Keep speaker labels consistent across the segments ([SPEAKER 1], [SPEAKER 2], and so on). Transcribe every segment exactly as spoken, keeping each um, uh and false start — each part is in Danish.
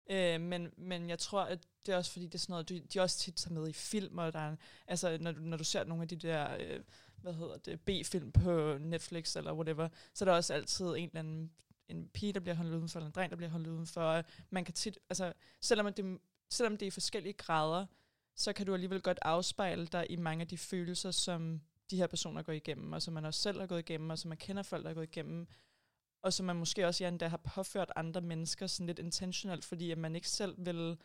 [SPEAKER 1] Øh, men, men jeg tror, at det er også fordi, det er sådan noget, de, de også tit tager med i film, og der er, altså, når du, når du ser nogle af de der, øh, hvad hedder det, B-film på Netflix eller whatever, så er der også altid en eller anden en pige, der bliver holdt udenfor, eller en dreng, der bliver holdt udenfor. Man kan tit, altså, selvom det, selvom det er i forskellige grader, så kan du alligevel godt afspejle dig i mange af de følelser, som de her personer går igennem, og som man også selv har gået igennem, og som man kender folk, der har gået igennem, og som man måske også ja, endda har påført andre mennesker sådan lidt intentionelt, fordi at man ikke selv vil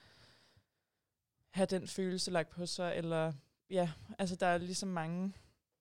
[SPEAKER 1] have den følelse lagt på sig, eller ja, altså der er ligesom mange,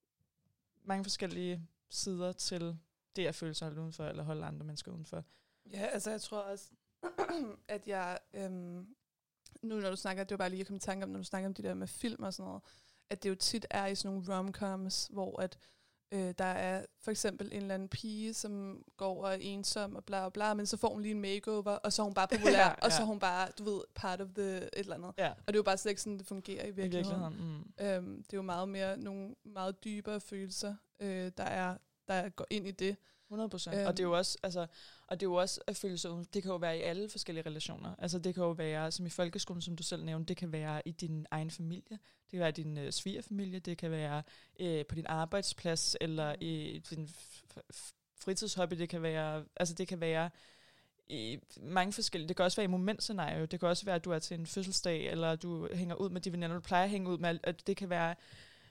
[SPEAKER 1] mange forskellige sider til det at føle sig holdt udenfor, eller holde andre mennesker udenfor.
[SPEAKER 2] Ja, altså jeg tror også, at jeg, øhm, nu når du snakker, det var bare lige at komme i tanke om, når du snakker om de der med film og sådan noget, at det jo tit er i sådan nogle rom-coms, hvor at øh, der er for eksempel en eller anden pige, som går og er ensom og bla bla, men så får hun lige en makeover, og så er hun bare populær, ja, ja. Og så er hun bare, du ved, part of the et eller andet. Ja. Og det er jo bare slet ikke sådan, det fungerer i virkeligheden. I virkeligheden. Mm. Øhm, det er jo meget mere nogle meget dybere følelser, øh, der er der går ind i det.
[SPEAKER 1] hundrede procent. Øhm. Og det er jo også, altså, og det er jo også at føle sig uden. Det kan jo være i alle forskellige relationer. Altså det kan jo være, som i folkeskolen, som du selv nævnte, det kan være i din egen familie, det kan være i din øh, svigerfamilie, det kan være øh, på din arbejdsplads, eller i din f- f- fritidshobby, det kan være, altså det kan være i mange forskellige, det kan også være i momentscenario, det kan også være, at du er til en fødselsdag, eller du hænger ud med de veninder, du plejer at hænge ud med, at det kan være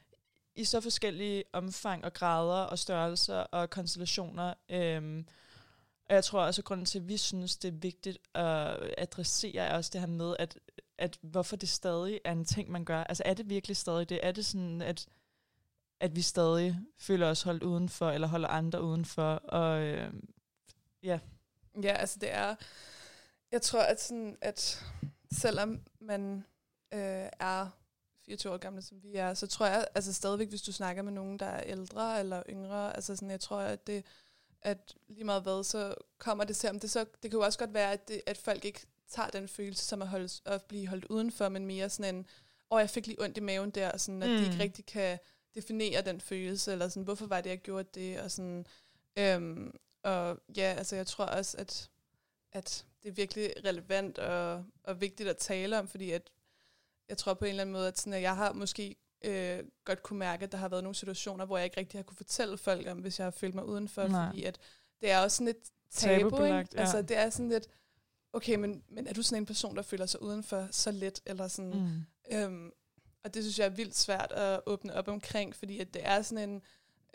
[SPEAKER 1] i så forskellige omfang og grader og størrelser og konstellationer. Øhm, og jeg tror også, at grunden til, at vi synes, det er vigtigt at adressere, er også det her med, at, at hvorfor det stadig er en ting, man gør. Altså er det virkelig stadig det? Er det sådan, at, at vi stadig føler os holdt udenfor, eller holder andre udenfor? Og øhm, ja.
[SPEAKER 2] Ja, altså det er, jeg tror, at, sådan, at selvom man øh, er fireogtyve år gamle, som vi er, så tror jeg, altså stadigvæk, hvis du snakker med nogen, der er ældre eller yngre, altså sådan, jeg tror, at det, at lige meget hvad, så kommer det til, om det så, det kan jo også godt være, at, det, at folk ikke tager den følelse, som at, holde, at blive holdt udenfor, men mere sådan en, åh, jeg fik lige ondt i maven der, og sådan, at mm. de ikke rigtig kan definere den følelse, eller sådan, hvorfor var det, jeg gjorde det, og sådan, øhm, og ja, altså jeg tror også, at, at det er virkelig relevant og, og vigtigt at tale om, fordi at jeg tror på en eller anden måde, at, sådan, at jeg har måske øh, godt kunne mærke, at der har været nogle situationer, hvor jeg ikke rigtig har kunne fortælle folk om, hvis jeg har følt mig udenfor, Nej. Fordi at det er også sådan lidt tabu,
[SPEAKER 1] Tabubelagt, ja.
[SPEAKER 2] Altså det er sådan lidt, okay, men, men er du sådan en person, der føler sig udenfor så let, eller sådan, mm. øhm, og det synes jeg er vildt svært at åbne op omkring, fordi at det er sådan en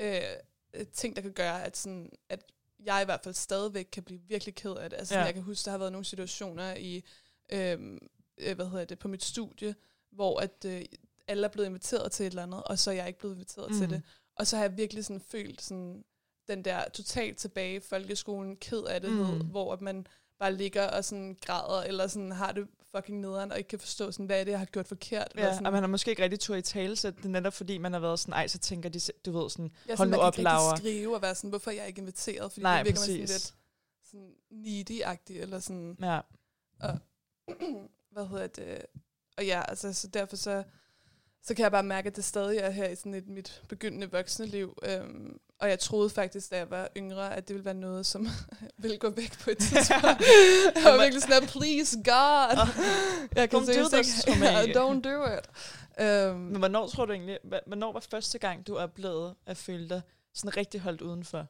[SPEAKER 2] øh, ting, der kan gøre, at, sådan, at jeg i hvert fald stadigvæk kan blive virkelig ked af det. Altså ja. Jeg kan huske, der har været nogle situationer i øh, hvad hedder det, på mit studie, hvor at øh, alle er blevet inviteret til et eller andet, og så er jeg ikke blevet inviteret mm. til det. Og så har jeg virkelig sådan følt sådan, den der totalt tilbage i folkeskolen, ked af det, mm. hvor at man bare ligger og sådan græder, eller sådan har det fucking nederen, og ikke kan forstå, sådan, hvad er det, jeg har gjort forkert.
[SPEAKER 1] Ja, og man har måske ikke rigtig tur i tale, så det er netop fordi, man har været sådan, ej, så tænker de, du ved, sådan,
[SPEAKER 2] ja,
[SPEAKER 1] hold
[SPEAKER 2] nu
[SPEAKER 1] op, Laura.
[SPEAKER 2] Man kan ikke skrive og være sådan, hvorfor er jeg ikke inviteret, fordi
[SPEAKER 1] Nej,
[SPEAKER 2] det virker
[SPEAKER 1] præcis.
[SPEAKER 2] man sådan lidt sådan needy-agtig, eller sådan.
[SPEAKER 1] Ja.
[SPEAKER 2] Og, hvad hedder det? Og ja, altså, så derfor så, så kan jeg bare mærke, at det stadig er her i sådan et mit begyndende voksne liv. Øhm, og jeg troede faktisk, da jeg var yngre, at det ville være noget, som ville gå væk på et tidspunkt. Jeg var virkelig sådan, please God, uh, jeg kan
[SPEAKER 1] don't do this
[SPEAKER 2] ikke, yeah, don't do it. Um,
[SPEAKER 1] Men hvornår tror du egentlig, hvornår var første gang, du oplevede at føle dig sådan rigtig holdt udenfor?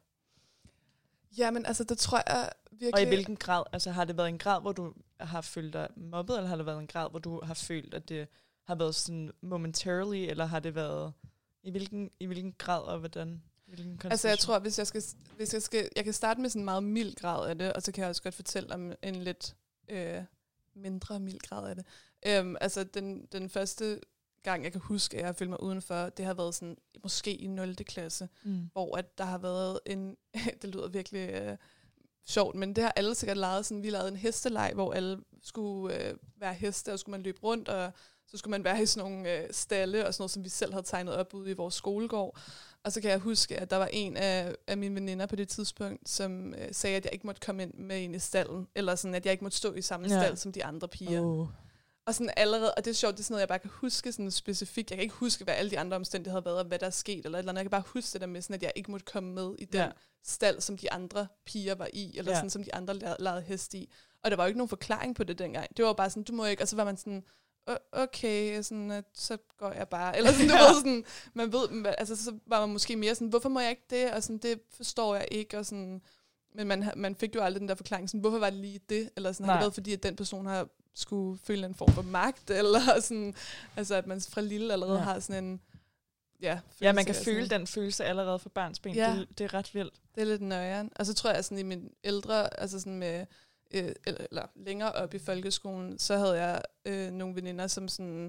[SPEAKER 2] Jamen, altså, det tror jeg virkelig.
[SPEAKER 1] Og i hvilken grad? Altså, har det været en grad, hvor du har følt dig mobbet, eller har det været en grad, hvor du har følt, at det har været sådan momentarily, eller har det været i hvilken, i hvilken grad og hvordan?
[SPEAKER 2] Altså, jeg tror, hvis jeg skal, hvis jeg skal, jeg kan starte med sådan en meget mild grad af det, og så kan jeg også godt fortælle om en lidt øh, mindre mild grad af det. Øhm, altså, den, den første gang, jeg kan huske, at jeg har følt mig udenfor, det har været sådan, måske i nul klasse, mm. hvor at der har været en, det lyder virkelig øh, sjovt, men det har alle sikkert leget sådan, vi lavede en hesteleg, hvor alle skulle øh, være heste, og skulle man løbe rundt, og så skulle man være i sådan nogle øh, stalle, og sådan noget, som vi selv havde tegnet op ude i vores skolegård. Og så kan jeg huske, at der var en af, af mine veninder på det tidspunkt, som øh, sagde, at jeg ikke måtte komme ind med en i stallen, eller sådan, at jeg ikke måtte stå i samme ja. stald som de andre piger. Oh. Og sådan allerede, og det er sjovt, det er sådan noget, jeg bare kan huske sådan specifikt. Jeg kan ikke huske, hvad alle de andre omstændigheder har været, og hvad der er sket, eller et eller andet. Jeg kan bare huske det der med, sådan, at jeg ikke måtte komme med i den ja. stald, som de andre piger var i, eller ja. sådan, som de andre legede hest i. Og der var jo ikke nogen forklaring på det dengang. Det var bare sådan, du må ikke, og så var man sådan, okay, sådan, at så går jeg bare. Eller sådan, du ved, sådan, man ved, altså så var man måske mere sådan, hvorfor må jeg ikke det? Og sådan, det forstår jeg ikke, og sådan, men man, man fik jo aldrig den der forklaring, sådan, hvorfor var det lige det? Eller sådan, har det været fordi, at den person har skulle føle en form for magt, eller sådan, altså at man fra lille allerede ja. har sådan en, ja.
[SPEAKER 1] Ja, man kan føle sådan den følelse allerede fra barnsben. Ja. Det, det er ret vildt.
[SPEAKER 2] Det er lidt nøjeren. Og så tror jeg sådan i min ældre, altså sådan med, øh, eller, eller længere op i folkeskolen, så havde jeg øh, nogle veninder, som sådan,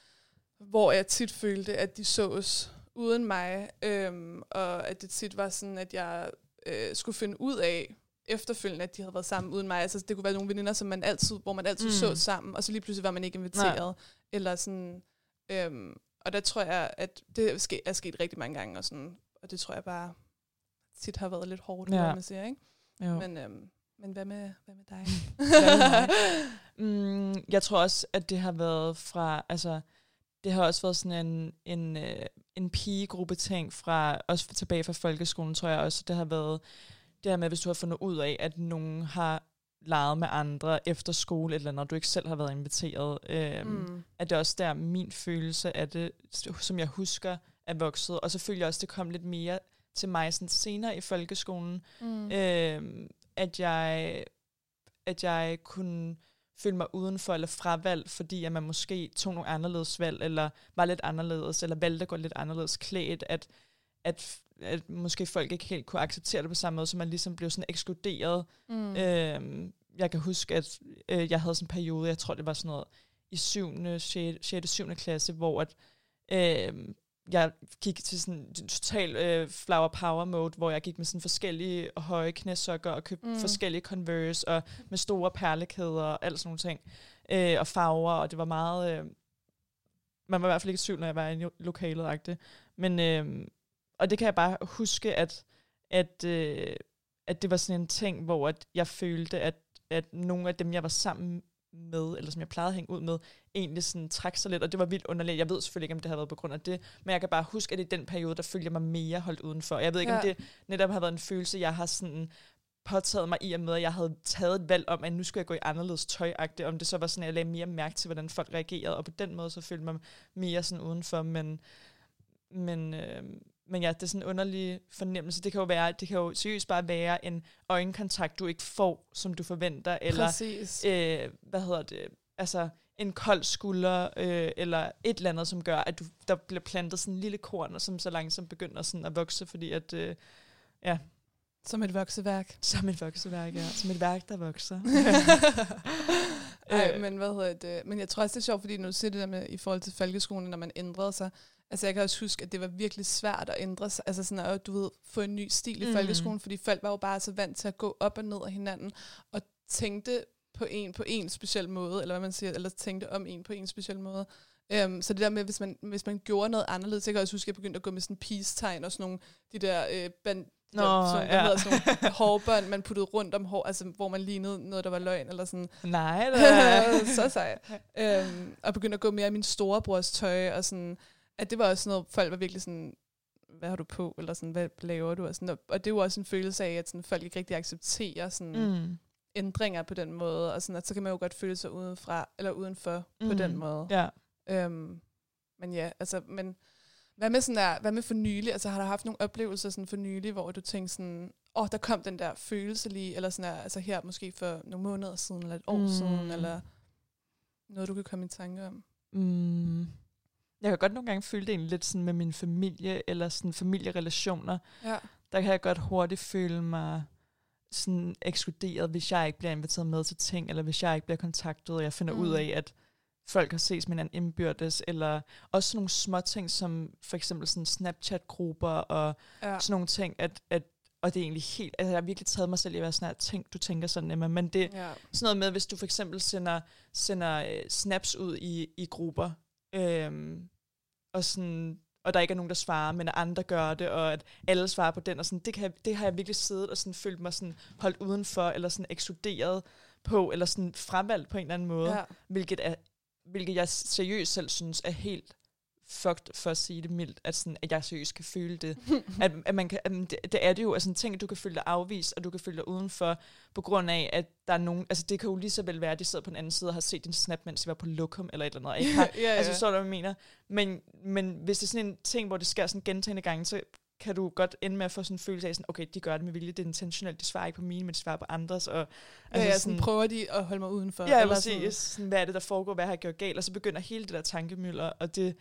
[SPEAKER 2] hvor jeg tit følte, at de sås uden mig, øh, og at det tit var sådan, at jeg øh, skulle finde ud af, efterfølgende, at de havde været sammen uden mig. Altså, det kunne være nogle veninder, som man altid, hvor man altid mm. så sammen, og så lige pludselig var man ikke inviteret. Nej. Eller sådan, øhm, og der tror jeg, at det er sket, er sket rigtig mange gange, og, sådan, og det tror jeg bare tit har været lidt hårdt, ja. Hvad man siger, ikke? Jo. Men, øhm, men hvad med, hvad med dig? Hvad med
[SPEAKER 1] mig? mm, jeg tror også, at det har været fra, altså, det har også været sådan en, en, øh, en pigegruppe ting fra, også tilbage fra folkeskolen, tror jeg også, det har været det her med, hvis du har fundet ud af, at nogen har leget med andre efter skole, eller når du ikke selv har været inviteret, øhm, mm. at det også der min følelse af det, som jeg husker, er vokset. Og så føler jeg også, det kom lidt mere til mig sådan senere i folkeskolen, mm. øhm, at jeg at jeg kunne føle mig udenfor eller fravalg, fordi at man måske tog nogle anderledes valg, eller var lidt anderledes, eller valgte at gå lidt anderledes klædt, at at at måske folk ikke helt kunne acceptere det på samme måde, så man ligesom blev sådan ekskluderet. Mm. Øhm, jeg kan huske, at øh, jeg havde sådan en periode, jeg tror det var sådan noget i syvende, sjette, syvende klasse, hvor at, øh, jeg gik til sådan total øh, flower power mode, hvor jeg gik med sådan forskellige høje knæsokker og købte mm. forskellige Converse og med store perlekæder og alt sådan nogle ting. Øh, og farver, og det var meget... Øh, man var i hvert fald ikke syv, når jeg var i lokalet-agtigt. Men... Øh, Og det kan jeg bare huske, at, at, øh, at det var sådan en ting, hvor at jeg følte, at, at nogle af dem, jeg var sammen med, eller som jeg plejede at hænge ud med, egentlig sådan trak sig lidt, og det var vildt underligt. Jeg ved selvfølgelig ikke, om det har været på grund af det, men jeg kan bare huske, at i den periode, der følte jeg mig mere holdt udenfor. Jeg ved ikke, ja. om det netop har været en følelse, jeg har sådan påtaget mig i og med, at jeg havde taget et valg om, at nu skulle jeg gå i anderledes tøjagtigt, om det så var sådan, at jeg lagde mere mærke til, hvordan folk reagerede, og på den måde så følte jeg mig mere sådan udenfor, men... men øh, Men ja, det er sådan en underlig fornemmelse. Det kan jo være, det kan jo seriøst bare være en øjenkontakt, du ikke får, som du forventer. Eller, øh, hvad hedder det, altså en kold skulder, øh, eller et eller andet, som gør, at du, der bliver plantet sådan en lille korn, som så langsomt begynder sådan at vokse, fordi at, øh, ja.
[SPEAKER 2] Som et vokseværk.
[SPEAKER 1] Som et vokseværk, ja. Som et værk, der vokser.
[SPEAKER 2] Ej, men hvad hedder det? Men jeg tror også, det er sjovt, fordi når du siger det der med, i forhold til folkeskolen, når man ændrede sig, altså jeg kan også huske, at det var virkelig svært at ændre sig, altså sådan at du ved, få en ny stil i mm. folkeskolen, fordi folk var jo bare så vant til at gå op og ned af hinanden, og tænkte på en på en speciel måde, eller hvad man siger, eller tænkte om en på en speciel måde. Um, så det der med, hvis man, hvis man gjorde noget anderledes, så kan jeg også huske, at jeg begyndte at gå med sådan peace-tegn og sådan nogle, de der øh, band,
[SPEAKER 1] Nå,
[SPEAKER 2] der, sådan,
[SPEAKER 1] ja.
[SPEAKER 2] hedder, sådan nogle hårbånd, man puttede rundt om hår, altså hvor man lignede noget, der var løgn, eller sådan.
[SPEAKER 1] Nej, da.
[SPEAKER 2] Så sej. Um, og begyndte at gå mere i min storebrors tøj, og sådan, at det var også noget, folk var virkelig sådan, hvad har du på, eller sådan, hvad laver du, og sådan, og det er jo også en følelse af, at sådan, folk ikke rigtig accepterer sådan mm. ændringer på den måde, og sådan, at så kan man jo godt føle sig udenfra, eller udenfor mm. på den måde.
[SPEAKER 1] Ja.
[SPEAKER 2] Um, men ja, altså, men hvad med sådan der, hvad med for nylig, altså har du haft nogle oplevelser sådan for nylig, hvor du tænkte sådan, åh, oh, der kom den der følelse lige, eller sådan der, altså her måske for nogle måneder siden, eller et år mm. siden, eller noget, du kan komme i tanke om?
[SPEAKER 1] Mm. Jeg kan godt nogle gange føle det egentlig lidt sådan med min familie, eller sådan familierelationer.
[SPEAKER 2] Ja.
[SPEAKER 1] Der kan jeg godt hurtigt føle mig sådan ekskluderet, hvis jeg ikke bliver inviteret med til ting, eller hvis jeg ikke bliver kontaktet, og jeg finder mm. ud af, at folk har ses med hinanden indbyrdes, eller også sådan nogle små ting, som for eksempel sådan Snapchat-grupper, og ja. sådan nogle ting, at, at og det er egentlig helt, altså jeg har virkelig taget mig selv i at være sådan her, tænk, du tænker sådan, Emma, men det er ja. sådan noget med, hvis du for eksempel sender, sender uh, snaps ud i, i grupper, øhm, og sådan, og der ikke er nogen, der svarer, men at andre gør det, og at alle svarer på den, og sådan, det, kan, det har jeg virkelig siddet og sådan følt mig sådan holdt udenfor, eller sådan ekskluderet på, eller sådan fravalgt på en eller anden måde, ja. hvilket er hvilket jeg seriøst selv synes er helt fucked, for at sige det mildt, at, sådan, at jeg seriøst kan føle det. at, at man kan, at det, det er det jo, altså en ting, at du kan føle dig afvist, og du kan føle dig udenfor, på grund af, at der er nogen, altså det kan jo lige så vel være, at de sidder på den anden side og har set din snap, mens de var på lokum, eller et eller andet, ikke? Har, ja, ja. Altså så er det, hvad jeg mener. Men, men hvis det er sådan en ting, hvor det sker sådan gentagende gange, så kan du godt ende med at få sådan en følelse af, sådan, okay, de gør det med vilje, det er intentionelt, de svarer ikke på mine, men de svarer på andres. Og,
[SPEAKER 2] ja, altså, ja, sådan, prøver de at holde mig udenfor.
[SPEAKER 1] Ja, eller præcis. Sådan. Sådan, hvad er det, der foregår, hvad har jeg gjort galt? Og så begynder hele det der tankemylder, og det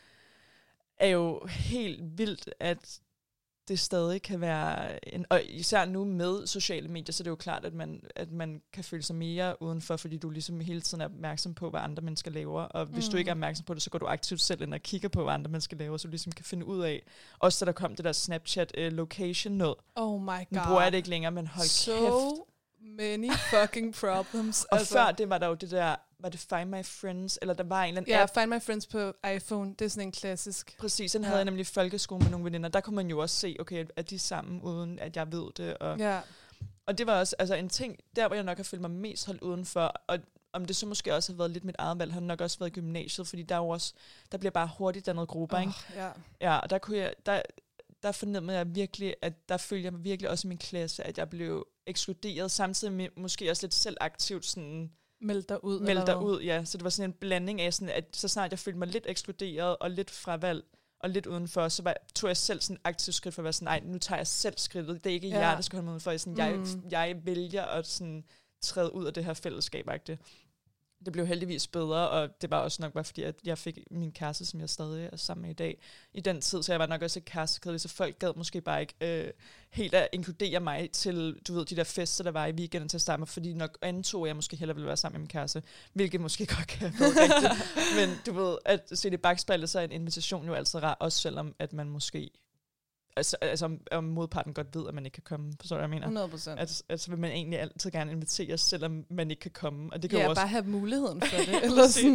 [SPEAKER 1] er jo helt vildt, at det stadig kan være, en, og især nu med sociale medier, så er det jo klart, at man, at man kan føle sig mere udenfor, fordi du ligesom hele tiden er opmærksom på, hvad andre mennesker laver, og hvis mm. du ikke er opmærksom på det, så går du aktivt selv ind og kigger på, hvad andre mennesker laver, så du ligesom kan finde ud af, også da der kom det der Snapchat uh, location noget.
[SPEAKER 2] Oh my god.
[SPEAKER 1] Nu bruger jeg det ikke længere, men hold
[SPEAKER 2] so
[SPEAKER 1] kæft.
[SPEAKER 2] many fucking problems.
[SPEAKER 1] Og altså. Før det var der jo det der, var det Find My Friends, eller der var en eller anden
[SPEAKER 2] ja,
[SPEAKER 1] app.
[SPEAKER 2] Find My Friends på iPhone, det er sådan en klassisk.
[SPEAKER 1] Præcis, den
[SPEAKER 2] ja.
[SPEAKER 1] havde jeg nemlig i folkeskolen med nogle veninder. Der kunne man jo også se, okay, er de sammen, uden at jeg ved det. Og,
[SPEAKER 2] ja.
[SPEAKER 1] og det var også altså, en ting, der hvor jeg nok har følt mig mest holdt udenfor, og om det så måske også har været lidt mit eget valg, har det nok også været i gymnasiet, fordi der er jo også, der bliver bare hurtigt dannet grupper, oh, ikke?
[SPEAKER 2] Ja.
[SPEAKER 1] Ja, og der kunne jeg, der, der fornemmede jeg virkelig, at der følte jeg mig virkelig også i min klasse, at jeg blev ekskluderet, samtidig med måske også lidt selv aktivt sådan
[SPEAKER 2] meld dig ud.
[SPEAKER 1] Meld dig ud, ja. Så det var sådan en blanding af, sådan, at så snart jeg følte mig lidt ekskluderet og lidt fravalg og lidt udenfor, så var, tog jeg selv sådan aktivt skridt for at være sådan, nej, nu tager jeg selv skridtet. Det er ikke ja. jer, der skal holde mig udenfor. Sådan, mm. jeg, jeg vælger at sådan, træde ud af det her fællesskab. -agtigt. Det blev heldigvis bedre, og det var også nok bare fordi, at jeg fik min kæreste, som jeg stadig er sammen med i dag, i den tid, så jeg var nok også et kærestekedelig, så folk gad måske bare ikke øh, helt at inkludere mig til, du ved, de der fester, der var i weekenden til at starte med, fordi nok antog jeg måske hellere ville være sammen med min kæreste, hvilket måske godt kan være rigtigt, men du ved, at se det bagspejlet, så er en invitation jo altid rar, også selvom at man måske Altså, altså om modparten godt ved, at man ikke kan komme. Forstår du, hvad jeg mener?
[SPEAKER 2] hundrede procent.
[SPEAKER 1] Altså, altså vil man egentlig altid gerne invitere, selvom man ikke kan komme. Og det kan
[SPEAKER 2] ja,
[SPEAKER 1] jo også
[SPEAKER 2] bare have muligheden for det. Eller sådan.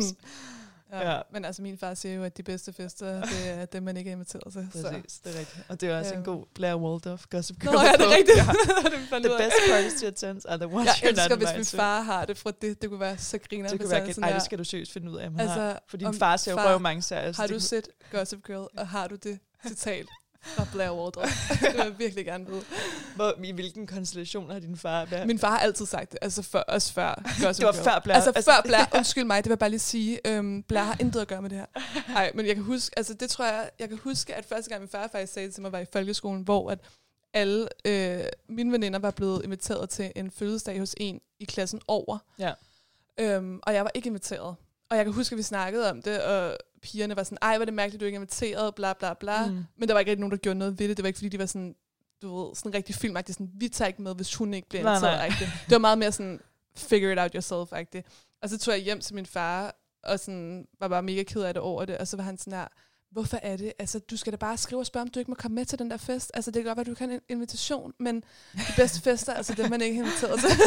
[SPEAKER 2] Ja,
[SPEAKER 1] ja.
[SPEAKER 2] Men altså, min far siger jo, at de bedste fester, det er dem, man ikke er inviteret til.
[SPEAKER 1] Præcis, så. Det er rigtigt. Og det er også ja. en god Blair Waldorf gossip girl.
[SPEAKER 2] Nå, ja, det er rigtigt.
[SPEAKER 1] Ja. The best parties to attend are the ones
[SPEAKER 2] jeg
[SPEAKER 1] you're not
[SPEAKER 2] elsker, hvis min
[SPEAKER 1] to.
[SPEAKER 2] far har det fra det. Det kunne være så griner.
[SPEAKER 1] Det kunne være sådan, ej, det skal du seriøst finde ud af, man altså, har. For din far ser jo røv mange serier.
[SPEAKER 2] Har du set Gossip Girl, og har du det citat fra Blair Waldorf? Det vil jeg virkelig gerne vide.
[SPEAKER 1] Hvor, i hvilken konstellation har din far været?
[SPEAKER 2] Min far har altid sagt det, altså for, også før Gossip
[SPEAKER 1] Det var
[SPEAKER 2] Girl.
[SPEAKER 1] før Blair.
[SPEAKER 2] Altså, altså før Blair, undskyld mig, det vil jeg bare lige sige, øhm, Blair har intet at gøre med det her. Nej, men jeg kan huske, altså det tror jeg, jeg kan huske, at første gang min far faktisk sagde det til mig, var i folkeskolen, hvor at alle øh, mine veninder var blevet inviteret til en fødselsdag hos en i klassen over.
[SPEAKER 1] Ja.
[SPEAKER 2] Øhm, og jeg var ikke inviteret. Og jeg kan huske, at vi snakkede om det, og pigerne var sådan, ej, hvor er det mærkeligt, du ikke er inviteret, bla bla bla. Mm. Men der var ikke rigtig nogen, der gjorde noget ved det. Det var ikke, fordi de var sådan, du ved, sådan rigtig filmagtigt, sådan, vi tager ikke med, hvis hun ikke bliver inviteret. Det var meget mere sådan, figure it out yourself-agtigt. Og så tog jeg hjem til min far, og sådan, var bare mega ked af det over det. Og så var han sådan her, hvorfor er det? Altså, du skal da bare skrive og spørge, om du ikke må komme med til den der fest. Altså, det kan godt være, at du kan en invitation, men de bedste fester, altså dem, man ikke har inviteret til.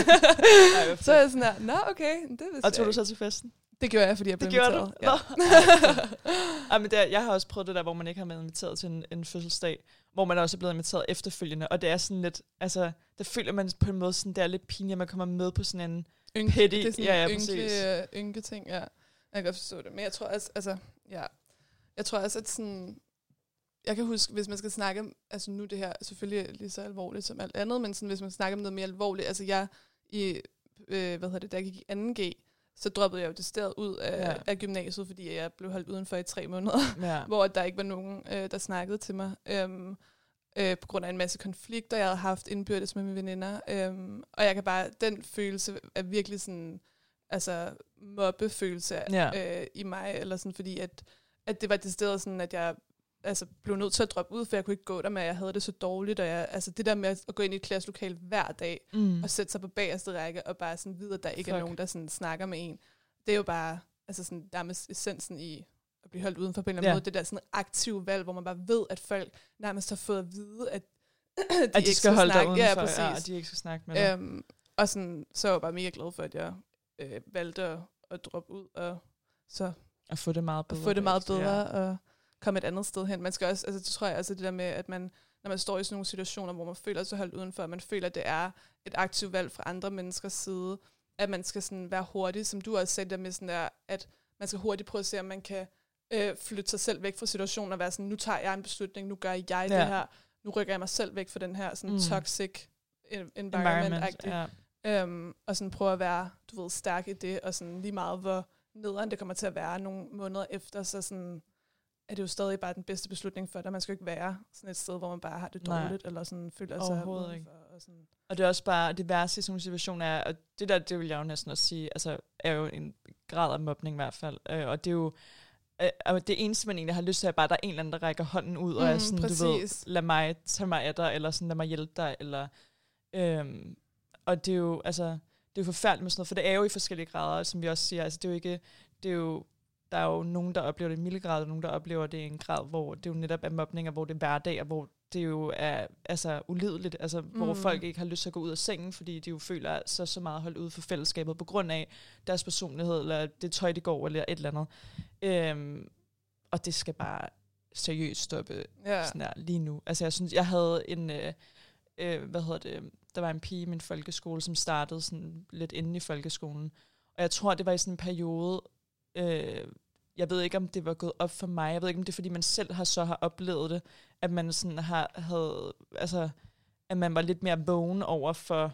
[SPEAKER 2] Så er jeg sådan her, nå, okay, det vidste
[SPEAKER 1] Og tog du så til festen?
[SPEAKER 2] Det gjorde jeg, fordi jeg blev
[SPEAKER 1] det
[SPEAKER 2] inviteret.
[SPEAKER 1] Det gjorde du? Ja. Ej, men der, jeg har også prøvet det der, hvor man ikke har været inviteret til en, en fødselsdag, hvor man også er blevet inviteret efterfølgende, og det er sådan lidt, altså, der føler man på en måde sådan, det er lidt pinligt, at man kommer med på sådan en
[SPEAKER 2] ynke,
[SPEAKER 1] petty.
[SPEAKER 2] Det er sådan
[SPEAKER 1] ja, ja,
[SPEAKER 2] en ynke, uh, ynke ting, ja. Jeg kan godt forstå det, men jeg tror også, altså, ja, jeg tror også, at sådan, jeg kan huske, hvis man skal snakke om, altså nu det her selvfølgelig lige så alvorligt som alt andet, men sådan, hvis man snakker om noget mere alvorligt, altså jeg i, øh, hvad hedder det, da jeg gik i anden G, så droppede jeg jo decideret ud af, ja. af gymnasiet, fordi jeg blev holdt udenfor i tre måneder, ja. hvor der ikke var nogen, øh, der snakkede til mig, øhm, øh, på grund af en masse konflikter, jeg havde haft indbyrdes med mine veninder. Øhm, og jeg kan bare, den følelse er virkelig sådan, altså mobbefølelse ja. øh, i mig, eller sådan, fordi at, at det var decideret sådan, at jeg altså, blev nødt til at droppe ud, for jeg kunne ikke gå der med, at jeg havde det så dårligt, og jeg, altså det der med at gå ind i et klasselokale hver dag, mm. og sætte sig på bagerste række, og bare sådan vide, at der ikke Fuck. er nogen, der sådan snakker med en, det er jo bare, altså sådan, der er med essensen i at blive holdt udenfor på en eller anden ja. måde, det der sådan aktive valg, hvor man bare ved, at folk nærmest har fået at vide, at de,
[SPEAKER 1] at de
[SPEAKER 2] ikke
[SPEAKER 1] skal, skal
[SPEAKER 2] holde
[SPEAKER 1] dig udenfor,
[SPEAKER 2] ja, præcis.
[SPEAKER 1] ja, og de ikke skal snakke med dig.
[SPEAKER 2] Øhm, og sådan, så var jeg bare mega glad for, at jeg øh, valgte at, at droppe ud, og så
[SPEAKER 1] at få det meget bedre,
[SPEAKER 2] få det meget bedre ja. og komme et andet sted hen. Man skal også, altså det tror jeg, altså det der med, at man, når man står i sådan nogle situationer, hvor man føler sig holdt udenfor, man føler, at det er et aktivt valg fra andre menneskers side, at man skal sådan være hurtig, som du også sagde der med sådan der, at man skal hurtigt prøve at se, om man kan øh, flytte sig selv væk fra situationen og være sådan, nu tager jeg en beslutning, nu gør jeg ja. det her, nu rykker jeg mig selv væk fra den her sådan mm. toxic environment. environment ja. øhm, og sådan prøve at være, du ved, stærk i det, og sådan lige meget, hvor nederen det kommer til at være nogle måneder efter, så sådan er det jo stadig bare den bedste beslutning for dig. Man skal jo ikke være sådan et sted, hvor man bare har det dårligt, Nej. eller sådan føler sig udenfor. Og, sådan.
[SPEAKER 1] Og det er også bare, det værste i sådan en situation er, og det der, det vil jeg jo næsten også sige, altså er jo en grad af mobning i hvert fald, øh, og det er jo, øh, og det eneste, man egentlig har lyst til, er bare, at der er en eller anden, der rækker hånden ud, og mm, er sådan, præcis. du ved, lad mig tage mig af dig, eller sådan, lad mig hjælpe dig, eller, øhm, og det er jo, altså, det er jo forfærdeligt med sådan noget, for det er jo i forskellige grader, som vi også siger, altså det er jo ikke, det er jo, der er jo nogen, der oplever det i milde grad, og nogen, der oplever det i en grad, hvor det jo netop er mobning, og hvor det er hverdag, og hvor det jo er altså ulideligt, altså mm. hvor folk ikke har lyst til at gå ud af sengen, fordi de jo føler så så meget holdt ude for fællesskabet på grund af deres personlighed, eller det tøj, de går, eller et eller andet. Øhm, og det skal bare seriøst stoppe yeah. sådan der lige nu. Altså jeg synes, jeg havde en, øh, øh, hvad hedder det, der var en pige i min folkeskole, som startede sådan lidt inde i folkeskolen, og jeg tror, det var i sådan en periode, øh, jeg ved ikke, om det var gået op for mig. Jeg ved ikke, om det er, fordi man selv har så har oplevet det, at man sådan har, havde, altså, at man var lidt mere vågen over for,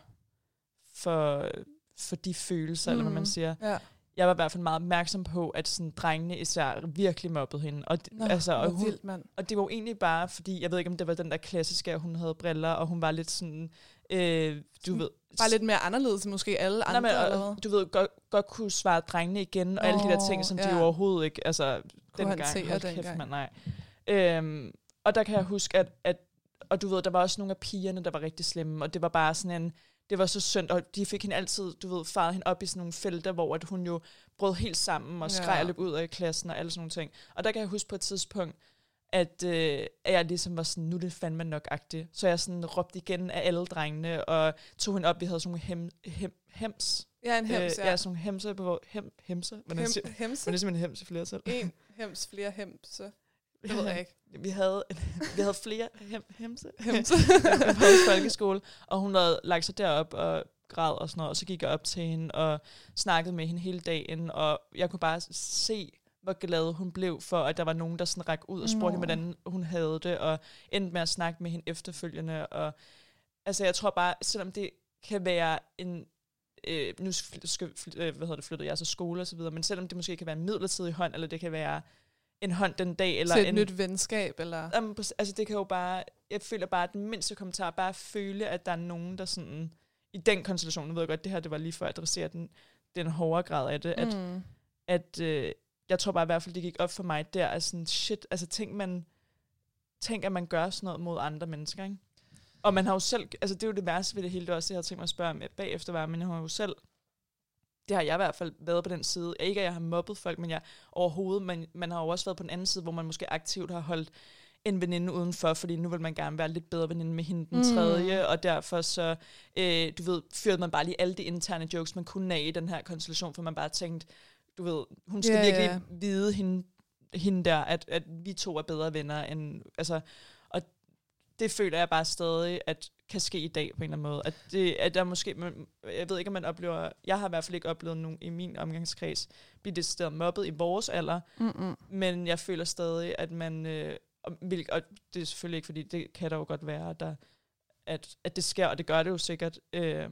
[SPEAKER 1] for, for de følelser, mm. eller hvad man siger. Ja. Jeg var i hvert fald meget opmærksom på, at sådan, drengene især virkelig mobbede hende. Og, Nå, altså, og, hun, vildt, mand. Og det var jo egentlig bare, fordi, jeg ved ikke, om det var den der klassiske, at hun havde briller, og hun var lidt sådan, øh, du ved...
[SPEAKER 2] Bare lidt mere anderledes end måske alle andre,
[SPEAKER 1] nej, men,
[SPEAKER 2] eller hvad?
[SPEAKER 1] Du ved, godt, godt kunne svare drengene igen, og oh, alle de der ting, som ja. de overhovedet ikke, altså, dengang, hold kæft, den man, nej. Øhm, og der kan jeg huske, at, at, og du ved, der var også nogle af pigerne, der var rigtig slemme, og det var bare sådan en, det var så synd, og de fik hende altid, du ved, faret hende op i sådan nogle felter, hvor at hun jo brød helt sammen, og skreg ja. løb ud af klassen, og alle sådan nogle ting. Og der kan jeg huske på et tidspunkt, at, øh, at jeg ligesom var sådan, nu er det fandme nok-agtigt. Så jeg sådan råbte igen af alle drengene, og tog hende op, vi havde sådan nogle hem, hem, hems.
[SPEAKER 2] Ja, en hems,
[SPEAKER 1] øh, ja. Ja, sådan nogle hemser på vores, hem, hemser. Men
[SPEAKER 2] Hem,
[SPEAKER 1] siger,
[SPEAKER 2] hemse?
[SPEAKER 1] Men det er simpelthen hems i flertal.
[SPEAKER 2] En hems, flere hemse. Det ved jeg ikke.
[SPEAKER 1] Vi havde, vi havde flere hem, hemse. Hemse. På vores folkeskole, og hun havde lagt sig derop og græd og sådan noget, og så gik jeg op til hende og snakkede med hende hele dagen, og jeg kunne bare se, hvor glad hun blev for, at der var nogen, der sådan række ud og spurgte hende, hvordan hun havde det, og endte med at snakke med hende efterfølgende. Og, altså jeg tror bare, selvom det kan være en, øh, nu skal, øh, hvad hedder det, flyttede jeg så skole og så videre, men selvom det måske kan være en midlertidig hånd, eller det kan være en hånd den dag, eller
[SPEAKER 2] til et
[SPEAKER 1] en,
[SPEAKER 2] nyt venskab, eller?
[SPEAKER 1] Um, altså det kan jo bare, jeg føler bare, at den mindste kommentar, bare at føle, at der er nogen, der sådan, i den konstellation, nu ved jeg godt, det her, det var lige for at adressere den, den hårdere grad af det, at, mm. at øh, jeg tror bare i hvert fald, det gik op for mig der, at sådan, shit, altså tænk, man, tænk, at man gør sådan noget mod andre mennesker, ikke? Og man har jo selv, altså det er jo det værste ved det hele, det også, jeg havde tænkt mig at spørge om bagefter, var, men jeg har jo selv, det har jeg i hvert fald været på den side, ikke at jeg har mobbet folk, men jeg overhovedet, men man har jo også været på den anden side, hvor man måske aktivt har holdt en veninde udenfor, fordi nu vil man gerne være lidt bedre veninde med hende den tredje, mm. og derfor så, øh, du ved, fyrede man bare lige alle de interne jokes, man kunne af i den her konstellation, for man bare tænkte, du ved, hun skal yeah, virkelig yeah. vide hende, hende der, at, at vi to er bedre venner, end, altså, og det føler jeg bare stadig, at kan ske i dag på en eller anden måde. At, det, at der måske, man, jeg ved ikke, om man oplever, jeg har i hvert fald ikke oplevet nogen i min omgangskreds, blive decideret mobbet i vores alder, Mm-mm. men jeg føler stadig, at man, øh, og, og det er selvfølgelig ikke, fordi det kan der jo godt være, der, at, at det sker, og det gør det jo sikkert, øh,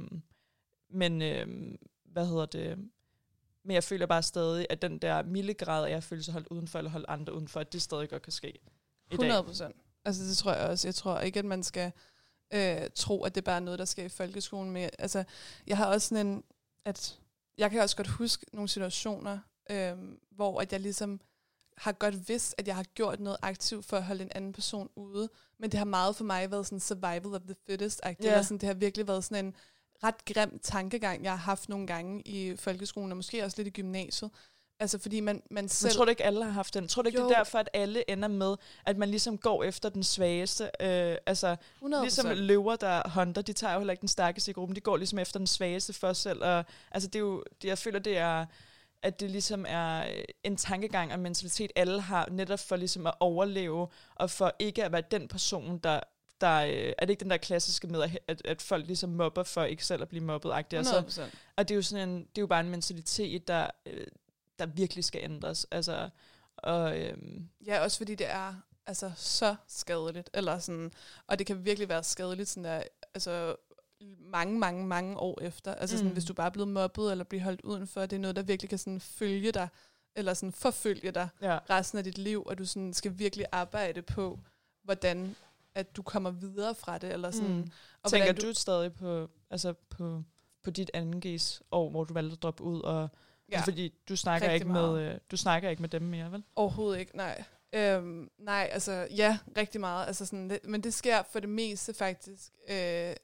[SPEAKER 1] men øh, hvad hedder det, men jeg føler bare stadig, at den der milde grad af at føle sig holdt udenfor, eller holde andre udenfor, at det stadig godt kan ske i dag.
[SPEAKER 2] hundrede procent. Altså det tror jeg også. Jeg tror ikke, at man skal øh, tro, at det bare er noget, der sker i folkeskolen. Men altså, jeg har også sådan en, at jeg kan også godt huske nogle situationer, øh, hvor at jeg ligesom har godt vidst, at jeg har gjort noget aktivt for at holde en anden person ude. Men det har meget for mig været sådan survival of the fittest-agtigt. Yeah. Sådan, det har virkelig været sådan en ret grim tankegang, jeg har haft nogle gange i folkeskolen, og måske også lidt i gymnasiet. Altså fordi man, man selv...
[SPEAKER 1] Jeg tror du ikke, alle har haft den? Tror du ikke, jo. Det er derfor, at alle ender med, at man ligesom går efter den svageste? Øh, altså hundrede procent. Ligesom løver, der hunter, de tager jo heller ikke den stærkeste i gruppen. De går ligesom efter den svageste for sig selv. Og, altså det er jo, det, jeg føler, det er, at det ligesom er en tankegang og mentalitet, alle har netop for ligesom at overleve, og for ikke at være den person, der... Der, øh, er det ikke den der klassiske med, at, at folk ligesom mobber for ikke selv at blive mobbet-agtigt. Altså, og det er jo sådan en, det er jo bare en mentalitet, der... Øh, der virkelig skal ændres. Altså, og, øhm,
[SPEAKER 2] ja, også fordi det er altså så skadeligt, eller sådan, og det kan virkelig være skadeligt, sådan der, altså mange, mange, mange år efter. Altså sådan,
[SPEAKER 1] Mm.
[SPEAKER 2] hvis du bare er blevet mobbet, eller bliver holdt udenfor, det er noget, der virkelig kan sådan følge dig, eller sådan forfølge dig
[SPEAKER 1] ja.
[SPEAKER 2] resten af dit liv, og du sådan skal virkelig arbejde på, hvordan at du kommer videre fra det, eller sådan.
[SPEAKER 1] Mm.
[SPEAKER 2] Og
[SPEAKER 1] Tænker
[SPEAKER 2] du,
[SPEAKER 1] du stadig på, altså på, på dit anden G's år, hvor du valgte at droppe ud, og
[SPEAKER 2] ja,
[SPEAKER 1] altså, fordi du snakker ikke med, øh, du snakker ikke med dem mere, vel?
[SPEAKER 2] overhovedet ikke, nej. Øhm, nej, altså, ja, rigtig meget. Altså, sådan, det, men det sker for det meste faktisk øh,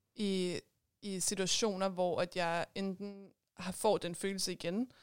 [SPEAKER 2] i, i situationer, hvor at jeg enten har fået den følelse igen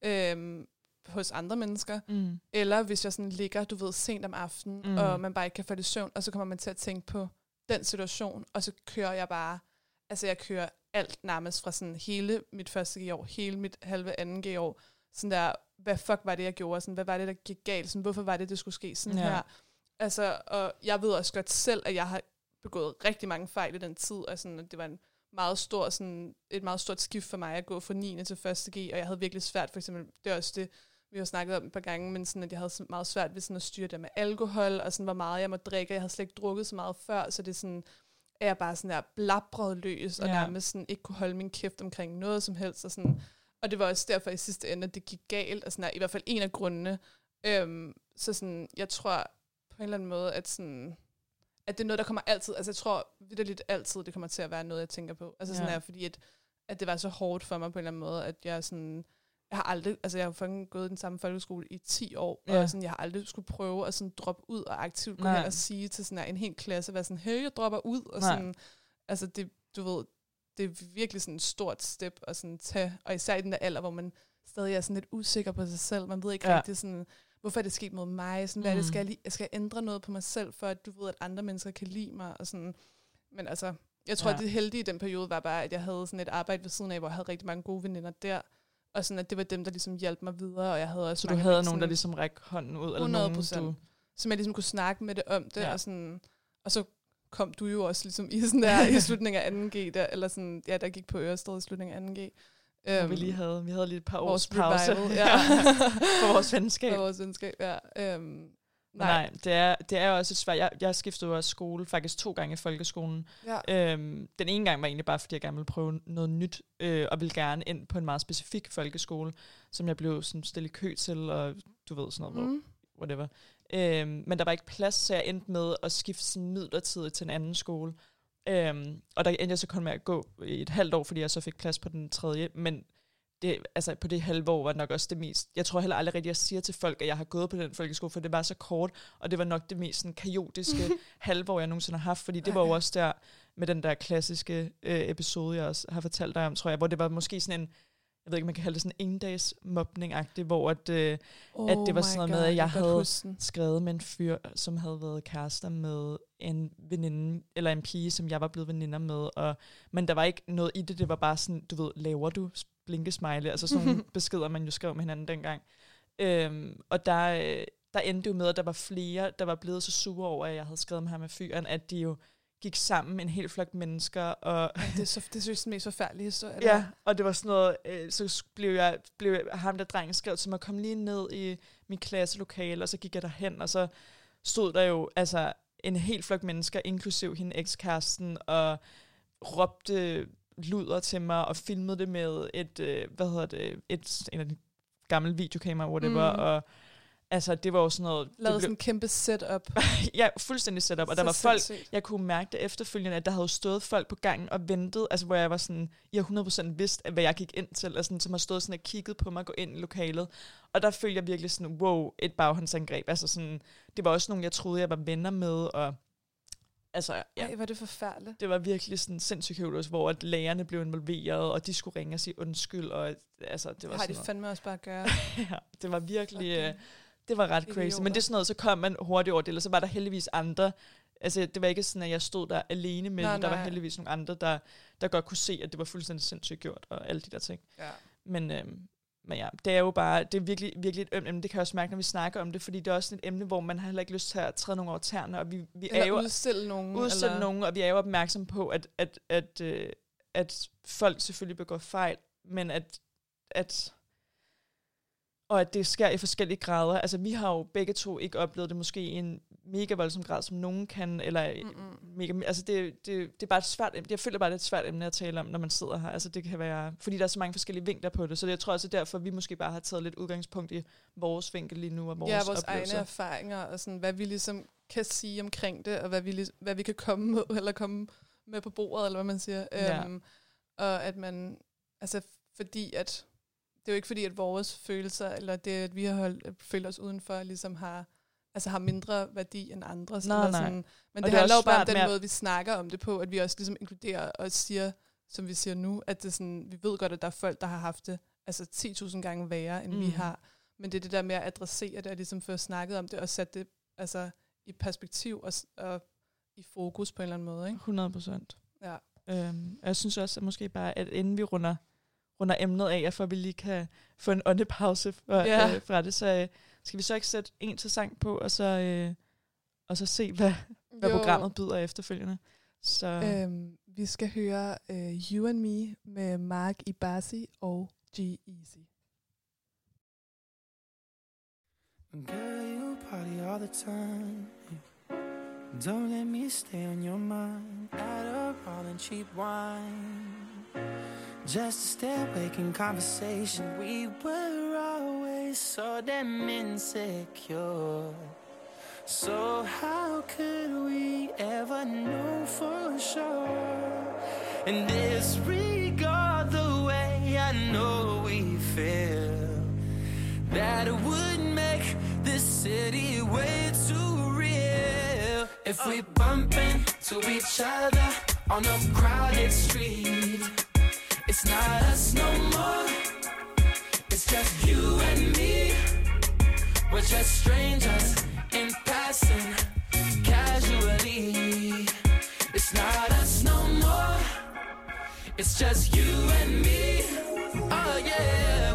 [SPEAKER 2] øh, hos andre mennesker,
[SPEAKER 1] Mm.
[SPEAKER 2] eller hvis jeg sådan ligger, du ved, sent om aftenen,
[SPEAKER 1] Mm.
[SPEAKER 2] og man bare ikke kan få det i søvn, og så kommer man til at tænke på den situation, og så kører jeg bare, altså jeg kører alt nærmest fra sådan hele mit første G-år, hele mit halve anden G-år, sådan der, hvad fuck var det, jeg gjorde? Sådan, hvad var det, der gik galt? Sådan, hvorfor var det, det skulle ske sådan
[SPEAKER 1] Ja.
[SPEAKER 2] her? Altså, og jeg ved også godt selv, at jeg har begået rigtig mange fejl i den tid, og sådan, at det var en meget stor, sådan, et meget stort skift for mig at gå fra niende til første G, og jeg havde virkelig svært, for eksempel, det er også det, vi har snakket om et par gange, men sådan, at jeg havde så meget svært ved sådan at styre det med alkohol, og sådan, hvor meget jeg må drikke. Jeg havde slet ikke drukket så meget før, så det er sådan, at jeg bare sådan der blabret løs, og
[SPEAKER 1] Ja.
[SPEAKER 2] nærmest sådan ikke kunne holde min kæft omkring noget som helst, og sådan. Og det var også derfor i sidste ende, at det gik galt, og sådan er i hvert fald en af grundene. Øhm, så sådan, jeg tror på en eller anden måde, at, sådan, at det er noget, der kommer altid, altså jeg tror vitterligt altid, det kommer til at være noget, jeg tænker på. Altså sådan
[SPEAKER 1] Ja.
[SPEAKER 2] er, fordi at, at det var så hårdt for mig på en eller anden måde, at jeg sådan, jeg har aldrig, altså jeg har fucking gået i den samme folkeskole i ti år,
[SPEAKER 1] Ja.
[SPEAKER 2] og sådan, jeg har aldrig skulle prøve at sådan droppe ud og aktivt gå
[SPEAKER 1] Nej.
[SPEAKER 2] hen og sige til sådan her, en hel klasse, hvad sådan, hey, jeg dropper ud, og
[SPEAKER 1] Nej.
[SPEAKER 2] sådan, altså det, du ved, det er virkelig sådan et stort step at sådan tage, og især i den der alder, hvor man stadig er sådan lidt usikker på sig selv. Man ved ikke
[SPEAKER 1] Ja.
[SPEAKER 2] rigtig sådan, hvorfor er det sket mod mig? Sådan, hvad er det,
[SPEAKER 1] Mm.
[SPEAKER 2] skal jeg, li- jeg skal ændre noget på mig selv, for at du ved, at andre mennesker kan lide mig. Og sådan. Men altså, jeg tror,
[SPEAKER 1] Ja.
[SPEAKER 2] at det heldige i den periode var bare, at jeg havde sådan et arbejde ved siden af, hvor jeg havde rigtig mange gode veninder der. Og sådan, at det var dem, der ligesom hjalp mig videre. Og jeg havde også
[SPEAKER 1] Så du
[SPEAKER 2] mange,
[SPEAKER 1] havde
[SPEAKER 2] sådan,
[SPEAKER 1] nogen, der ligesom række hånden ud? Eller
[SPEAKER 2] hundrede
[SPEAKER 1] nogen,
[SPEAKER 2] procent.
[SPEAKER 1] du...
[SPEAKER 2] som jeg ligesom kunne snakke med det om det.
[SPEAKER 1] Ja.
[SPEAKER 2] Og, sådan, og så kom du jo også ligesom i sådan der i slutningen af anden G, der, eller sådan, ja, der gik på Ørested i slutningen af anden G.
[SPEAKER 1] Um, vi lige havde, vi havde lige et par års
[SPEAKER 2] vores
[SPEAKER 1] pause
[SPEAKER 2] revival, ja.
[SPEAKER 1] for vores venskab.
[SPEAKER 2] For vores venskab, ja. Øhm,
[SPEAKER 1] Nej,
[SPEAKER 2] nej.
[SPEAKER 1] nej det, er, det er jo også et svært. Jeg, jeg skiftede jo også skole faktisk to gange i folkeskolen.
[SPEAKER 2] Ja.
[SPEAKER 1] Øhm, den ene gang var egentlig bare, fordi jeg gerne ville prøve noget nyt, øh, og ville gerne ind på en meget specifik folkeskole, som jeg blev sådan stillet i kø til, og du ved sådan noget,
[SPEAKER 2] Mm.
[SPEAKER 1] hvor, whatever. Øhm, men der var ikke plads, så jeg endte med at skifte sådan midlertidigt til en anden skole. Øhm, og der endte jeg så kun med at gå i et halvt år, fordi jeg så fik plads på den tredje, men det, altså på det halve år var det nok også det mest, jeg tror heller aldrig rigtigt, jeg siger til folk, at jeg har gået på den folkeskole, for det var så kort, og det var nok det mest sådan, kaotiske halve år, jeg nogensinde har haft, fordi det var jo også der, med den der klassiske øh, episode, jeg også har fortalt dig om, tror jeg, hvor det var måske sådan en, jeg ved ikke, man kan kalde det sådan en dags mobning-agtigt, hvor at, øh,
[SPEAKER 2] Oh
[SPEAKER 1] at det var sådan noget med, at jeg havde
[SPEAKER 2] havde
[SPEAKER 1] skrevet med en fyr, som havde været kærester med en veninde, eller en pige, som jeg var blevet veninder med, og, men der var ikke noget i det, det var bare sådan, du ved, laver du blinkesmiley, altså sådan nogle beskeder, man jo skrev med hinanden dengang. Øhm, og der, øh, der endte jo med, at der var flere, der var blevet så sure over, at jeg havde skrevet med ham med fyren, at de jo gik sammen en hel flok mennesker, og
[SPEAKER 2] det er så det er synes den mest forfærdelige historie.
[SPEAKER 1] ja, og det var sådan noget, øh, så blev jeg, blev jeg, ham der drengen skrev til mig, kom lige ned i min klasselokale, og så gik jeg derhen, og så stod der jo altså en hel flok mennesker, inklusiv hende ekskæresten, og råbte luder til mig, og filmede det med et, øh, hvad hedder det, et, en af de gamle videokameraer, whatever,
[SPEAKER 2] Mm.
[SPEAKER 1] og altså, det var jo sådan noget...
[SPEAKER 2] Lavede
[SPEAKER 1] blev,
[SPEAKER 2] sådan en kæmpe setup.
[SPEAKER 1] ja, fuldstændig setup, og
[SPEAKER 2] Så
[SPEAKER 1] der var folk,
[SPEAKER 2] sindssygt.
[SPEAKER 1] jeg kunne mærke det efterfølgende, at der havde stået folk på gangen og ventet, altså hvor jeg var sådan, jeg hundrede procent vidste, hvad jeg gik ind til, og sådan, som har stået sådan og kigget på mig og gå ind i lokalet. Og der følte jeg virkelig sådan, wow, et baghåndsangreb. Altså sådan, det var også nogen, jeg troede, jeg var venner med, og altså, ja.
[SPEAKER 2] Ej, var det forfærdeligt.
[SPEAKER 1] Det var virkelig sådan sindssygt kaotisk, hvor at lærerne blev involveret, og de skulle ringe og sige undskyld, og altså, det var
[SPEAKER 2] Har
[SPEAKER 1] sådan
[SPEAKER 2] de
[SPEAKER 1] noget.
[SPEAKER 2] fandme også bare at gøre.
[SPEAKER 1] ja, det var virkelig...
[SPEAKER 2] Okay.
[SPEAKER 1] Øh, det var ret crazy.
[SPEAKER 2] Idioter.
[SPEAKER 1] Men det er sådan noget, så kom man hurtigt over det, eller så var der heldigvis andre. Altså, det var ikke sådan, at jeg stod der alene med
[SPEAKER 2] Nej,
[SPEAKER 1] det. Der var
[SPEAKER 2] nej.
[SPEAKER 1] heldigvis nogle andre, der, der godt kunne se, at det var fuldstændig sindssygt gjort, og alle de der ting.
[SPEAKER 2] Ja.
[SPEAKER 1] Men, øhm, men ja, det er jo bare, det er virkelig, virkelig et ømt emne. Det kan jeg også mærke, når vi snakker om det, fordi det er også et emne, hvor man har heller ikke lyst til at træde nogle over tæerne, og vi, vi er jo
[SPEAKER 2] udstille nogen.
[SPEAKER 1] udstille
[SPEAKER 2] eller...
[SPEAKER 1] nogen, og vi er jo opmærksom på, at, at, at, øh, at folk selvfølgelig begår fejl, men at, at og at det sker i forskellige grader. Altså, vi har jo begge to ikke oplevet det måske i en mega voldsom grad, som nogen kan, eller Mm-mm. mega, altså det, det, det er bare et svært emne. Jeg føler bare, det er et svært emne at tale om, når man sidder her. Altså, det kan være, fordi der er så mange forskellige vinkler på det, så det, jeg tror også, derfor, vi måske bare har taget lidt udgangspunkt i vores vinkel lige nu, og vores
[SPEAKER 2] Ja, vores
[SPEAKER 1] oplevelser.
[SPEAKER 2] egne erfaringer, og sådan, hvad vi ligesom kan sige omkring det, og hvad vi, hvad vi kan komme med, eller komme med på bordet, eller hvad man siger.
[SPEAKER 1] Ja.
[SPEAKER 2] Um, og at man, altså fordi at, det er jo ikke fordi, at vores følelser, eller det, at vi har holdt, følt os udenfor, ligesom har, altså har mindre værdi end andre.
[SPEAKER 1] Nej,
[SPEAKER 2] eller
[SPEAKER 1] nej.
[SPEAKER 2] sådan. Men
[SPEAKER 1] og
[SPEAKER 2] det,
[SPEAKER 1] det
[SPEAKER 2] handler jo bare om den
[SPEAKER 1] at...
[SPEAKER 2] måde, vi snakker om det på, at vi også ligesom inkluderer og siger, som vi siger nu, at det sådan, vi ved godt, at der er folk, der har haft det altså ti tusind gange værre, end mm. vi har. Men det er det der med at adressere det, og ligesom få snakket om det, og sætte det altså, i perspektiv og, og i fokus på en eller anden måde. Ikke?
[SPEAKER 1] hundrede procent.
[SPEAKER 2] Ja.
[SPEAKER 1] Øhm, jeg synes også, at måske bare, at inden vi runder, runder emnet af, for at vi lige kan få en åndepause fra,
[SPEAKER 2] ja.
[SPEAKER 1] øh, fra det, så øh, skal vi så ikke sætte en til sang på, og så, øh, og så se, hvad, hvad programmet byder efterfølgende. Så.
[SPEAKER 2] Øhm, vi skal høre uh, You and Me med Mark Ibasi og G-Eazy.
[SPEAKER 3] Girl, you party all the time. Don't let me stay on your mind. Adderall and cheap wine, just to stay awake in conversation. We were always so damn insecure. So how could we ever know for sure? And disregard the way I know we feel, that it would make this city way too real. If we bump into each other on a crowded street, it's not us no more, it's just you and me. We're just strangers in passing casually. It's not us no more, it's just you and me. Oh yeah.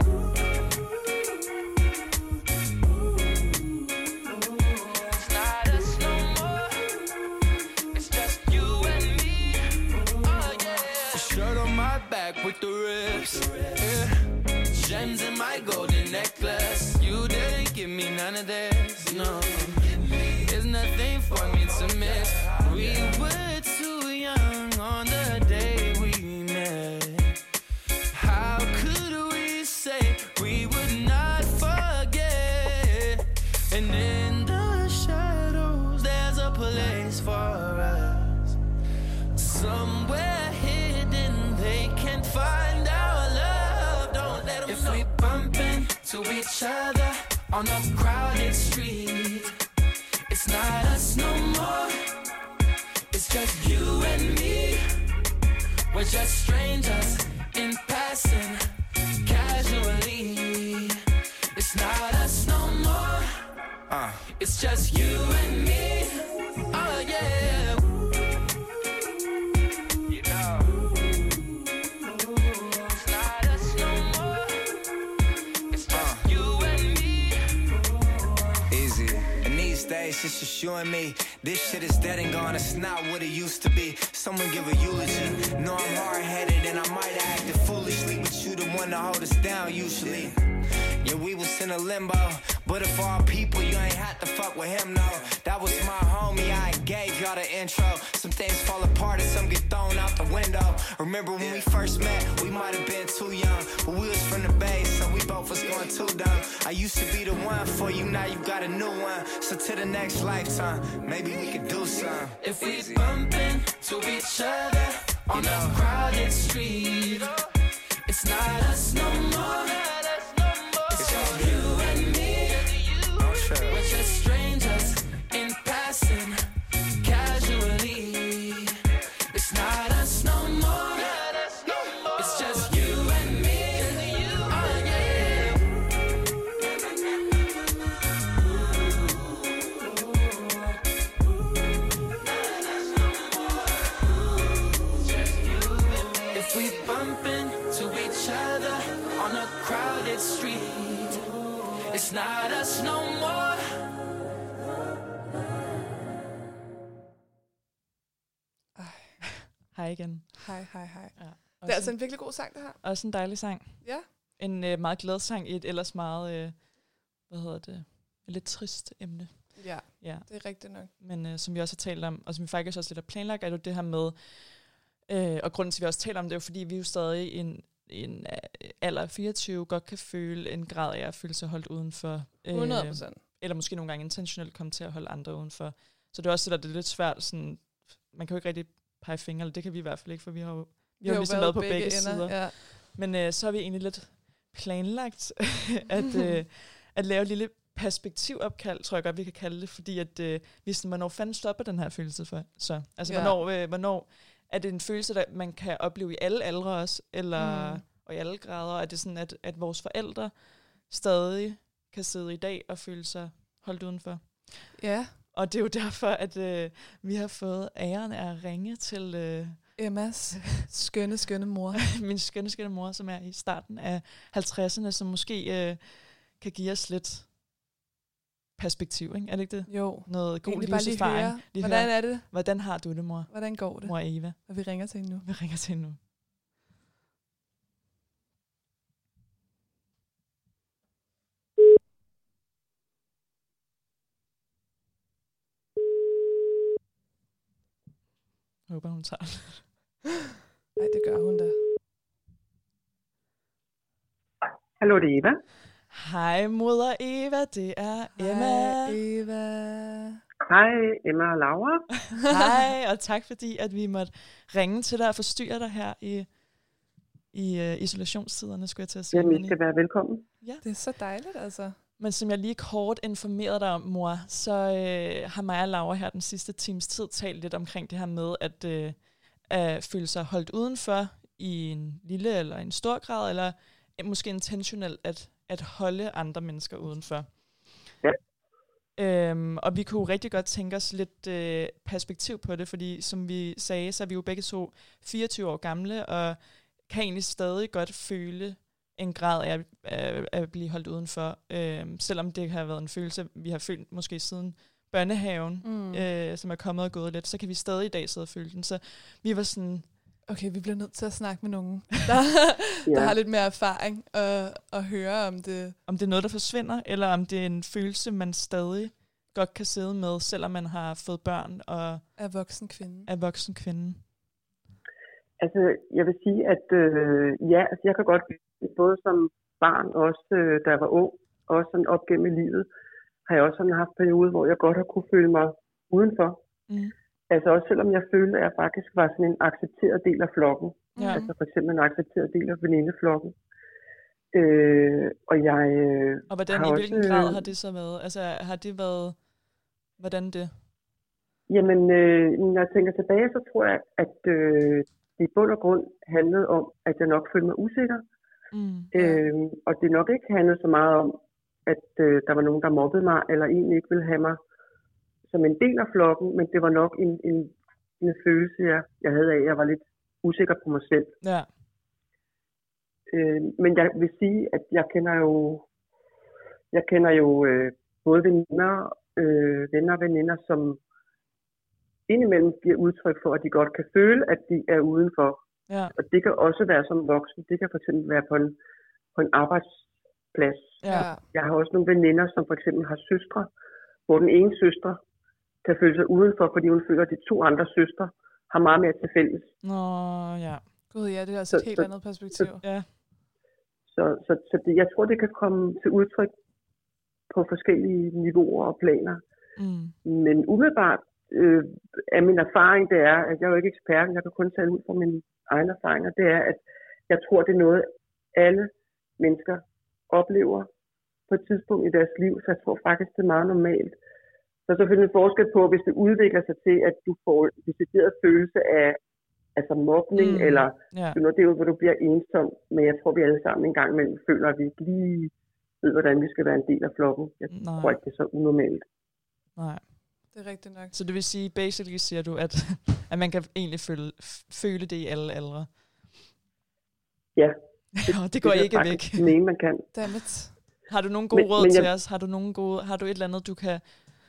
[SPEAKER 3] It's not us no more, it's just you and me. Oh yeah. The shirt on my back with the rips, yeah. Gems in my golden necklace. You didn't give me none of this, no. There's nothing for me to miss. We were too young on the day we met. How could we say we would not forget? And in the shadows there's a place for us, somewhere hidden they can't find our love. Don't let them if know. We bump into each other on a crowded street, it's not us no more, it's just you and me. We're just strangers in passing casually. It's not us no more, uh. it's just you and me. Oh yeah. You know, it's not us no more, it's just uh. you and me. Easy. In these days, it's just you and me. This shit is dead and gone, it's not what it used to be. Someone give a eulogy. No, I'm hard-headed and I might have acted foolishly, but you the one to hold us down usually. Yeah, we was in a limbo, but of all people, you ain't had to fuck with him, no. That was my homie, I gave y'all the intro. Some things fall apart and some get thrown out the window. Remember when we first met, we might have been too young, but we was from the Bay, so we both was going too dumb. I used to be the one for you, now you got a new one. So to the next lifetime, maybe we could do something. If we bump into each other on a crowded street, it's not us no more, it's just you and me. We're just strangers in passing casually. It's not us no more, it's just you and me. Oh yeah. If we bump into each other on a crowded street, it's not us no more.
[SPEAKER 1] Hej igen.
[SPEAKER 2] Hej, hej, hej.
[SPEAKER 1] Ja,
[SPEAKER 2] det er altså en virkelig god sang, det her.
[SPEAKER 1] Også en dejlig sang.
[SPEAKER 2] Ja.
[SPEAKER 1] En øh, meget glad sang i et ellers meget øh, hvad hedder det, et lidt trist emne.
[SPEAKER 2] Ja,
[SPEAKER 1] Ja.
[SPEAKER 2] det er rigtigt nok.
[SPEAKER 1] Men øh, som vi også har talt om, og som vi faktisk også lidt har planlagt, er jo det her med, øh, og grunden til, at vi også taler om det, er jo fordi, vi jo stadig i en, i en øh, alder af fireogtyve godt kan føle en grad af at føle sig holdt udenfor. Øh,
[SPEAKER 2] hundrede procent.
[SPEAKER 1] Eller måske nogle gange intentionelt komme til at holde andre udenfor. Så det er også det, der det er lidt svært. Sådan, man kan jo ikke rigtig pege fingre, eller det kan vi i hvert fald ikke, for vi har jo, vi har jo ligesom været på begge, begge sider.
[SPEAKER 2] Ja.
[SPEAKER 1] Men øh, så har vi egentlig lidt planlagt at, øh, at lave et lille perspektivopkald, tror jeg godt, vi kan kalde det, fordi at øh, vi sådan, hvornår fanden stopper den her følelse for? Så, altså,
[SPEAKER 2] Ja.
[SPEAKER 1] hvornår, øh, hvornår er det en følelse, der man kan opleve i alle aldre også, eller,
[SPEAKER 2] Mm.
[SPEAKER 1] og i alle grader? Er det sådan, at, at vores forældre stadig kan sidde i dag og føle sig holdt udenfor?
[SPEAKER 2] Ja,
[SPEAKER 1] Og det er jo derfor, at øh, vi har fået æren af at ringe til øh,
[SPEAKER 2] Emmas skønne, skønne mor.
[SPEAKER 1] min skønne, skønne mor, som er i starten af halvtredserne, som måske øh, kan give os lidt perspektiv, ikke? Er det ikke det?
[SPEAKER 2] Jo.
[SPEAKER 1] Noget god
[SPEAKER 2] Egentlig bare lige
[SPEAKER 1] livserfaring.
[SPEAKER 2] høre,
[SPEAKER 1] Lige
[SPEAKER 2] hvordan
[SPEAKER 1] høre,
[SPEAKER 2] er det?
[SPEAKER 1] hvordan har du det, mor?
[SPEAKER 2] Hvordan går det?
[SPEAKER 1] Mor Eva.
[SPEAKER 2] Og vi ringer til hende nu.
[SPEAKER 1] Vi ringer til hende nu. Jeg håber, hun tager den.
[SPEAKER 2] Nej, det gør hun da.
[SPEAKER 4] Hallo, det er Eva.
[SPEAKER 1] Hej, moder Eva. Det er Emma.
[SPEAKER 2] Hej, Eva.
[SPEAKER 4] Hej, Emma og Laura.
[SPEAKER 1] Hej, og tak fordi, at vi måtte ringe til dig og forstyrre dig her i, i uh, isolationstiderne, skulle jeg til at sige.
[SPEAKER 4] Jamen, I skal være velkommen.
[SPEAKER 1] Ja.
[SPEAKER 2] Det er så dejligt, altså.
[SPEAKER 1] Men som jeg lige kort informerede dig om, mor, så øh, har mig og Laura her den sidste times tid talt lidt omkring det her med, at, øh, at føle sig holdt udenfor i en lille eller en stor grad, eller måske intentionelt at, at holde andre mennesker udenfor.
[SPEAKER 4] Ja.
[SPEAKER 1] Øhm, og vi kunne rigtig godt tænke os lidt øh, perspektiv på det, fordi som vi sagde, så er vi jo begge to fireogtyve år gamle, og kan egentlig stadig godt føle en grad af at, at, at blive holdt udenfor, øhm, selvom det har været en følelse, vi har følt måske siden børnehaven,
[SPEAKER 2] Mm.
[SPEAKER 1] øh, som er kommet og gået lidt, så kan vi stadig i dag sidde og føle den. Så vi var sådan,
[SPEAKER 2] Okay, vi bliver nødt til at snakke med nogen, der, der
[SPEAKER 4] Ja.
[SPEAKER 2] har lidt mere erfaring, og, og høre om det.
[SPEAKER 1] om det er noget, der forsvinder, eller om det er en følelse, man stadig godt kan sidde med, selvom man har fået børn og
[SPEAKER 2] Af voksen kvinde.
[SPEAKER 1] er voksen kvinde.
[SPEAKER 4] Altså, jeg vil sige, at øh, ja, altså, jeg kan godt, både som barn, og også øh, da jeg var ung, og også sådan op gennem livet, har jeg også sådan haft perioder, hvor jeg godt har kunne føle mig udenfor.
[SPEAKER 1] Mm.
[SPEAKER 4] Altså også selvom jeg følte, at jeg faktisk var sådan en accepteret del af flokken.
[SPEAKER 1] Ja.
[SPEAKER 4] Altså for eksempel en accepteret del af venindeflokken. Øh, og jeg øh,
[SPEAKER 1] Og hvordan,
[SPEAKER 4] har
[SPEAKER 1] i
[SPEAKER 4] også,
[SPEAKER 1] hvilken grad har det så været? Altså, har det været, hvordan det?
[SPEAKER 4] Jamen, øh, når jeg tænker tilbage, så tror jeg, at øh, det i bund og grund handlede om, at jeg nok følte mig usikker.
[SPEAKER 1] Mm.
[SPEAKER 4] Øh, og det nok ikke handlede så meget om, at øh, der var nogen, der mobbede mig, eller egentlig ikke ville have mig som en del af flokken, men det var nok en, en, en følelse, jeg, jeg havde af, at jeg var lidt usikker på mig selv.
[SPEAKER 1] Ja.
[SPEAKER 4] Øh, men jeg vil sige, at jeg kender jo, jeg kender jo øh, både veninder, øh, venner og veninder, som indimellem giver udtryk for, at de godt kan føle, at de er udenfor.
[SPEAKER 1] Ja.
[SPEAKER 4] Og det kan også være som voksen. Det kan for eksempel være på en, på en arbejdsplads.
[SPEAKER 1] Ja.
[SPEAKER 4] Jeg har også nogle veninder, som for eksempel har søstre, hvor den ene søster kan føle sig udenfor, fordi hun føler, at de to andre søstre har meget mere til fælles.
[SPEAKER 1] Nå, ja.
[SPEAKER 2] Gud, ja, det er altså
[SPEAKER 4] Så-
[SPEAKER 2] et helt
[SPEAKER 4] så-
[SPEAKER 2] andet perspektiv.
[SPEAKER 1] Ja.
[SPEAKER 4] Så, så, så det, jeg tror, det kan komme til udtryk på forskellige niveauer og planer.
[SPEAKER 1] Mm.
[SPEAKER 4] Men umiddelbart øh, er min erfaring, det er, at jeg er jo ikke ekspert, jeg kan kun tale ud fra mine egne erfaringer, det er, at jeg tror, det er noget, alle mennesker oplever på et tidspunkt i deres liv, så jeg tror faktisk, det er meget normalt. Så er der selvfølgelig en forskel på, hvis det udvikler sig til, at du får en decideret følelse af altså mobning,
[SPEAKER 1] Mm.
[SPEAKER 4] mm. eller
[SPEAKER 1] Ja.
[SPEAKER 4] det er noget, det er jo, hvor du bliver ensom, men jeg tror, vi alle sammen en gang imellem føler, at vi ikke lige ved, hvordan vi skal være en del af flokken. Jeg
[SPEAKER 1] Nej.
[SPEAKER 4] tror ikke, det er så unormalt.
[SPEAKER 1] Nej.
[SPEAKER 2] Det er rigtigt nok.
[SPEAKER 1] Så det vil sige, basically siger du, at, at man kan egentlig føle, f- føle det i alle aldre.
[SPEAKER 4] Ja.
[SPEAKER 1] Og det går
[SPEAKER 4] kan jeg
[SPEAKER 1] ikke væk.
[SPEAKER 4] faktisk mene, man kan.
[SPEAKER 2] Dammit.
[SPEAKER 1] Har du nogle gode
[SPEAKER 4] Men-
[SPEAKER 1] råd
[SPEAKER 4] men
[SPEAKER 1] til
[SPEAKER 4] jeg-
[SPEAKER 1] os? Har du nogle gode, har du et eller andet, du kan,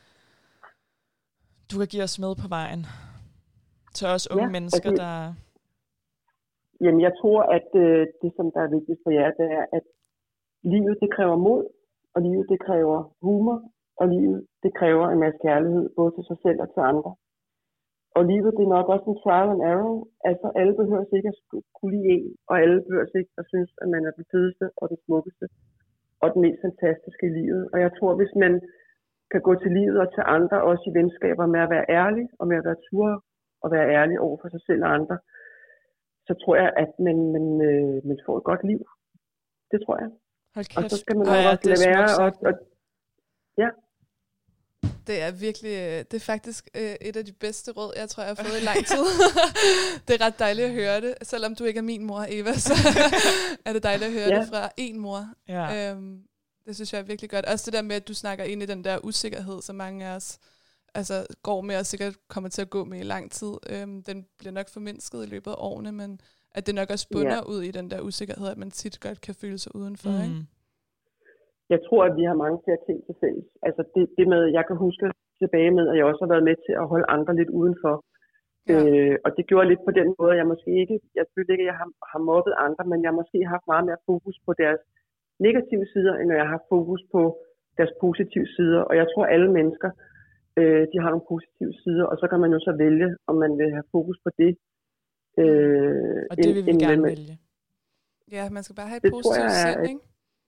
[SPEAKER 1] du kan give os med på vejen? Til os unge
[SPEAKER 4] Ja,
[SPEAKER 1] mennesker,
[SPEAKER 4] altså-
[SPEAKER 1] der...
[SPEAKER 4] Jamen, jeg tror, at øh, det, som der er vigtigt for jer, det er, at livet, det kræver mod, og og livet det kræver humor, og livet det kræver en masse kærlighed, både til sig selv og til andre. Og livet det er nok også en trial and error, altså alle behøver ikke at kunne lide en, og alle behøver ikke at synes, at man er den fedeste og den smukkeste og den mest fantastiske i livet. Og jeg tror, hvis man kan gå til livet og til andre, også i venskaber med at være ærlig, og med at være tur og være ærlig over for sig selv og andre, så tror jeg, at man, man, øh, man får et godt liv. Det tror jeg. Og så skal man
[SPEAKER 1] ja,
[SPEAKER 4] også lade være. Og, og, ja.
[SPEAKER 2] Det er virkelig, det er faktisk øh, et af de bedste råd, jeg tror, jeg har fået i lang tid. Det er ret dejligt at høre det. Selvom du ikke er min mor, Eva, så er det dejligt at høre ja. det fra en mor. Ja. Øhm, det synes jeg er virkelig godt. Også det der med, at du snakker ind i den der usikkerhed, som mange af os altså, går med og sikkert kommer til at gå med i lang tid. Øhm, den bliver nok formindsket i løbet af årene, men at det nok også bunder ja. ud i den der usikkerhed, at man tit godt kan føle sig udenfor, mm. ikke?
[SPEAKER 4] Jeg tror, at vi har mange flere ting til fælles. Altså det, det med, jeg kan huske tilbage med, at jeg også har været med til at holde andre lidt udenfor. Ja. Øh, og det gjorde lidt på den måde, at jeg måske ikke, jeg følte ikke, at jeg har, har mobbet andre, men jeg har måske haft meget mere fokus på deres negative sider, end jeg har haft fokus på deres positive sider. Og jeg tror, at alle mennesker, øh, de har nogle positive sider, og så kan man jo så vælge, om man vil have fokus på det.
[SPEAKER 1] Øh, og det vil vi gerne man, vælge.
[SPEAKER 2] Ja, man skal bare have et positivt sind, ikke?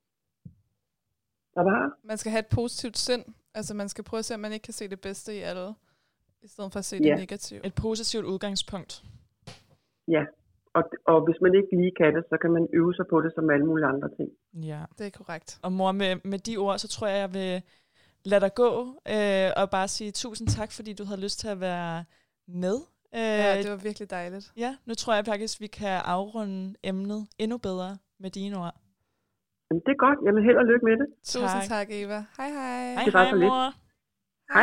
[SPEAKER 2] Man skal have et positivt sind. Altså man skal prøve at se, at man ikke kan se det bedste i alle, i stedet for at se ja. det negative.
[SPEAKER 1] Et positivt udgangspunkt.
[SPEAKER 4] Ja, og, og hvis man ikke lige kan det, så kan man øve sig på det som alle mulige andre ting.
[SPEAKER 1] Ja,
[SPEAKER 2] det er korrekt.
[SPEAKER 1] Og mor, med, med de ord, så tror jeg, jeg vil lade dig gå, øh, og bare sige tusind tak, fordi du havde lyst til at være med. Øh,
[SPEAKER 2] ja, det var virkelig dejligt.
[SPEAKER 1] Ja, nu tror jeg faktisk, vi kan afrunde emnet endnu bedre med dine ord.
[SPEAKER 4] Jamen, det er godt. Jamen, held og lykke med det.
[SPEAKER 2] Tusind tak, tak Eva. Hej, hej.
[SPEAKER 1] Hej, hej, mor.
[SPEAKER 4] Hej.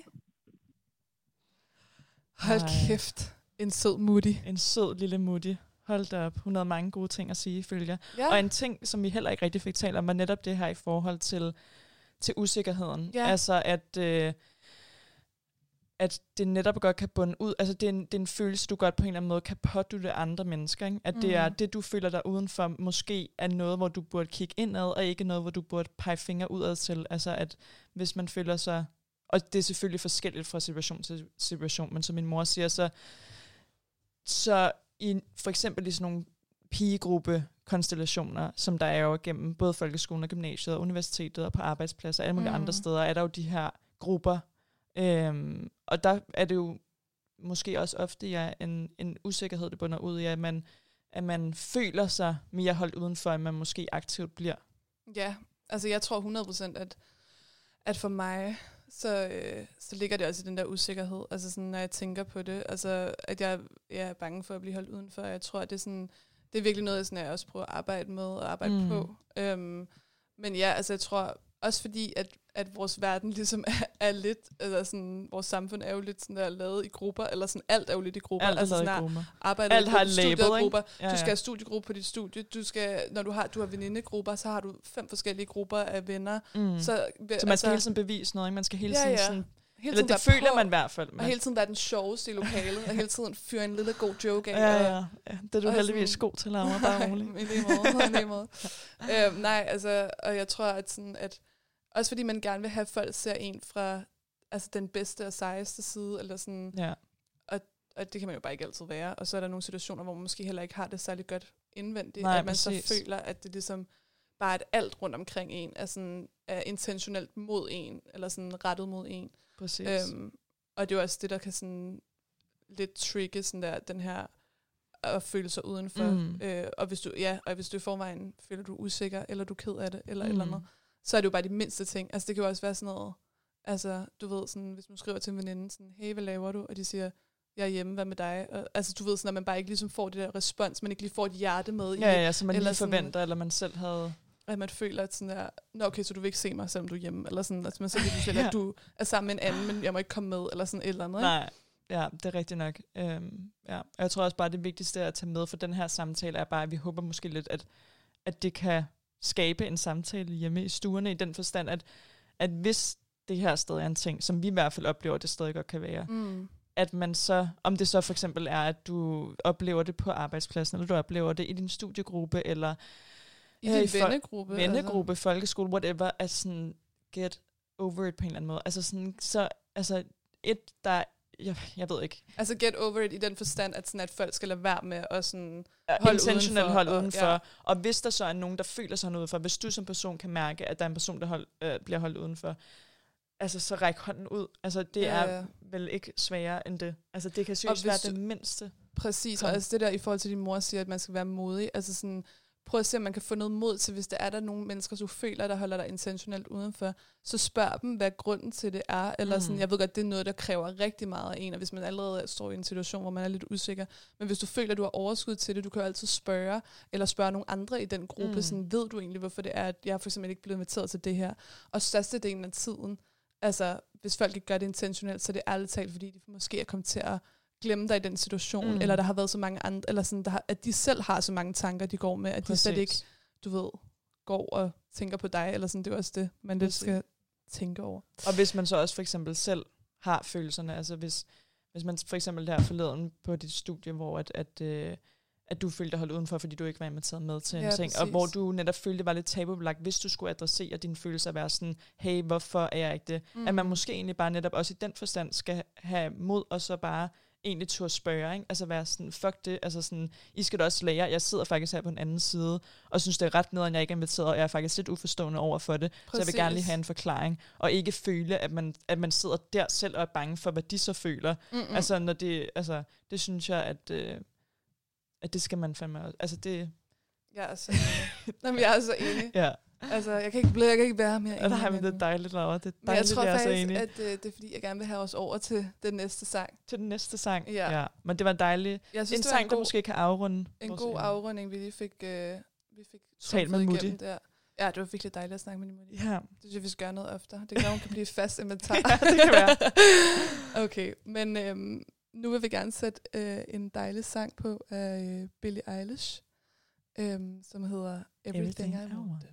[SPEAKER 2] Hold hej. Kæft. En sød mutti.
[SPEAKER 1] En sød lille mutti. Hold da op. Hun havde mange gode ting at sige, følger. Ja. Og en ting, som vi heller ikke rigtig fik talt om, var netop det her i forhold til, til usikkerheden. Ja. Altså, at... Øh, at det netop godt kan bunde ud, altså det er, en, det er en følelse, du godt på en eller anden måde kan pådutte andre mennesker, ikke? At mm. det er det, du føler dig udenfor, måske er noget, hvor du burde kigge indad, og ikke noget, hvor du burde pege fingre udad til. Altså at hvis man føler sig, og det er selvfølgelig forskelligt fra situation til situation, men som min mor siger, så, så i, for eksempel i sådan nogle pigegruppe-konstellationer, som der er jo gennem både folkeskolen og gymnasiet og universitetet og på arbejdspladser og alle mulige mm. andre steder, er der jo de her grupper. Øhm, og der er det jo måske også ofte ja, en, en usikkerhed, det bunder ud i, at man, at man føler sig mere holdt udenfor, end man måske aktivt bliver.
[SPEAKER 2] Ja, altså jeg tror hundrede procent, at, at for mig, så, øh, så ligger det også i den der usikkerhed. Altså sådan, når jeg tænker på det, altså at jeg, jeg er bange for at blive holdt udenfor. Jeg tror, at det er, sådan, det er virkelig noget, sådan, jeg også prøver at arbejde med og arbejde mm. på. Øhm, men ja, altså jeg tror også fordi, at, at vores verden ligesom er, er lidt, altså sådan, vores samfund er jo lidt sådan der lavet i grupper, eller sådan alt er jo lidt i grupper.
[SPEAKER 1] Alt er
[SPEAKER 2] altså
[SPEAKER 1] sådan i grupper.
[SPEAKER 2] Arbejder
[SPEAKER 1] alt har et label,
[SPEAKER 2] ikke? Ja, ja. Du skal have studiegruppe på dit studie, du skal, når du har, du har venindegrupper, så har du fem forskellige grupper af venner.
[SPEAKER 1] Mm. Så, så man altså, skal hele tiden bevise noget, ikke? Man skal hele tiden ja, ja. sådan, hele eller det føler på, man i hvert fald.
[SPEAKER 2] Man. Og hele tiden være den sjoveste i lokalet, og hele tiden fyre en lille god joke af.
[SPEAKER 1] Ja, ja, ja. Det er du heldigvis sådan, god til, Laura, bare roligt.
[SPEAKER 2] I lige måde, i lige måde. øhm, nej, altså, og jeg tror, at sådan, at også fordi man gerne vil have, at folk ser en fra altså den bedste og sejeste side, eller sådan,
[SPEAKER 1] ja.
[SPEAKER 2] og, og det kan man jo bare ikke altid være. Og så er der nogle situationer, hvor man måske heller ikke har det særlig godt indvendigt,
[SPEAKER 1] nej,
[SPEAKER 2] at man
[SPEAKER 1] præcis.
[SPEAKER 2] så føler, at det ligesom bare at alt rundt omkring en er, sådan, er intentionelt mod en, eller sådan rettet mod en.
[SPEAKER 1] Præcis.
[SPEAKER 2] Øhm, og det er jo også det, der kan sådan lidt trigge sådan der, den her at føle sig udenfor. Mm. Øh, og hvis du ja, og hvis du i forvejen føler du usikker, eller du er ked af det, eller mm. et eller andet, så er det jo bare de mindste ting. Altså det kan jo også være sådan noget, altså du ved sådan, hvis man skriver til en veninde sådan, hey, hvad laver du? Og de siger, jeg er hjemme, hvad med dig? Og, altså du ved sådan, at man bare ikke ligesom får det der respons, man ikke lige får et hjerte med.
[SPEAKER 1] Ja,
[SPEAKER 2] i,
[SPEAKER 1] ja, så man
[SPEAKER 2] eller
[SPEAKER 1] lige sådan, forventer, eller man selv havde...
[SPEAKER 2] At man føler, at sådan der, nå okay, så du vil ikke se mig, selvom du er hjemme, eller sådan, at man så lige føler, ja. At du er sammen med en anden, men jeg må ikke komme med, eller sådan et eller andet. Ikke?
[SPEAKER 1] Nej, ja, det er rigtigt nok. Øhm, ja. Og jeg tror også bare, at det vigtigste at tage med for den her samtale, er bare, at vi håber måske lidt, at, at det kan skabe en samtale hjemme i stuerne, i den forstand, at, at hvis det her stadig er en ting, som vi i hvert fald oplever, det stadig godt kan være,
[SPEAKER 2] mm.
[SPEAKER 1] at man så, om det så for eksempel er, at du oplever det på arbejdspladsen, eller du oplever det i din studiegruppe, eller
[SPEAKER 2] I
[SPEAKER 1] Ja,
[SPEAKER 2] din
[SPEAKER 1] i fol-
[SPEAKER 2] vennegruppe.
[SPEAKER 1] vennegruppe, altså. Folkeskole, whatever, at sådan get over it på en eller anden måde. Altså sådan, så, altså et, der, jeg, jeg ved ikke.
[SPEAKER 2] Altså get over it i den forstand, at, sådan, at folk skal lade være med at sådan
[SPEAKER 1] holde intentionelt holde
[SPEAKER 2] og,
[SPEAKER 1] udenfor.
[SPEAKER 2] ja.
[SPEAKER 1] Og hvis der så er nogen, der føler sig udenfor, hvis du som person kan mærke, at der er en person, der hold, øh, bliver holdt udenfor, altså så ræk hånden ud. Altså det
[SPEAKER 2] ja,
[SPEAKER 1] er
[SPEAKER 2] ja.
[SPEAKER 1] vel ikke sværere end det. Altså det kan seriøst være det mindste.
[SPEAKER 2] Præcis,
[SPEAKER 1] Kom.
[SPEAKER 2] og altså det der i forhold til din mor siger, at man skal være modig, altså sådan, prøv at se, om man kan få noget mod til, hvis der er der nogle mennesker, du føler, der holder dig intentionelt udenfor, så spørg dem, hvad grunden til det er, eller sådan, jeg ved godt, det er noget, der kræver rigtig meget af en, og hvis man allerede står i en situation, hvor man er lidt usikker, men hvis du føler, at du har overskud til det, du kan jo altid spørge, eller spørge nogle andre i den gruppe, mm. sådan, ved du egentlig, hvorfor det er, at jeg for eksempel ikke blevet inviteret til det her, og størstedelen af tiden, altså, hvis folk ikke gør det intentionelt, så er det ærligt talt, fordi de måske er kommet til at glemme dig i den situation, mm. eller der har været så mange andre, eller sådan, der har, at de selv har så mange tanker, de går med, at Præcis. de slet ikke, du ved, går og tænker på dig, eller sådan, det er også det, man lidt skal tænke over.
[SPEAKER 1] Og hvis man så også for eksempel selv har følelserne, altså hvis, hvis man for eksempel der forleden på dit studie, hvor at, at, øh, at du følte dig holdt udenfor, fordi du ikke var inviteret med til en
[SPEAKER 2] ja,
[SPEAKER 1] ting,
[SPEAKER 2] præcis.
[SPEAKER 1] og hvor du netop følte, det var lidt tabubelagt, hvis du skulle adressere dine følelser og være sådan, hey, hvorfor er jeg ikke det? Mm. At man måske egentlig bare netop også i den forstand skal have mod, og så bare egentlig turde spørge, ikke? Altså være sådan, fuck det, altså sådan, I skal da også lære, jeg sidder faktisk her på den anden side, og synes det er ret nederen, jeg ikke er inviteret, og jeg er faktisk lidt uforstående over for det, Præcis. Så jeg vil gerne lige have en forklaring, og ikke føle, at man, at man sidder der selv og er bange for, hvad de så føler. Mm-mm. Altså, når det, altså, det synes jeg, at, øh, at det skal man fandme også, altså det...
[SPEAKER 2] Jeg er så enig. Jamen, jeg er så enig.
[SPEAKER 1] Ja.
[SPEAKER 2] Altså, jeg kan ikke, blive, jeg kan ikke være mere enig.
[SPEAKER 1] Nej, men det er dejligt, Laura. Det er dejligt,
[SPEAKER 2] men jeg tror
[SPEAKER 1] jeg er
[SPEAKER 2] faktisk,
[SPEAKER 1] så enig.
[SPEAKER 2] at øh, det er fordi, jeg gerne vil have os over til den næste sang.
[SPEAKER 1] Til den næste sang?
[SPEAKER 2] Ja.
[SPEAKER 1] ja. Men det var dejligt.
[SPEAKER 2] Jeg synes,
[SPEAKER 1] en
[SPEAKER 2] det
[SPEAKER 1] sang,
[SPEAKER 2] en
[SPEAKER 1] der
[SPEAKER 2] god,
[SPEAKER 1] måske kan afrunde.
[SPEAKER 2] En god emne. Afrunding, vi lige fik, øh, vi fik
[SPEAKER 1] talt med Mutti.
[SPEAKER 2] Der. Ja, det var virkelig dejligt at snakke med Mutti.
[SPEAKER 1] Ja.
[SPEAKER 2] Det synes jeg, vi skal gøre noget oftere. Det kan være, hun kan blive fast inventar.
[SPEAKER 1] Ja, det kan være.
[SPEAKER 2] Okay, men øhm, nu vil vi gerne sætte øh, en dejlig sang på af øh, Billie Eilish, øhm, som hedder Everything, Everything I Wanted.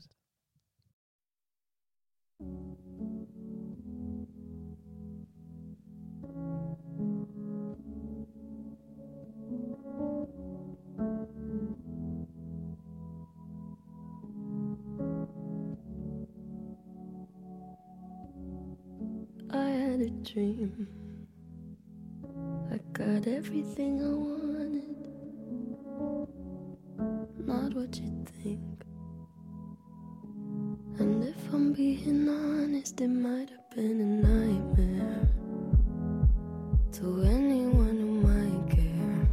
[SPEAKER 5] I had a dream. I got everything I wanted. Not what you think. And if I'm being honest, it might have been a nightmare to anyone who might care.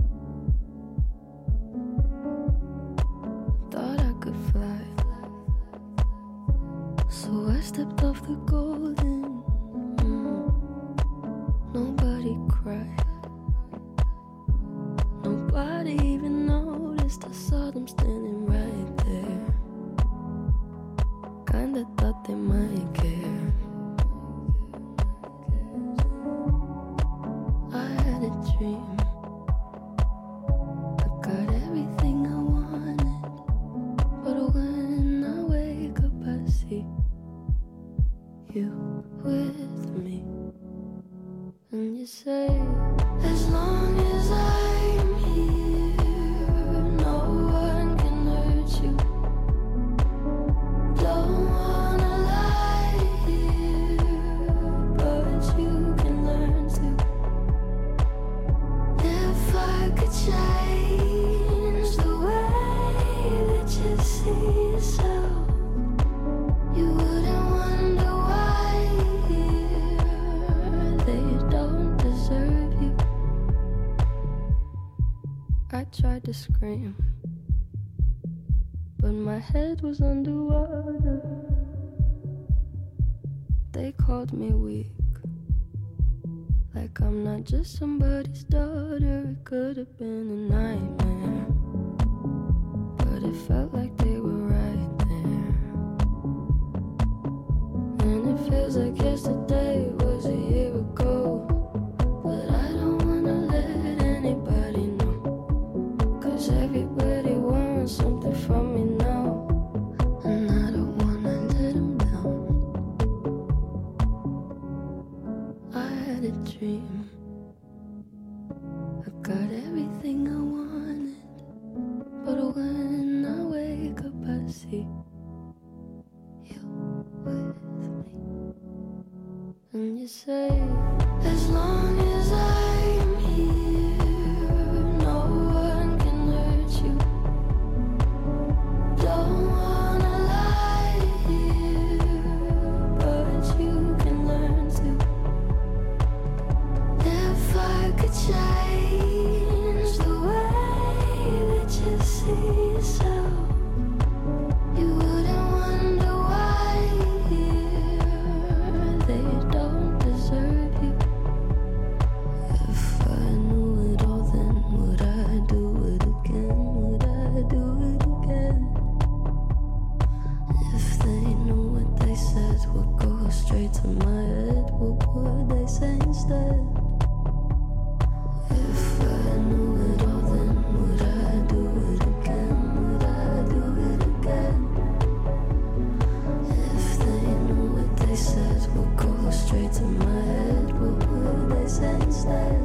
[SPEAKER 5] Thought I could fly, so I stepped off the golden. Mm. Nobody cried. Nobody even noticed. I saw them standing right there. Kinda thought they might care. I had a dream. I got everything I wanted, but when I wake up I see you with me. And you say, as long as I'm here, no one can hurt you. Don't wanna lie here, but you can learn to. If I could change the way that you see yourself, you wouldn't wonder why they don't deserve you. I tried to scream, but my head was underwater. They called me weak, like I'm not just somebody's daughter. It could have been a nightmare, but it felt like they were right there. And it feels like yesterday was a year ago, but I don't wanna let anybody know, 'cause everybody wants something from me now, and I don't wanna let them down. I had a dream. I got everything I wanted, but when I wake up I see you with me. And you say, as long as I'm here, no one can hurt you. Don't wanna lie here, but you can learn to. If I could change the way that you see yourself, you wouldn't wonder why here they don't deserve you. If I knew it all, then would I do it again? Would I do it again? If they knew what they said would go straight to my head, what would they say instead? If I knew it all, then would I do it again? Would I do it again? If they knew what they said would go straight to my head, what would they say instead?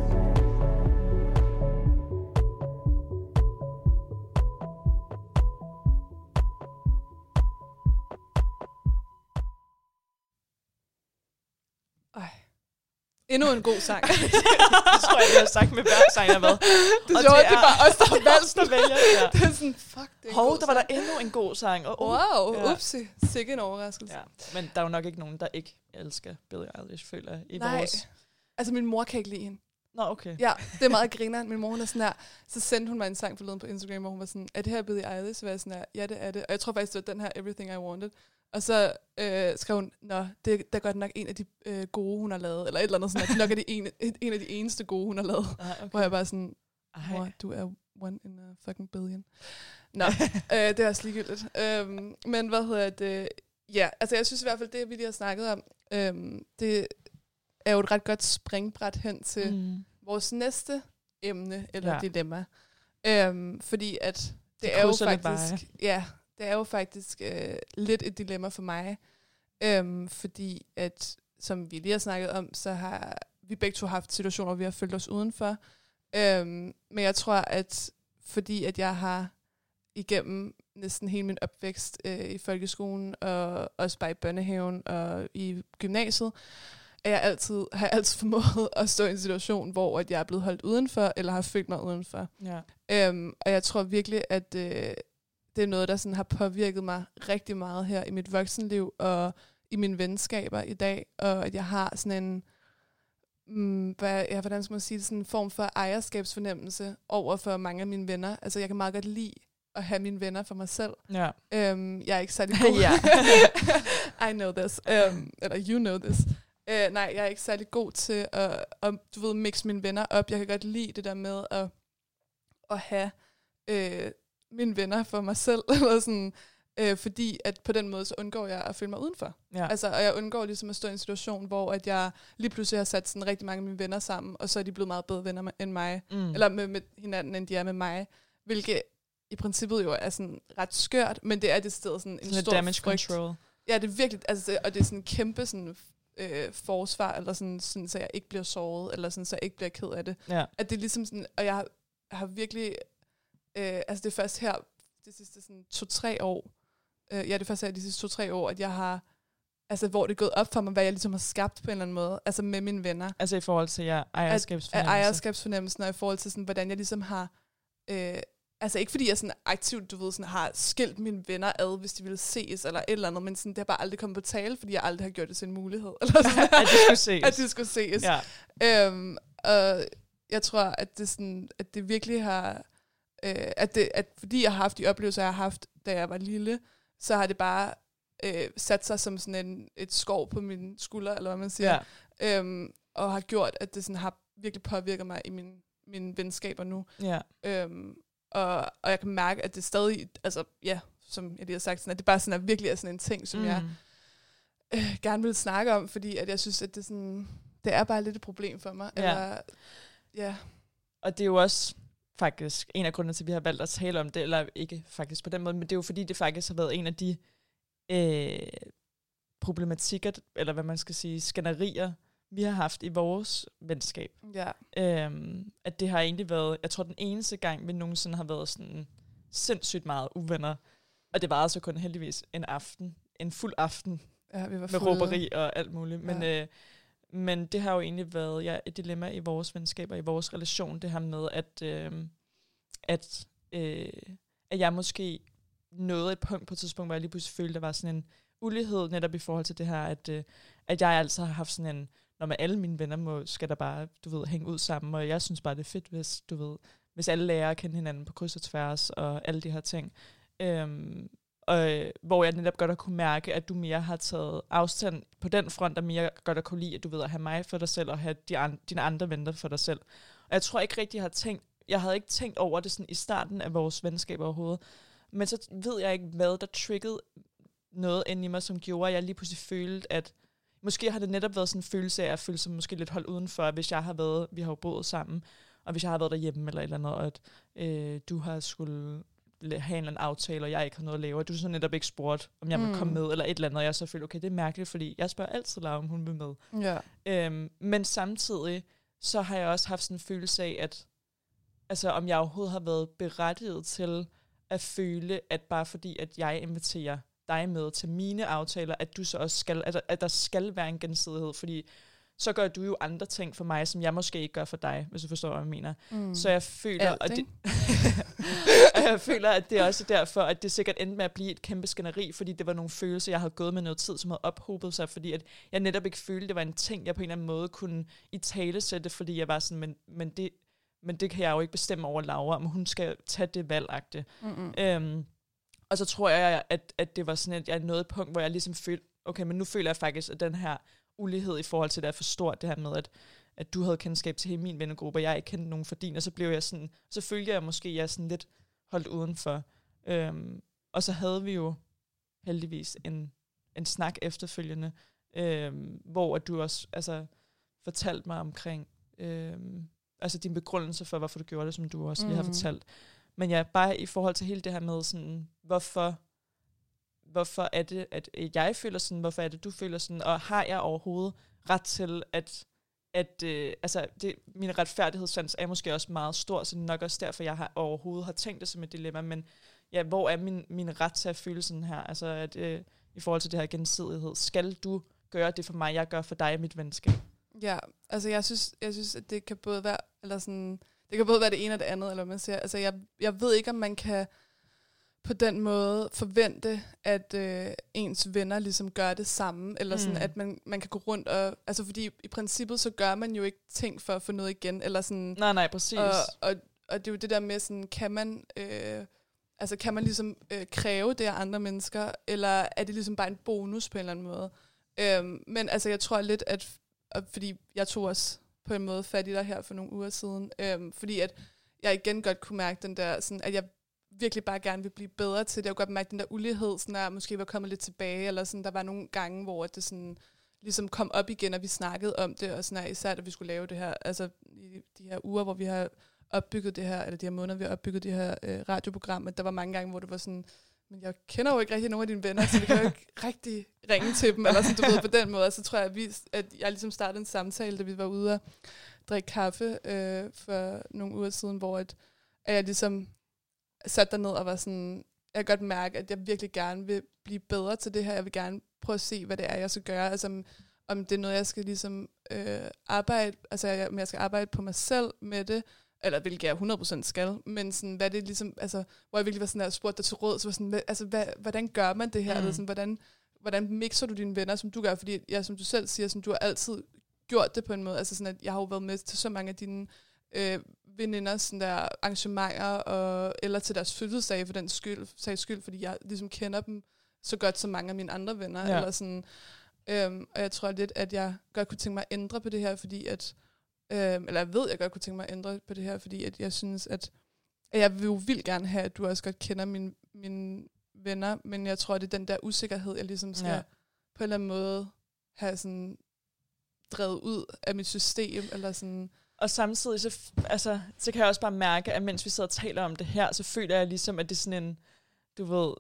[SPEAKER 2] Ej. Endnu en god sang.
[SPEAKER 1] Det tror jeg, jeg har sagt med hver sang, jeg har været.
[SPEAKER 2] Det
[SPEAKER 1] Og
[SPEAKER 2] sjove,
[SPEAKER 1] det
[SPEAKER 2] det er
[SPEAKER 1] er-
[SPEAKER 2] bare os, der har valgt
[SPEAKER 1] Os, der vælger, ja.
[SPEAKER 2] Det er sådan, fuck, det er en
[SPEAKER 1] Hov,
[SPEAKER 2] god
[SPEAKER 1] der var der
[SPEAKER 2] sang.
[SPEAKER 1] endnu en god sang. Og,
[SPEAKER 2] Wow,
[SPEAKER 1] Ja.
[SPEAKER 2] upsi. Sikke en overraskelse.
[SPEAKER 1] Ja, men der er jo nok ikke nogen, der ikke elsker Billie Eilish, føler jeg, i
[SPEAKER 2] Nej.
[SPEAKER 1] vores...
[SPEAKER 2] Altså, min mor kan ikke lide hende.
[SPEAKER 1] Nå, okay.
[SPEAKER 2] Ja, det er meget grineren. Min mor, hun er sådan her. Så sendte hun mig en sang forleden på Instagram, hvor hun var sådan, er det her Billie Eilish? Så var jeg sådan her, ja, det er det. Og jeg tror faktisk, det var den her Everything I Wanted. Og så øh, skrev hun, nå, det er godt nok en af de øh, gode, hun har lavet. Eller et eller andet sådan, at det nok er det en, en af de eneste gode, hun har lavet.
[SPEAKER 1] Ej, okay.
[SPEAKER 2] Hvor jeg bare sådan, mor,
[SPEAKER 1] Ej.
[SPEAKER 2] du er one in a fucking billion. Nå, øh, det er også ligegyldigt. Øhm, men hvad hedder det? Ja, altså jeg synes i hvert fald, det vi lige har snakket om, øhm, det er jo et ret godt springbræt hen til
[SPEAKER 1] Mm.
[SPEAKER 2] vores næste emne, eller
[SPEAKER 1] Ja.
[SPEAKER 2] dilemma. Øhm, fordi at det,
[SPEAKER 1] Det
[SPEAKER 2] er jo
[SPEAKER 1] krydser lidt
[SPEAKER 2] faktisk, ja, det er jo faktisk øh, lidt et dilemma for mig. Øhm, fordi at, som vi lige har snakket om, så har vi begge to haft situationer, hvor vi har følt os udenfor. Øhm, men jeg tror, at fordi at jeg har igennem næsten hele min opvækst øh, i folkeskolen, og også bare i børnehaven og i gymnasiet, er jeg altid, har jeg altid formået at stå i en situation, hvor at jeg er blevet holdt udenfor, eller har følt mig udenfor.
[SPEAKER 1] Ja.
[SPEAKER 2] Øhm, og jeg tror virkelig, at øh, det er noget, der sådan har påvirket mig rigtig meget her i mit voksenliv, og i mine venskaber i dag, og at jeg har sådan en, mm, hvad, ja, hvordan skal man sige det, sådan en form for ejerskabsfornemmelse over for mange af mine venner. Altså jeg kan meget godt lide at have mine venner for mig selv.
[SPEAKER 1] Ja.
[SPEAKER 2] Øhm, jeg er ikke særlig god.
[SPEAKER 1] Ja.
[SPEAKER 2] I know this. Um, eller you know this. Uh, nej, jeg er ikke særlig god til at, at du ved, mixe mine venner op. Jeg kan godt lide det der med at, at have øh, mine venner for mig selv. Eller sådan, øh, fordi at på den måde, så undgår jeg at føle mig udenfor.
[SPEAKER 1] Ja.
[SPEAKER 2] Altså, og jeg undgår ligesom at stå i en situation, hvor at jeg lige pludselig har sat sådan rigtig mange af mine venner sammen, og så er de blevet meget bedre venner med, end mig.
[SPEAKER 1] Mm.
[SPEAKER 2] Eller med, med hinanden, end de er med mig. Hvilket i princippet jo er sådan ret skørt, men det er det sted sådan en
[SPEAKER 1] Sådan lidt
[SPEAKER 2] stor
[SPEAKER 1] damage
[SPEAKER 2] frygt.
[SPEAKER 1] control.
[SPEAKER 2] Ja, det er virkelig, altså, det, og det er sådan en kæmpe sådan, øh, forsvar, eller sådan, sådan, så jeg ikke bliver såret, eller sådan, så jeg ikke bliver ked af det.
[SPEAKER 1] Ja.
[SPEAKER 2] At det er ligesom sådan, og jeg har, har virkelig, øh, altså det er først her, de sidste sådan to-tre år, øh, ja, det er først her de sidste to-tre år, at jeg har, altså hvor det er gået op for mig, hvad jeg ligesom har skabt på en eller anden måde, altså med mine venner.
[SPEAKER 1] Altså i forhold til ja,
[SPEAKER 2] Af
[SPEAKER 1] ejerskabsfornemmelse.
[SPEAKER 2] ejerskabsfornemmelsen, og i forhold til sådan, hvordan jeg ligesom har, øh, altså ikke fordi jeg sådan aktivt, du ved, sådan har skilt mine venner ad, hvis de ville ses, eller et eller andet, men sådan, det har bare aldrig kommet på tale, fordi jeg aldrig har gjort det til en mulighed. Eller sådan,
[SPEAKER 1] At de skulle ses.
[SPEAKER 2] At de skulle ses.
[SPEAKER 1] Ja.
[SPEAKER 2] Øhm, og jeg tror, at det, sådan, at det virkelig har, øh, at, det, at fordi jeg har haft de oplevelser, jeg har haft, da jeg var lille, så har det bare øh, sat sig som sådan en, et skov på mine skuldre, eller hvad man siger,
[SPEAKER 1] Ja.
[SPEAKER 2] øhm, og har gjort, at det sådan har virkelig påvirket mig i mine, mine venskaber nu.
[SPEAKER 1] Ja.
[SPEAKER 2] Øhm, og, og jeg kan mærke, at det stadig, altså ja, som jeg lige har sagt, sådan, at det bare sådan er virkelig er sådan en ting, som mm. jeg øh, gerne vil snakke om, fordi at jeg synes, at det, sådan, det er bare lidt et problem for mig.
[SPEAKER 1] Ja.
[SPEAKER 2] Eller, ja.
[SPEAKER 1] Og det er jo også faktisk en af grundene til, at vi har valgt at tale om det, eller ikke faktisk på den måde, men det er jo fordi, det faktisk har været en af de øh, problematikker, eller hvad man skal sige, skænderier, vi har haft i vores venskab.
[SPEAKER 2] Ja.
[SPEAKER 1] Øhm, at det har egentlig været, jeg tror den eneste gang, vi nogensinde har været sådan sindssygt meget uvenner, Og det varede så kun heldigvis en aften, en fuld aften,
[SPEAKER 2] Ja, vi var
[SPEAKER 1] med
[SPEAKER 2] fulde.
[SPEAKER 1] råberi og alt muligt. Men,
[SPEAKER 2] Ja.
[SPEAKER 1] øh, men det har jo egentlig været ja, et dilemma i vores venskaber, i vores relation, det her med, at, øh, at, øh, at jeg måske nåede et punkt på et tidspunkt, hvor jeg lige pludselig følte, der var sådan en ulighed netop i forhold til det her, at, øh, at jeg altså har haft sådan en, når med alle mine venner må, skal der bare, du ved, hænge ud sammen, og jeg synes bare, det er fedt, hvis, du ved, hvis alle lærer at kende hinanden på kryds og tværs, og alle de her ting. Øhm, og, øh, hvor jeg netop godt har kunne mærke, at du mere har taget afstand på den front, og mere godt at kunne lide, at du ved at have mig for dig selv, og have de an- dine andre venner for dig selv. Og jeg tror ikke rigtig, jeg har tænkt, jeg havde ikke tænkt over det sådan i starten af vores venskab overhovedet, men så ved jeg ikke, hvad der triggede noget ind i mig, som gjorde, at jeg lige pludselig følte, at måske har det netop været sådan en følelse af at føle sig måske lidt holdt udenfor, hvis jeg har været, vi har jo boet sammen, og hvis jeg har været derhjemme eller et eller andet, og at øh, du har skulle have en eller anden aftale, og jeg ikke har noget at lave, og du så netop ikke spurgt, om jeg må
[SPEAKER 2] Mm.
[SPEAKER 1] komme med, eller et eller andet, og jeg så følte, okay, det er mærkeligt, fordi jeg spørger altid Laura, om hun vil med.
[SPEAKER 2] Ja.
[SPEAKER 1] Øhm, men samtidig, så har jeg også haft sådan en følelse af, at altså, om jeg overhovedet har været berettiget til at føle, at bare fordi, at jeg inviterer dig med til mine aftaler, at du så også skal, at der, at der skal være en gensidighed, fordi så gør du jo andre ting for mig, som jeg måske ikke gør for dig, hvis du forstår, hvad jeg mener.
[SPEAKER 2] Mm.
[SPEAKER 1] Så jeg føler,
[SPEAKER 2] Alt,
[SPEAKER 1] og, det,
[SPEAKER 2] ikke?
[SPEAKER 1] og jeg føler, at det er også derfor, at det sikkert endte med at blive et kæmpe skænderi, fordi det var nogle følelser, jeg havde gået med noget tid, som havde ophobet sig, fordi at jeg netop ikke følte, det var en ting, jeg på en eller anden måde kunne i tale sætte, fordi jeg var sådan, men, men, det, men det kan jeg jo ikke bestemme over Laura, om hun skal tage det valgagte.
[SPEAKER 2] Mm-mm.
[SPEAKER 1] Øhm, og så tror jeg, at, at det var sådan, at jeg nåede et punkt, hvor jeg ligesom følte, okay, men nu føler jeg faktisk, at den her ulighed i forhold til det er for stort, det her med, at, at du havde kendskab til hele min vennegruppe, og jeg ikke kendte nogen for din, og så blev jeg sådan, så følte jeg måske, at jeg sådan lidt holdt udenfor. Øhm, og så havde vi jo heldigvis en, en snak efterfølgende, øhm, hvor at du også altså, fortalte mig omkring øhm, altså din begrundelse for, hvorfor du gjorde det, som du også lige har
[SPEAKER 2] Mhm.
[SPEAKER 1] fortalt. Men ja, bare i forhold til hele det her med sådan, hvorfor hvorfor er det, at jeg føler sådan, hvorfor er det, du føler sådan, og har jeg overhovedet ret til, at, at øh, altså, det, min retfærdighedssans er måske også meget stor, så det er nok også derfor, jeg har, overhovedet har tænkt det som et dilemma, men ja, hvor er min, min ret til at føle sådan her, altså at, øh, i forhold til det her gensidighed, skal du gøre det for mig, jeg gør for dig i mit venskab?
[SPEAKER 2] Ja, altså jeg synes, jeg synes, at det kan både være, eller sådan, det kan både være det ene og det andet, eller hvad man siger. Altså jeg, jeg ved ikke, om man kan på den måde forvente, at øh, ens venner ligesom gør det samme, eller sådan,
[SPEAKER 1] Mm.
[SPEAKER 2] at man, man kan gå rundt og, altså fordi i princippet, så gør man jo ikke ting for at få noget igen, eller sådan,
[SPEAKER 1] Nej, nej, præcis.
[SPEAKER 2] og, og, og det er jo det der med sådan, kan man, øh, altså kan man ligesom øh, kræve det af andre mennesker, eller er det ligesom bare en bonus på en eller anden måde? Øhm, men altså jeg tror lidt, at, og fordi jeg tog også på en måde fat i dig her for nogle uger siden, øhm, fordi at jeg igen godt kunne mærke den der, sådan, at jeg virkelig bare gerne vil blive bedre til det. Jeg kunne godt mærke den der ulighed, sådan der måske var kommet lidt tilbage, eller sådan, der var nogle gange, hvor det sådan ligesom kom op igen, og vi snakkede om det, og sådan der, især da vi skulle lave det her, altså i de her uger, hvor vi har opbygget det her, eller de her måneder, vi har opbygget det her øh, radioprogram, at der var mange gange, hvor det var sådan, men jeg kender jo ikke rigtig nogen af dine venner, så vi kan jo ikke rigtig ringe til dem, eller sådan, du ved, på den måde. Og så tror jeg, at, vi, at jeg ligesom startede en samtale, da vi var ude og drikke kaffe øh, for nogle uger siden, hvor at, at jeg ligesom satte der ned og var sådan, jeg kan godt mærke, at jeg virkelig gerne vil blive bedre til det her. Jeg vil gerne prøve at se, hvad det er, jeg skal gøre. Altså, om, om det er noget, jeg skal ligesom øh, arbejde, altså jeg, om jeg skal arbejde på mig selv med det, eller hvilket jeg hundrede procent skal, men sådan, hvad det ligesom, altså, hvor jeg virkelig var sådan der, spurgte dig til råd, så var sådan, hvad, altså, hvad, hvordan gør man det her? Mm. Eller sådan, hvordan, hvordan mixer du dine venner, som du gør? Fordi, ja, som du selv siger, sådan, du har altid gjort det på en måde, altså sådan, at jeg har jo været med til så mange af dine øh, veninder, sådan der arrangementer, og, eller til deres fødselsdage for den skyld, sags skyld, fordi jeg ligesom kender dem så godt som mange af mine andre venner,
[SPEAKER 1] Ja.
[SPEAKER 2] eller sådan, øhm, og jeg tror lidt, at jeg godt kunne tænke mig at ændre på det her, fordi at Øhm, eller jeg ved, at jeg godt kunne tænke mig at ændre på det her, fordi at jeg synes, at, at jeg vil jo vildt gerne have, at du også godt kender mine, mine venner, men jeg tror, det er den der usikkerhed, jeg ligesom skal
[SPEAKER 1] Ja.
[SPEAKER 2] på en eller anden måde have sådan drevet ud af mit system, eller sådan.
[SPEAKER 1] Og samtidig, så, f- altså, så kan jeg også bare mærke, at mens vi sidder og taler om det her, så føler jeg ligesom, at det er sådan en, du ved,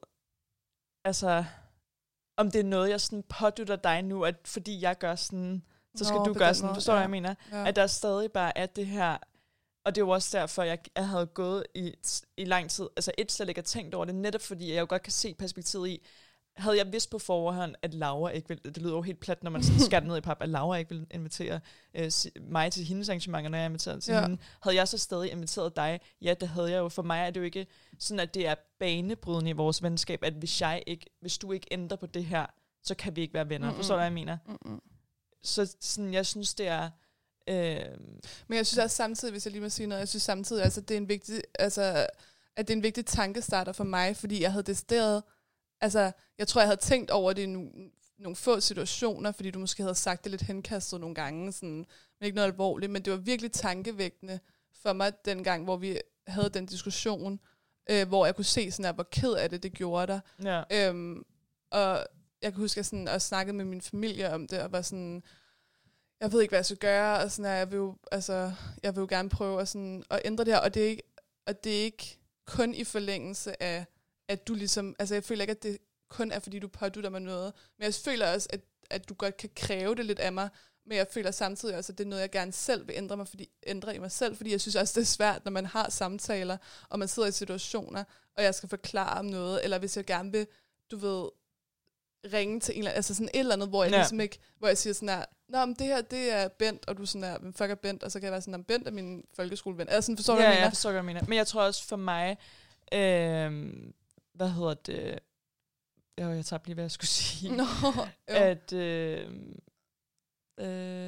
[SPEAKER 1] altså, om det er noget, jeg sådan pådutter dig nu, at fordi jeg gør sådan, så skal
[SPEAKER 2] Nå,
[SPEAKER 1] du
[SPEAKER 2] på
[SPEAKER 1] gøre
[SPEAKER 2] den
[SPEAKER 1] sådan,
[SPEAKER 2] måde,
[SPEAKER 1] forstår du,
[SPEAKER 2] ja.
[SPEAKER 1] hvad jeg mener?
[SPEAKER 2] Ja.
[SPEAKER 1] At der stadig bare er det her, Og det er jo også derfor, jeg, jeg havde gået i, i lang tid, altså et slet ikke har tænkt over det, netop fordi jeg jo godt kan se perspektivet i, havde jeg vidst på forhånd, at Laura ikke vil, det lyder jo helt plat, når man sådan skærer ned i pap, at Laura ikke vil invitere øh, mig til hendes arrangementer, når jeg inviterer til ja. hende, havde jeg så stadig inviteret dig? Ja, det havde jeg jo. For mig er det jo ikke sådan, at det er banebrydende i vores venskab, at hvis, jeg ikke, hvis du ikke ændrer på det her, så kan vi ikke være venner. Mm-mm. Forstår du, hvad jeg mener? Mm-mm. Så sådan, jeg synes, det er... Øh...
[SPEAKER 2] Men jeg synes også samtidig, hvis jeg lige må sige noget, jeg synes samtidig, altså, det er en vigtig, altså, at det er en vigtig tankestarter for mig, fordi jeg havde decideret, altså, jeg tror, jeg havde tænkt over det i no- nogle få situationer, fordi du måske havde sagt det lidt henkastet nogle gange, sådan, men ikke noget alvorligt, men det var virkelig tankevækkende for mig dengang, hvor vi havde den diskussion, øh, hvor jeg kunne se, sådan, at hvor ked af det, det gjorde dig.
[SPEAKER 1] Ja.
[SPEAKER 2] Øhm, og jeg kan huske, at jeg sådan, også snakkede med min familie om det, og var sådan, jeg ved ikke, hvad jeg skal gøre, og sådan, at jeg vil jo, altså, jeg vil jo gerne prøve at, sådan, at ændre det her, og det er ikke, og det er ikke kun i forlængelse af, at du ligesom, altså jeg føler ikke, at det kun er, fordi du pådutter mig noget, men jeg føler også, at, at du godt kan kræve det lidt af mig, men jeg føler samtidig også, at det er noget, jeg gerne selv vil ændre mig, fordi, ændre i mig selv, fordi jeg synes også, det er svært, når man har samtaler, og man sidder i situationer, og jeg skal forklare om noget, eller hvis jeg gerne vil, du ved, ringe til en eller anden, altså sådan et eller andet, hvor jeg ja. ligesom ikke, hvor jeg siger sådan her, nå, men det her, det er Bent, og du sådan her, hvem fuck er Bent, og så kan jeg være sådan, om Bent er min folkeskoleven. Altså sådan, forstår du,
[SPEAKER 1] ja,
[SPEAKER 2] hvad jeg mener?
[SPEAKER 1] Ja, jeg forstår, hvad jeg mener. Men jeg tror også for mig, øh, hvad hedder det, jo, jeg tager lige, hvad jeg skulle sige,
[SPEAKER 2] Nå,
[SPEAKER 1] at, øh, øh,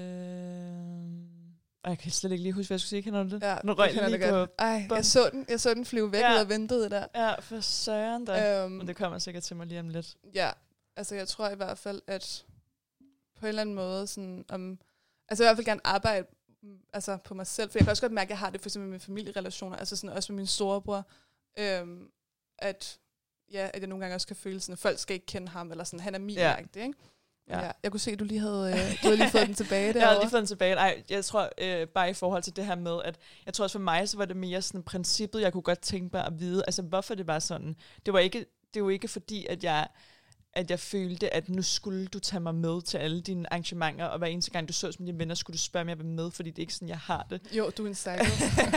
[SPEAKER 1] jeg kan slet ikke lige huske, hvad jeg skulle sige, kender du det?
[SPEAKER 2] Ja,
[SPEAKER 1] nu røg jeg lige på.
[SPEAKER 2] Ej, jeg så den, jeg så den flyve væk
[SPEAKER 1] ja.
[SPEAKER 2] ud af vinduet der.
[SPEAKER 1] Ja, for søren da.
[SPEAKER 2] Øhm,
[SPEAKER 1] Men det kommer sikkert til mig lige om lidt.
[SPEAKER 2] Ja, altså jeg tror i hvert fald, at på en eller anden måde, sådan, om, altså jeg vil i hvert fald gerne arbejde altså på mig selv, for jeg kan også godt mærke, at jeg har det for eksempel med familierelationer, altså sådan også med min storebror, øhm, at, ja, at jeg nogle gange også kan føle sådan, at folk skal ikke kende ham, eller sådan, han er min
[SPEAKER 1] ja.
[SPEAKER 2] ikke?
[SPEAKER 1] Ja.
[SPEAKER 2] Ja. Jeg kunne se, at du lige havde, øh, du havde lige fået den tilbage derovre.
[SPEAKER 1] Jeg havde lige fået den tilbage. Ej, jeg tror øh, bare i forhold til det her med, at jeg tror også for mig, så var det mere sådan princippet, jeg kunne godt tænke mig at vide, altså hvorfor det var sådan. Det var ikke, det var ikke fordi, at jeg, at jeg følte, at nu skulle du tage mig med til alle dine arrangementer, og hver eneste gang du så som dine venner, skulle du spørge mig, at jeg var med, fordi det er ikke sådan, jeg har det.
[SPEAKER 2] Jo, du er en psycho.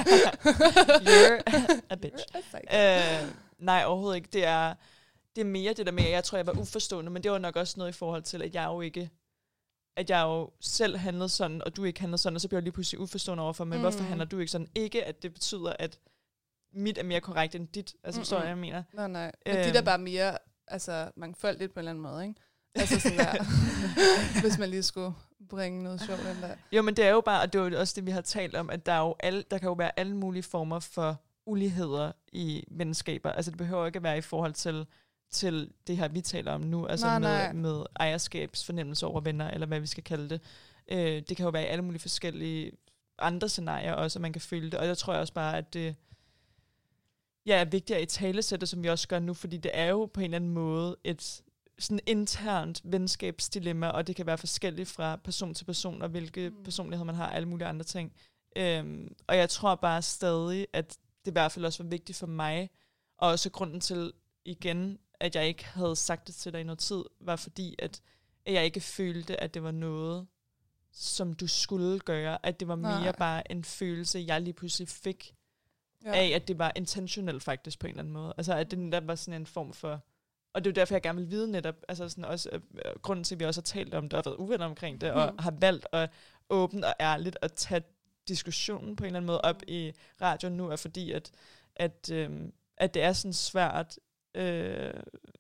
[SPEAKER 1] You're a bitch.
[SPEAKER 2] You're a
[SPEAKER 1] øh, nej, overhovedet ikke. Det er... Det er mere det der med, at jeg tror, jeg var uforstående, men det var nok også noget i forhold til, at jeg jo ikke, at jeg jo selv handlede sådan, og du ikke handlede sådan, og så blev jeg lige pludselig uforstående overfor, men mm. hvorfor handler du ikke sådan? Ikke, at det betyder, at mit er mere korrekt end dit. Altså, forstår jeg, jeg mener?
[SPEAKER 2] Nej, nej. Men øhm. dit er bare mere, altså, mangfoldigt på en eller anden måde, ikke? Altså sådan der, hvis man lige skulle bringe noget sjovt ind der.
[SPEAKER 1] Jo, men det er jo bare, og det er jo også det, vi har talt om, at der, er jo alle, der kan jo være alle mulige former for uligheder i venskaber. Altså, det behøver ikke at være i forhold til til det her, vi taler om nu, altså
[SPEAKER 2] nej,
[SPEAKER 1] med,
[SPEAKER 2] nej.
[SPEAKER 1] med ejerskabsfornemmelse over venner, eller hvad vi skal kalde det. Øh, det kan jo være i alle mulige forskellige andre scenarier også, at man kan føle det, og jeg tror også bare, at det ja, er vigtigt at italesætte, som vi også gør nu, fordi det er jo på en eller anden måde et sådan internt venskabsdilemma, og det kan være forskelligt fra person til person, og hvilke mm. personligheder man har, alle mulige andre ting. Øhm, og jeg tror bare stadig, at det i hvert fald også var vigtigt for mig, og også grunden til, igen, at jeg ikke havde sagt det til dig i noget tid, var fordi, at jeg ikke følte, at det var noget, som du skulle gøre. At det var mere Nej. bare en følelse, jeg lige pludselig fik, ja. af, at det var intentionelt faktisk på en eller anden måde. Altså, at det netop var sådan en form for... Og det er jo derfor, jeg gerne vil vide netop, altså sådan også, øh, grunden til, at vi også har talt om det, og været uvenner omkring det, mm. og har valgt at åbent og ærligt at tage diskussionen på en eller anden måde op i radioen nu, er fordi, at, at, øh, at det er sådan svært øh,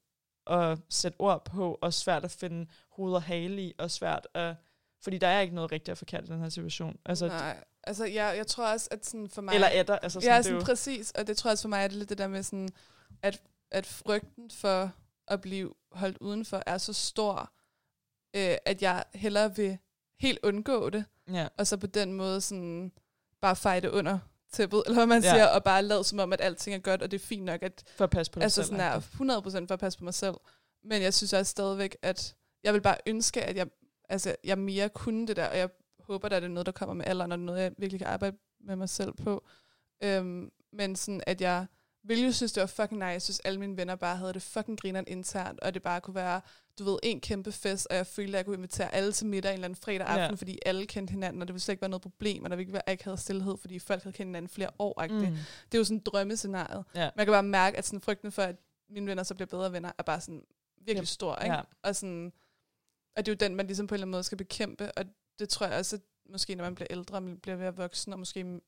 [SPEAKER 1] at sætte ord på, og svært at finde hoved og hale i, og svært at... Fordi der er ikke noget rigtigt og forkert i den her situation. Altså,
[SPEAKER 2] Nej, altså jeg, jeg tror også, at sådan for mig...
[SPEAKER 1] Eller er der? Altså sådan,
[SPEAKER 2] ja,
[SPEAKER 1] det
[SPEAKER 2] sådan
[SPEAKER 1] jo...
[SPEAKER 2] præcis, og det tror jeg også for mig, er det lidt det der med sådan, at, at frygten for at blive holdt udenfor er så stor, øh, at jeg hellere vil helt undgå det,
[SPEAKER 1] ja.
[SPEAKER 2] og så på den måde sådan bare feje det under tæppet, eller hvad man
[SPEAKER 1] ja.
[SPEAKER 2] siger, og bare lade som om, at alting er godt, og det er fint nok, at...
[SPEAKER 1] For at passe på dig
[SPEAKER 2] altså
[SPEAKER 1] selv.
[SPEAKER 2] Altså sådan er hundrede procent for at passe på mig selv. Men jeg synes også stadigvæk, at jeg vil bare ønske, at jeg, altså, jeg mere kunne det der, og jeg håber, at det er noget, der kommer med alderen, og det er noget, jeg virkelig kan arbejde med mig selv på. Øhm, men sådan, at jeg ville jo synes, det var fucking nice, hvis alle mine venner bare havde det fucking grineren internt, og det bare kunne være, du ved, en kæmpe fest, og jeg følte, at jeg kunne invitere alle til middag en eller anden fredag aften, ja. fordi alle kendte hinanden, og det ville slet ikke være noget problem, og der ville ikke være akavet stillhed, fordi folk havde kendt hinanden flere år. Mm. Det er jo sådan et drømmescenarie. Ja. Man kan bare mærke, at sådan frygten for, at mine venner så bliver bedre venner, er bare sådan virkelig yep. stor. Ikke? Ja. Og, sådan, og det er jo den, man ligesom på en eller anden måde skal bekæmpe, og det tror jeg også, at måske når man bliver ældre, man bliver mere voksen, og måske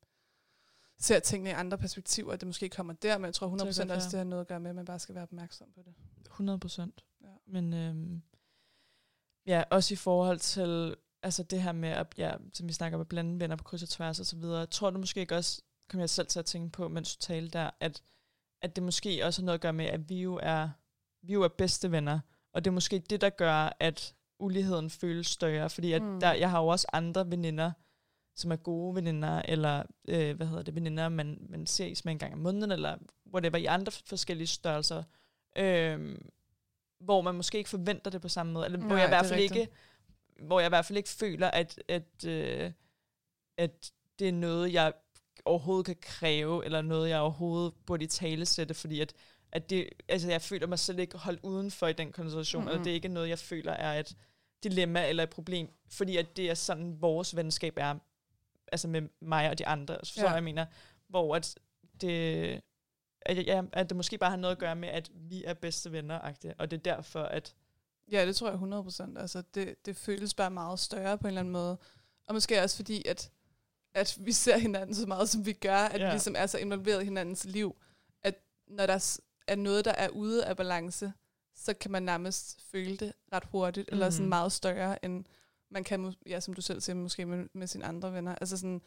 [SPEAKER 2] ser tingene i andre perspektiver, at det måske kommer der, men jeg tror hundrede procent også, det har noget at gøre med, at man bare skal være opmærksom på det.
[SPEAKER 1] hundrede procent. Ja. Men øhm, ja, også i forhold til altså det her med, at, ja, som vi snakker om, at blande venner på kryds og tværs og så videre, tror du måske ikke også, kom jeg selv til at tænke på, mens du talte der, at, at det måske også har noget at gøre med, at vi jo er, vi jo er bedste venner, og det er måske det, der gør, at uligheden føles større, fordi at mm. der, jeg har jo også andre veninder, som er gode veninder, eller øh, hvad hedder det, veninder, man, man ses med en gang om måneden, eller whatever, i andre forskellige størrelser, øh, hvor man måske ikke forventer det på samme måde, eller Nej, hvor jeg i hvert fald ikke, hvor jeg i hvert fald ikke føler, at, at, øh, at det er noget, jeg overhovedet kan kræve, eller noget, jeg overhovedet burde i talesætte, fordi at, at det, altså jeg føler mig selv ikke holdt udenfor i den konversation, mm-hmm. eller det er ikke noget, jeg føler er et dilemma eller et problem, fordi at det er sådan, vores venskab er, altså med mig og de andre, så ja. jeg mener, hvor at det, at, ja, at det måske bare har noget at gøre med, at vi er bedste venner-agtige, og det er derfor, at...
[SPEAKER 2] Ja, det tror jeg hundrede procent. Altså, det, det føles bare meget større på en eller anden måde. Og måske også fordi, at, at vi ser hinanden så meget, som vi gør, at ja. vi ligesom er så involveret i hinandens liv, at når der er noget, der er ude af balance, så kan man nærmest føle det ret hurtigt, mm. eller sådan meget større, end man kan, ja, som du selv siger, måske med, med sine andre venner. Altså sådan,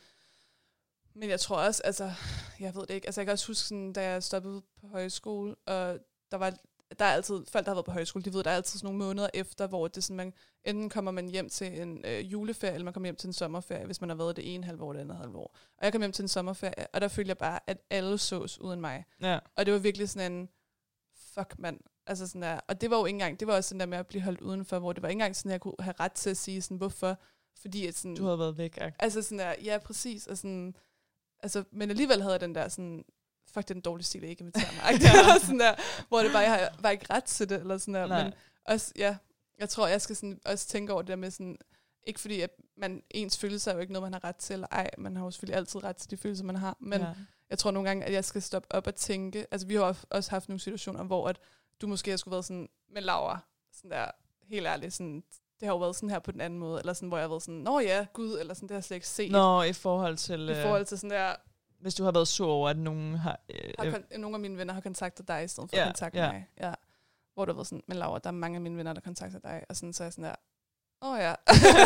[SPEAKER 2] men jeg tror også, altså, jeg ved det ikke, altså jeg kan også huske sådan, da jeg stoppede på højskole, og der var, der er altid, folk der har været på højskole, de ved, der er altid sådan nogle måneder efter, hvor det sådan, man, enten kommer man hjem til en øh, juleferie, eller man kommer hjem til en sommerferie, hvis man har været det ene halve år, det andet halve år. Og jeg kom hjem til en sommerferie, og der følte jeg bare, at alle sås uden mig. Ja. Og det var virkelig sådan en, fuck mand, altså sådan der, og det var jo ikke engang, det var også sådan der med at blive holdt udenfor, hvor det var ikke engang sådan, at jeg kunne have ret til at sige sådan, hvorfor, fordi at sådan...
[SPEAKER 1] Du havde været væk, ikke?
[SPEAKER 2] Altså sådan der, ja, præcis, og sådan, altså, men alligevel havde jeg den der sådan, fuck, det er en dårlig stil, jeg ikke inviterer mig, ikke? Det var sådan der, hvor det bare, jeg var ikke ret til det, eller sådan der, Nej. Men også, ja, jeg tror, jeg skal sådan også tænke over det der med sådan, ikke fordi, at man, ens følelser er jo ikke noget, man har ret til, eller ej, man har jo selvfølgelig altid ret til de følelser, man har, men ja. jeg tror nogle gange, at jeg skal stoppe op og tænke, altså vi har også haft nogle situationer, hvor at du måske har skulle været sådan med Laura, sådan der, helt ærligt, sådan, det har jo været sådan her på den anden måde, eller sådan, hvor jeg har været sådan, nå ja, gud, eller sådan, det har jeg slet ikke set.
[SPEAKER 1] Nå, i forhold til...
[SPEAKER 2] I forhold til sådan der...
[SPEAKER 1] Hvis du har været sur over, at nogen har... Øh,
[SPEAKER 2] har kon- nogle af mine venner har kontaktet dig, i stedet for ja, at kontakte ja. mig. Ja. Hvor du har været sådan, men Laura, der er mange af mine venner, der kontakter dig, og sådan, så er jeg sådan der, åh oh, ja,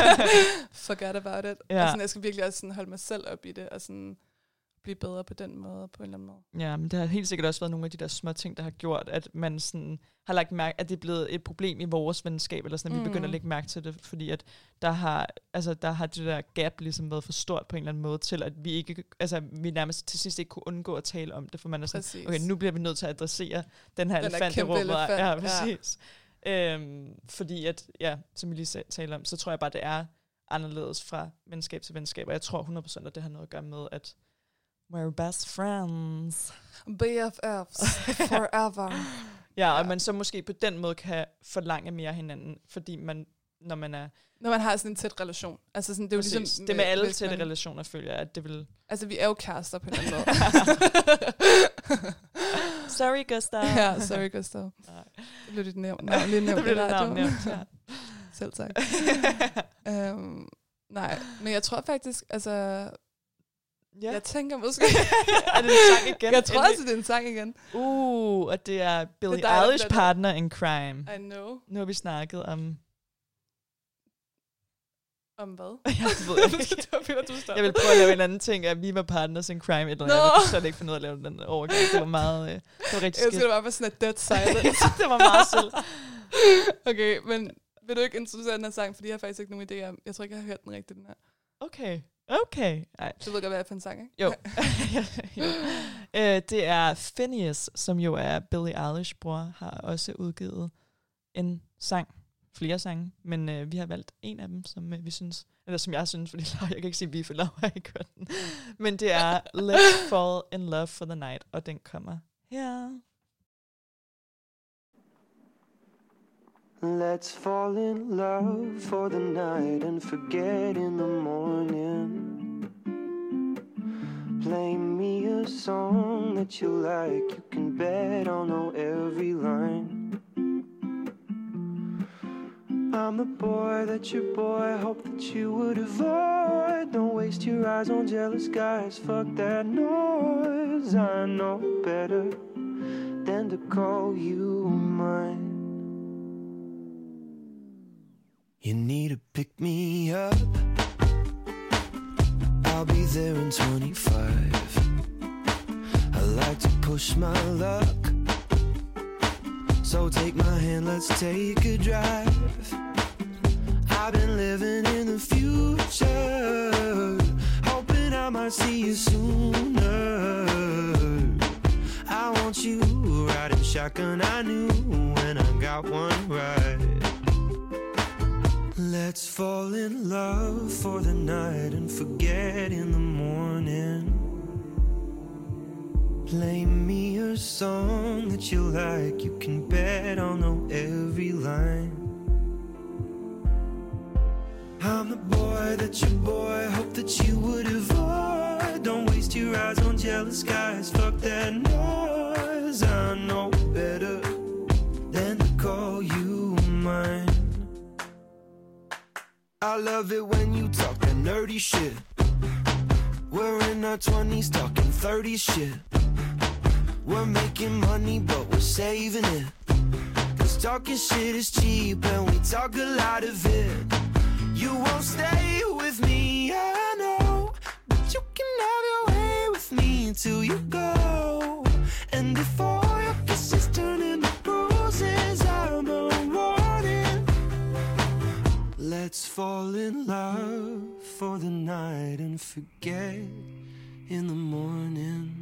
[SPEAKER 2] forget about it. Ja. Og sådan, jeg skal virkelig også sådan holde mig selv op i det, og sådan... blive bedre på den måde, på en eller anden måde.
[SPEAKER 1] Ja, men det har helt sikkert også været nogle af de der små ting, der har gjort, at man sådan har lagt mærke, at det er blevet et problem i vores venskab, eller sådan, at mm. vi begynder at lægge mærke til det, fordi at der har, altså, der har det der gap ligesom været for stort på en eller anden måde, til at vi ikke, altså vi nærmest til sidst ikke kunne undgå at tale om det, for man er sådan, præcis. Okay, nu bliver vi nødt til at adressere den her den elefant i rummet. Ja, præcis. Ja. Øhm, fordi at, ja, som vi lige taler om, så tror jeg bare, det er anderledes fra venskab til venskab, og jeg tror hundrede procent, at det har noget at gøre med, at we're best friends.
[SPEAKER 2] B F F's forever.
[SPEAKER 1] Ja, og ja. man så måske på den måde kan forlange mere hinanden, fordi man, når man er...
[SPEAKER 2] Når man har sådan en tæt relation. Altså sådan, det er jo ligesom...
[SPEAKER 1] Det er med alle tætte man, relationer, føler jeg, at det vil...
[SPEAKER 2] Altså, vi er jo kærester på en eller anden måde.
[SPEAKER 1] Sorry, Gustav.
[SPEAKER 2] Ja, sorry, Gustav. Nej. Det blev dit nævnt. Nej, lige nævnt.
[SPEAKER 1] Det blev dit navn nævnt, ja.
[SPEAKER 2] Selv tak. um, nej, men jeg tror faktisk, altså... Ja. Jeg tænker måske...
[SPEAKER 1] er det en sang igen?
[SPEAKER 2] Jeg tror også, det er en sang igen.
[SPEAKER 1] Uh, og det er Billie Eilish Partner in Crime.
[SPEAKER 2] I know.
[SPEAKER 1] Nu har vi snakket om...
[SPEAKER 2] Om hvad?
[SPEAKER 1] Jeg ved ikke. Jeg vil prøve at lave en anden ting, at vi var partners in crime. Eller no. Jeg kunne slet ikke finde ud af at lave den overgang. Det var meget... Det var rigtig skidt.
[SPEAKER 2] Jeg skulle bare være sådan et dead silence.
[SPEAKER 1] Det var meget selv.
[SPEAKER 2] Okay, men vil du ikke introducere den her sang? Fordi jeg har faktisk ikke nogen idé om... Jeg tror ikke, jeg har hørt den rigtigt, den her.
[SPEAKER 1] Okay. Okay. Ej.
[SPEAKER 2] Du ved godt, hvad jeg er for en sang, ikke?
[SPEAKER 1] Jo. jo. Uh, det er Phineas, som jo er Billie Eilish bror, har også udgivet en sang. Flere sange, men uh, vi har valgt en af dem, som uh, vi synes, eller som jeg synes, fordi jeg kan ikke sige, vi for Laura har ikke hørt den. Men det er Let's Fall in Love for the Night, og den kommer her.
[SPEAKER 6] Let's fall in love for the night and forget in the morning. Play me a song that you like, you can bet I'll know every line. I'm the boy that your boy hoped that you would avoid. Don't waste your eyes on jealous guys, fuck that noise. I know better than to call you mine. You need to pick me up, I'll be there in twenty-five. I like to push my luck, so take my hand, let's take a drive. I've been living in the future, hoping I might see you sooner. I want you riding shotgun, I knew when I got one right. Let's fall in love for the night and forget in the morning. Play me a song that you like, you can bet I'll know every line. I'm the boy that your boy hoped that you would avoid. Don't waste your eyes on jealous guys, fuck that noise. I know better than to call you mine. I love it when you talk that nerdy shit. We're in our twenties talking thirties shit. We're making money but we're saving it, cause talking shit is cheap and we talk a lot of it. You won't stay with me, I know, but you can have your way with me until you go. And before your kisses turn into bruises, I'm a warning. Let's fall in love for the night and forget in the morning.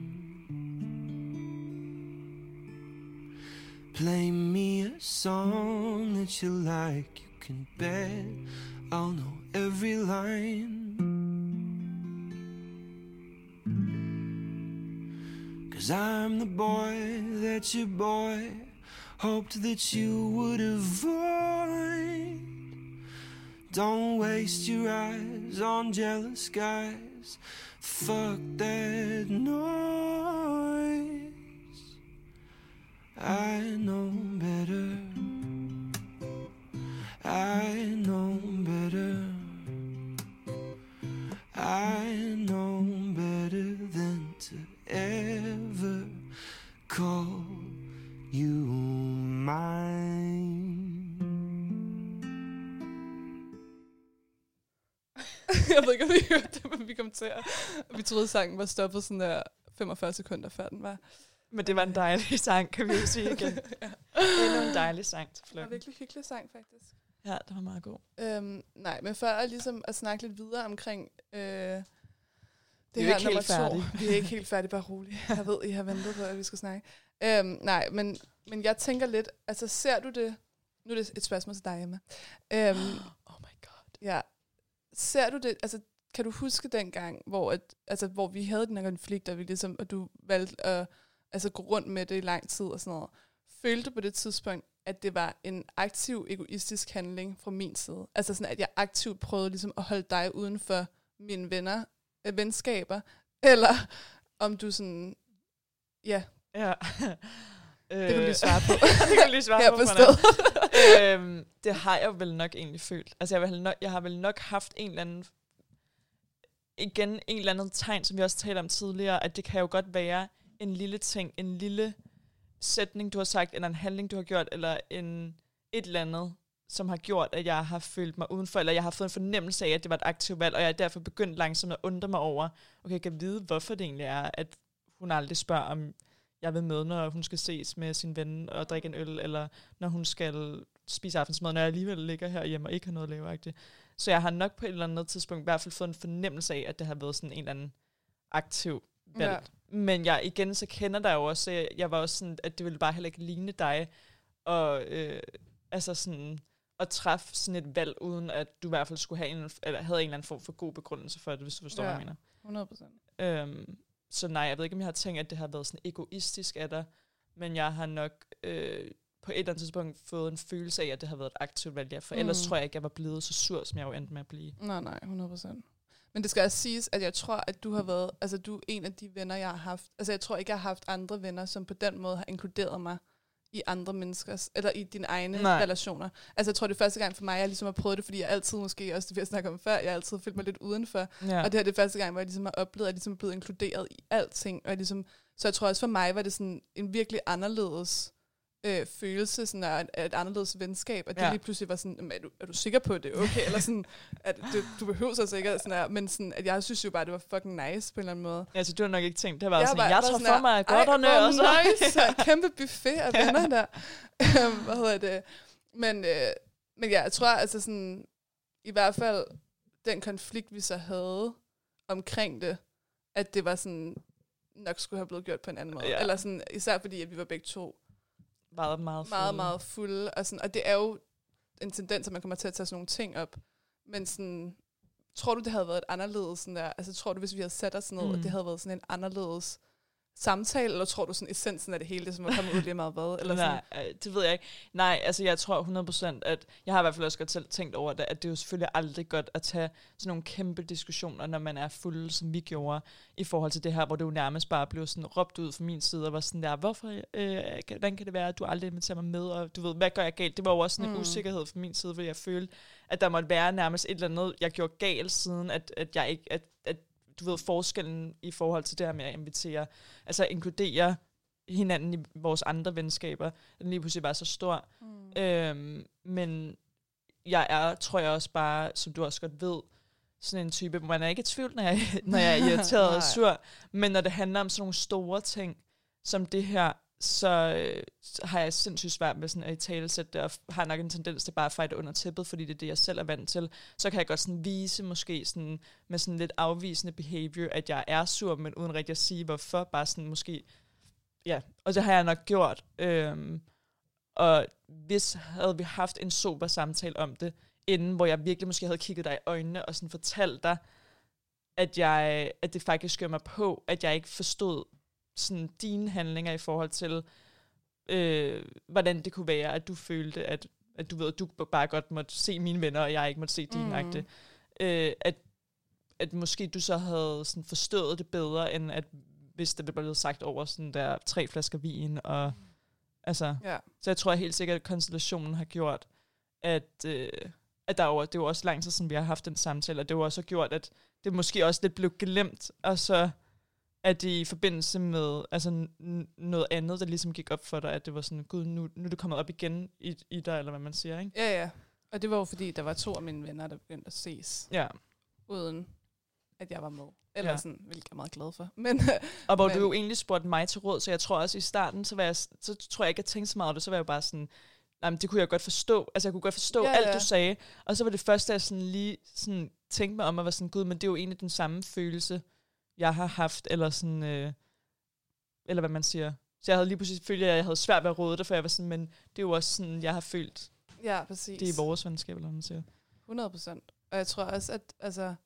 [SPEAKER 6] Play me a song that you like, you can bet I'll know every line. Cause I'm the boy that your boy hoped that you would avoid. Don't waste your eyes on jealous guys, fuck that noise. I know better, I know better, I know better than to ever call you mine.
[SPEAKER 2] Jeg ved ikke, om I hørte det, men vi kom til at... Vi troede, sangen var stoppet sådan der femogfyrre sekunder, før den var.
[SPEAKER 1] Men det var en dejlig sang, kan vi jo sige igen.
[SPEAKER 2] Ja.
[SPEAKER 1] Endnu en dejlig sang til
[SPEAKER 2] Det var
[SPEAKER 1] flokken.
[SPEAKER 2] virkelig hyggelig sang, faktisk.
[SPEAKER 1] Ja, det var meget god.
[SPEAKER 2] Øhm, nej, men for at, ligesom at snakke lidt videre omkring øh, det
[SPEAKER 1] Vi er
[SPEAKER 2] her
[SPEAKER 1] ikke
[SPEAKER 2] nummer
[SPEAKER 1] helt færdige.
[SPEAKER 2] to. Vi er ikke helt færdige, bare roligt. Jeg ved, I har ventet på, at vi skal snakke. Øhm, nej, men, men jeg tænker lidt, altså ser du det... Nu er det et spørgsmål til dig, Emma. Øhm,
[SPEAKER 1] Oh my god.
[SPEAKER 2] ja. Ser du det, altså kan du huske dengang, hvor, at, altså, hvor vi havde den her konflikt, og, vi ligesom, og du valgte at altså, gå rundt med det i lang tid og sådan noget. Følte du på det tidspunkt, at det var en aktiv, egoistisk handling fra min side? Altså sådan, at jeg aktivt prøvede ligesom at holde dig uden for mine venner, øh, venskaber, eller om du sådan, ja,
[SPEAKER 1] Ja.
[SPEAKER 2] det kan du lige svare på.
[SPEAKER 1] det kan du lige svare
[SPEAKER 2] Her
[SPEAKER 1] på.
[SPEAKER 2] på
[SPEAKER 1] Manon.
[SPEAKER 2] stedet.
[SPEAKER 1] øhm, det har jeg vel nok egentlig følt. Altså jeg, vil nok, jeg har vel nok haft en eller anden, igen en eller anden tegn, som vi også talte om tidligere, at det kan jo godt være en lille ting, en lille sætning, du har sagt, eller en handling, du har gjort, eller en, et eller andet, som har gjort, at jeg har følt mig udenfor, eller jeg har fået en fornemmelse af, at det var et aktivt valg, og jeg er derfor begyndt langsomt at undre mig over, okay, jeg kan vide, hvorfor det egentlig er, at hun aldrig spørger, om jeg vil med, når hun skal ses med sin ven og drikke en øl, eller når hun skal spise aftensmad, når jeg alligevel ligger herhjemme og ikke har noget at lave. Så jeg har nok på et eller andet tidspunkt i hvert fald fået en fornemmelse af, at det har været sådan en eller anden aktiv valg. Ja. Men jeg igen, så kender der jo også, jeg, jeg var også sådan, at det ville bare heller ikke ligne dig, og øh, altså sådan, at træffe sådan et valg, uden at du i hvert fald skulle have en, eller havde en eller anden form for god begrundelse for det, hvis du forstår,
[SPEAKER 2] Ja,
[SPEAKER 1] hvad jeg mener.
[SPEAKER 2] hundrede procent.
[SPEAKER 1] Øhm, så nej, jeg ved ikke, om jeg har tænkt, at det har været sådan egoistisk af dig, men jeg har nok øh, på et eller andet tidspunkt fået en følelse af, at det har været et aktivt valg, ja, for mm. ellers tror jeg ikke, jeg var blevet så sur, som jeg jo endte med at blive.
[SPEAKER 2] Nej, nej, hundrede procent. Men det skal også siges, at jeg tror, at du har været, altså du er en af de venner, jeg har haft. Altså jeg tror ikke, jeg har haft andre venner, som på den måde har inkluderet mig i andre menneskers, eller i dine egne Nej. relationer. Altså jeg tror, det er første gang for mig, jeg ligesom har prøvet det, fordi jeg altid måske, også det vi har snakket om før, jeg har altid følt mig lidt udenfor. Ja. Og det her det er første gang, hvor jeg ligesom har oplevet, at jeg ligesom er blevet inkluderet i alting. Og jeg ligesom, så jeg tror også for mig, var det sådan en virkelig anderledes øh, følelse, sådan af, af et anderledes venskab, at det ja. lige pludselig var sådan, er du, er du sikker på det, okay? Eller sådan, at det, du behøver så sikkert, sådan her, men sådan, at jeg synes jo bare, det var fucking nice på en eller anden måde.
[SPEAKER 1] Ja, så du har nok ikke tænkt, det var jeg sådan,
[SPEAKER 2] bare,
[SPEAKER 1] jeg tror for mig, godt og nø, og så.
[SPEAKER 2] Nice, kæmpe buffet af venner der. Hvad hedder det? Men, øh, men ja, jeg tror altså sådan, i hvert fald, den konflikt, vi så havde omkring det, at det var sådan, nok skulle have blevet gjort på en anden måde. Ja. Eller sådan, især fordi, at vi var begge to
[SPEAKER 1] meget, meget fulde.
[SPEAKER 2] Meget, meget fulde. Og, sådan, og det er jo en tendens, at man kommer til at tage sådan nogle ting op. Men sådan, tror du, det havde været et anderledes sådan der, altså tror du, hvis vi havde sat os ned, mm. at det havde været sådan en anderledes samtale, eller tror du sådan essensen af det hele, det som er kommet ud lige meget hvad? Eller
[SPEAKER 1] Nej,
[SPEAKER 2] sådan?
[SPEAKER 1] Det ved jeg ikke. Nej, altså jeg tror hundrede procent, at jeg har i hvert fald også godt selv tænkt over det, at det er jo selvfølgelig aldrig godt at tage sådan nogle kæmpe diskussioner, når man er fuld, som vi gjorde, i forhold til det her, hvor det jo nærmest bare blev sådan råbt ud fra min side, og var sådan der, hvorfor, øh, hvordan kan det være, at du aldrig inviterer mig med, og du ved, hvad gør jeg galt? Det var jo også sådan en mm. usikkerhed fra min side, hvor jeg følte, at der måtte være nærmest et eller andet, jeg gjorde galt siden, at, at jeg ikke, at, at du ved, forskellen i forhold til det her med at invitere, altså inkludere hinanden i vores andre venskaber, den lige pludselig var så stor. Mm. Øhm, men jeg er, tror jeg også bare, som du også godt ved, sådan en type, man er ikke i tvivl, når jeg, når jeg er irriteret og sur, men når det handler om sådan nogle store ting, som det her, så, øh, så har jeg sindssygt svært med sådan at italesætte det, og har nok en tendens til bare at fejde under tæppet, fordi det er det, jeg selv er vant til. Så kan jeg godt sådan vise, måske sådan, med sådan lidt afvisende behavior, at jeg er sur, men uden rigtig at sige, hvorfor. Bare sådan måske, ja, og det har jeg nok gjort. Øhm, og hvis havde vi haft en sober samtale om det, inden, hvor jeg virkelig måske havde kigget dig i øjnene, og sådan fortalt dig, at, jeg, at det faktisk gør mig på, at jeg ikke forstod sådan dine handlinger i forhold til, øh, hvordan det kunne være, at du følte, at, at du ved, at du bare godt måtte se mine venner, og jeg ikke måtte se dine mm. øh, at, at måske du så havde sådan forstået det bedre, end at hvis det blev blevet sagt over sådan der tre flasker vin, og mm. altså, ja. Så jeg tror helt sikkert, at konstellationen har gjort, at, øh, at der var, det var også lang tid siden, vi har haft den samtale, og det var også gjort, at det måske også lidt blev glemt, og så at det i forbindelse med altså n- noget andet, der ligesom gik op for dig, at det var sådan, gud, nu, nu er det kommet op igen i, i dig, eller hvad man siger, ikke?
[SPEAKER 2] Ja, ja. Og det var jo fordi, der var to af mine venner, der begyndte at ses.
[SPEAKER 1] Ja.
[SPEAKER 2] Uden at jeg var med. Eller ja. Sådan, hvilket jeg er meget glad for. Men,
[SPEAKER 1] og hvor
[SPEAKER 2] men,
[SPEAKER 1] du jo egentlig spurgte mig til råd, så jeg tror også i starten, så, var jeg, så tror jeg ikke, at jeg tænkte så meget over det, så var jeg jo bare sådan, nej, men det kunne jeg godt forstå. Altså jeg kunne godt forstå ja, alt, ja. Du sagde. Og så var det første, jeg sådan lige sådan, tænkte mig om, at være sådan, gud, men det er jo egentlig den samme følelse, jeg har haft, eller sådan, øh, eller hvad man siger. Så jeg havde lige pludselig følt, at jeg havde svært ved at råde det, for jeg var sådan, men det er jo også sådan, jeg har følt,
[SPEAKER 2] ja, præcis.
[SPEAKER 1] Det er i vores venskab, eller hvad man siger.
[SPEAKER 2] hundrede procent. Og jeg tror også, at, altså,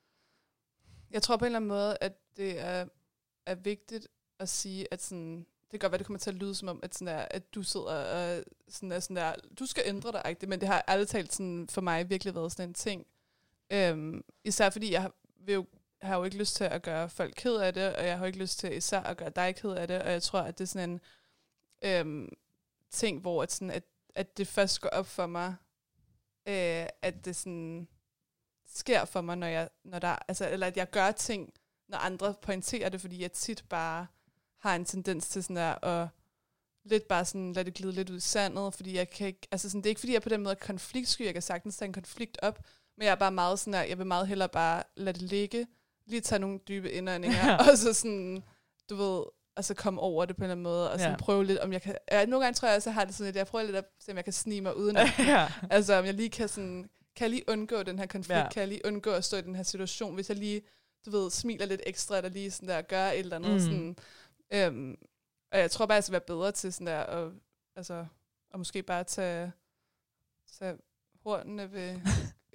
[SPEAKER 2] jeg tror på en eller anden måde, at det er, er vigtigt at sige, at sådan, det kan godt være, det kommer til at lyde som om, at, sådan der, at du sidder og sådan er sådan der, du skal ændre dig, ikke? Men det har ærligt talt sådan, for mig virkelig været sådan en ting. Øhm, især fordi jeg vil jo Jeg har jo ikke lyst til at gøre folk ked af det, og jeg har ikke lyst til især at gøre dig ked af det, og jeg tror, at det er sådan en øhm, ting, hvor at, sådan, at, at det først går op for mig, øh, at det sådan sker for mig, når jeg, når der, altså, eller at jeg gør ting, når andre pointerer det, fordi jeg tit bare har en tendens til sådan der, at lidt bare sådan lade det glide lidt ud i sandet, fordi jeg kan ikke, altså sådan, det er ikke fordi, jeg på den måde er konfliktsky, jeg kan sagtens tage en konflikt op, men jeg er bare meget sådan der, jeg vil meget hellere bare lade det ligge, lige tage nogle dybe indåndinger, ja. Og så sådan, du ved, altså komme over det på en eller anden måde, og sådan ja. Prøve lidt, om jeg kan, ja, nogle gange tror jeg også, jeg har det sådan lidt, jeg prøver lidt at se, om jeg kan snige mig uden at, ja. Altså om jeg lige kan sådan, kan jeg lige undgå den her konflikt, ja. Kan jeg lige undgå at stå i den her situation, hvis jeg lige, du ved, smiler lidt ekstra, eller lige sådan der, gør et eller andet, mm. sådan, øhm, og jeg tror bare, jeg skal være bedre til sådan der, og, altså, og måske bare tage, tage hornene ved,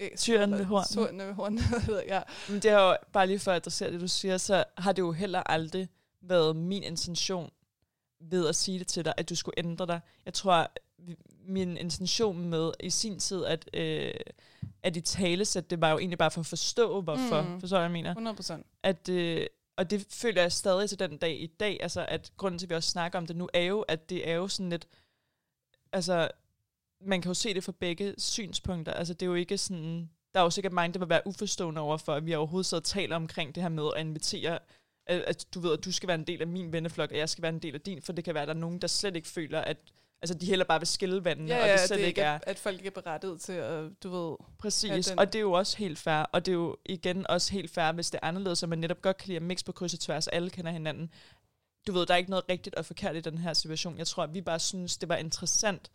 [SPEAKER 1] Tyren ved horn.
[SPEAKER 2] Tyren ved horn, ja.
[SPEAKER 1] Men det er jo, bare lige for at adressere det, du siger, så har det jo heller aldrig været min intention ved at sige det til dig, at du skulle ændre dig. Jeg tror, min intention med i sin tid, at, øh, at i talesæt, det var jo egentlig bare for at forstå, hvorfor. Mm. Forstår jeg, mener?
[SPEAKER 2] hundrede procent.
[SPEAKER 1] At, øh, og det føler jeg stadig til den dag i dag, altså at grunden til, at vi også snakker om det nu, er jo, at det er jo sådan lidt, altså, man kan jo se det fra begge synspunkter. Altså, det er jo ikke sådan, der er jo sikkert mange, der vil være uforstående overfor, at vi overhovedet sidder og taler omkring det her med at invitere, at du ved, at du skal være en del af min venneflok, og jeg skal være en del af din, for det kan være, at der er nogen, der slet ikke føler, at altså, de heller bare vil skille vandene,
[SPEAKER 2] ja, ja,
[SPEAKER 1] og det slet
[SPEAKER 2] det
[SPEAKER 1] ikke er...
[SPEAKER 2] at folk ikke er berettiget til at, du ved...
[SPEAKER 1] Præcis, den... og det er jo også helt fair, og det er jo igen også helt fair, hvis det er anderledes, så man netop godt kan lide at mixe på kryds og tværs, alle kender hinanden. Du ved, der er ikke noget rigtigt og forkert i den her situation. Jeg tror, at vi bare synes, det var interessant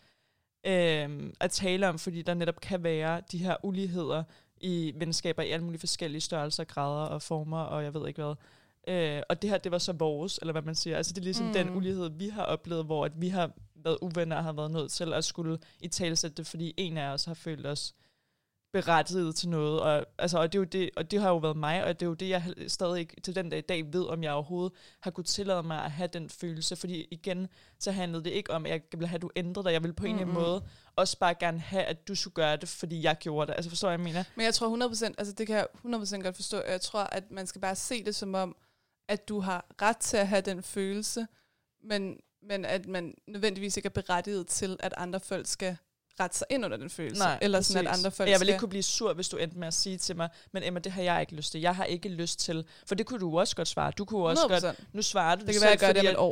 [SPEAKER 1] øh, at tale om, fordi der netop kan være de her uligheder i venskaber i alle mulige forskellige størrelser, grader og former, og jeg ved ikke hvad. Øh, og det her, det var så vores, eller hvad man siger. Altså det er ligesom mm. den ulighed, vi har oplevet, hvor at vi har været uvenner og har været nødt til at skulle i talesætte det, fordi en af os har følt os berettiget til noget. Og, altså, og, det er jo det, og det har jo været mig, og det er jo det, jeg stadig ikke til den dag i dag ved, om jeg overhovedet har kunnet tillade mig at have den følelse. Fordi igen, så handlede det ikke om, at jeg ville have, at du ændrede dig. Jeg ville på en eller anden måde også bare gerne have, at du skulle gøre det, fordi jeg gjorde det. Altså forstår jeg, mener?
[SPEAKER 2] Men jeg tror hundrede procent, altså det kan jeg hundrede procent godt forstå. Jeg tror, at man skal bare se det som om, at du har ret til at have den følelse, men, men at man nødvendigvis ikke er berettiget til, at andre folk skal rette sig ind under den følelse.
[SPEAKER 1] Nej,
[SPEAKER 2] eller sådan,
[SPEAKER 1] præcis.
[SPEAKER 2] At andre folk
[SPEAKER 1] jeg vil ikke
[SPEAKER 2] skal...
[SPEAKER 1] kunne blive sur, hvis du endte med at sige til mig, men Emma, det har jeg ikke lyst til. Jeg har ikke lyst til, for det kunne du også godt svare. Du kunne også
[SPEAKER 2] hundrede procent.
[SPEAKER 1] godt, nu svarer du
[SPEAKER 2] det kan
[SPEAKER 1] selv,
[SPEAKER 2] være, jeg gør det om et år.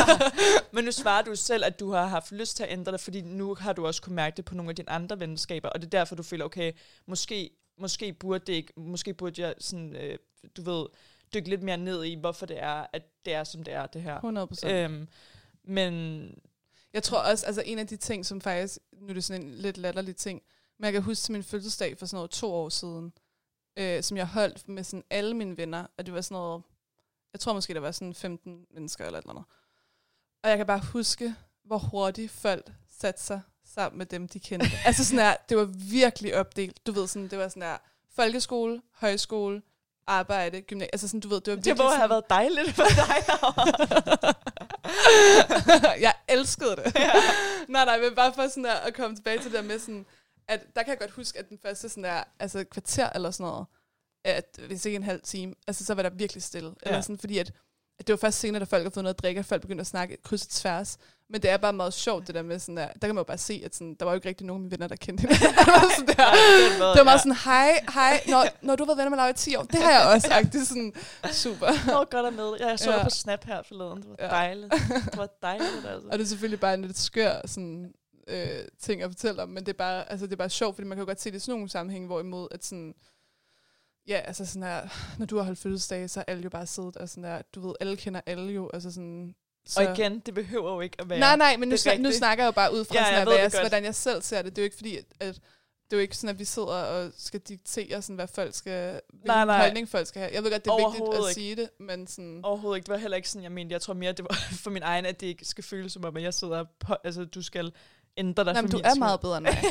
[SPEAKER 1] Men nu svarer du selv, at du har haft lyst til at ændre dig, fordi nu har du også kunne mærke det på nogle af dine andre venskaber, og det er derfor, du føler, okay, måske, måske burde det ikke, måske burde jeg sådan, øh, du ved, dykke lidt mere ned i, hvorfor det er, at det er, som det er, det her.
[SPEAKER 2] hundrede procent.
[SPEAKER 1] Øhm, men...
[SPEAKER 2] Jeg tror også, altså en af de ting, som faktisk, nu er det sådan en lidt latterlig ting, men jeg kan huske til min fødselsdag for sådan noget to år siden, øh, som jeg holdt med sådan alle mine venner, og det var sådan noget, jeg tror måske, der var sådan femten mennesker eller et eller andet. Og jeg kan bare huske, hvor hurtigt folk satte sig sammen med dem, de kendte. Altså sådan her, det var virkelig opdelt. Du ved sådan, det var sådan her, folkeskole, højskole, arbejde, gymnasium, altså sådan, du ved, det var virkelig...
[SPEAKER 1] Det må
[SPEAKER 2] sådan,
[SPEAKER 1] have været dejligt for dig.
[SPEAKER 2] Jeg elskede det. Ja. nej, nej, men bare for sådan der, at komme tilbage til det der med sådan, at der kan jeg godt huske, at den første sådan der, altså kvarter eller sådan noget, at hvis ikke en halv time, altså så var der virkelig stille. Ja. Eller sådan, fordi at, at det var først senere, da folk havde fået noget at drikke, og folk begyndte at snakke kryds og tværs. Men det er bare meget sjovt, det der med sådan der, der kan man jo bare se, at sådan, der var jo ikke rigtig nogen af mine venner, der kendte det. det var sådan der. Ja, det var meget sådan, hej, hej, når, når du har været venner med Laura i ti år, det har jeg også, agtigt sådan, super.
[SPEAKER 1] Åh, oh, godt at med. Ja, jeg så ja. på Snap her forleden, det var
[SPEAKER 2] ja.
[SPEAKER 1] dejligt. Det var dejligt, altså.
[SPEAKER 2] Og det er selvfølgelig bare en lidt skør sådan, øh, ting at fortælle om, men det er bare, altså, det er bare sjovt, fordi man kan jo godt se det i sådan nogle sammenhænge, hvorimod at sådan, ja, altså sådan her, når du har holdt fødselsdage, så er alle jo bare siddet, og sådan der, du ved, alle kender alle jo, altså sådan... Så.
[SPEAKER 1] Og igen, det behøver jo ikke at være...
[SPEAKER 2] Nej, nej, men nu, snak, nu snakker jeg jo bare ud fra,
[SPEAKER 1] ja,
[SPEAKER 2] sådan,
[SPEAKER 1] jeg
[SPEAKER 2] at,
[SPEAKER 1] ved
[SPEAKER 2] jeg,
[SPEAKER 1] det
[SPEAKER 2] hvordan jeg selv ser det. Det er jo ikke fordi, at, at det er jo ikke sådan, at vi sidder og skal diktere, sådan, hvad folk skal...
[SPEAKER 1] Nej, nej.
[SPEAKER 2] holdning folk skal have. Jeg ved godt, det er vigtigt at ikke. sige det, men sådan...
[SPEAKER 1] Overhovedet ikke. Det var heller ikke sådan, jeg mente. Jeg tror mere, det var for min egen, at det ikke skal føles som om, at jeg sidder på... Altså, du skal ændre dig.
[SPEAKER 2] Nej, men du er meget bedre end mig.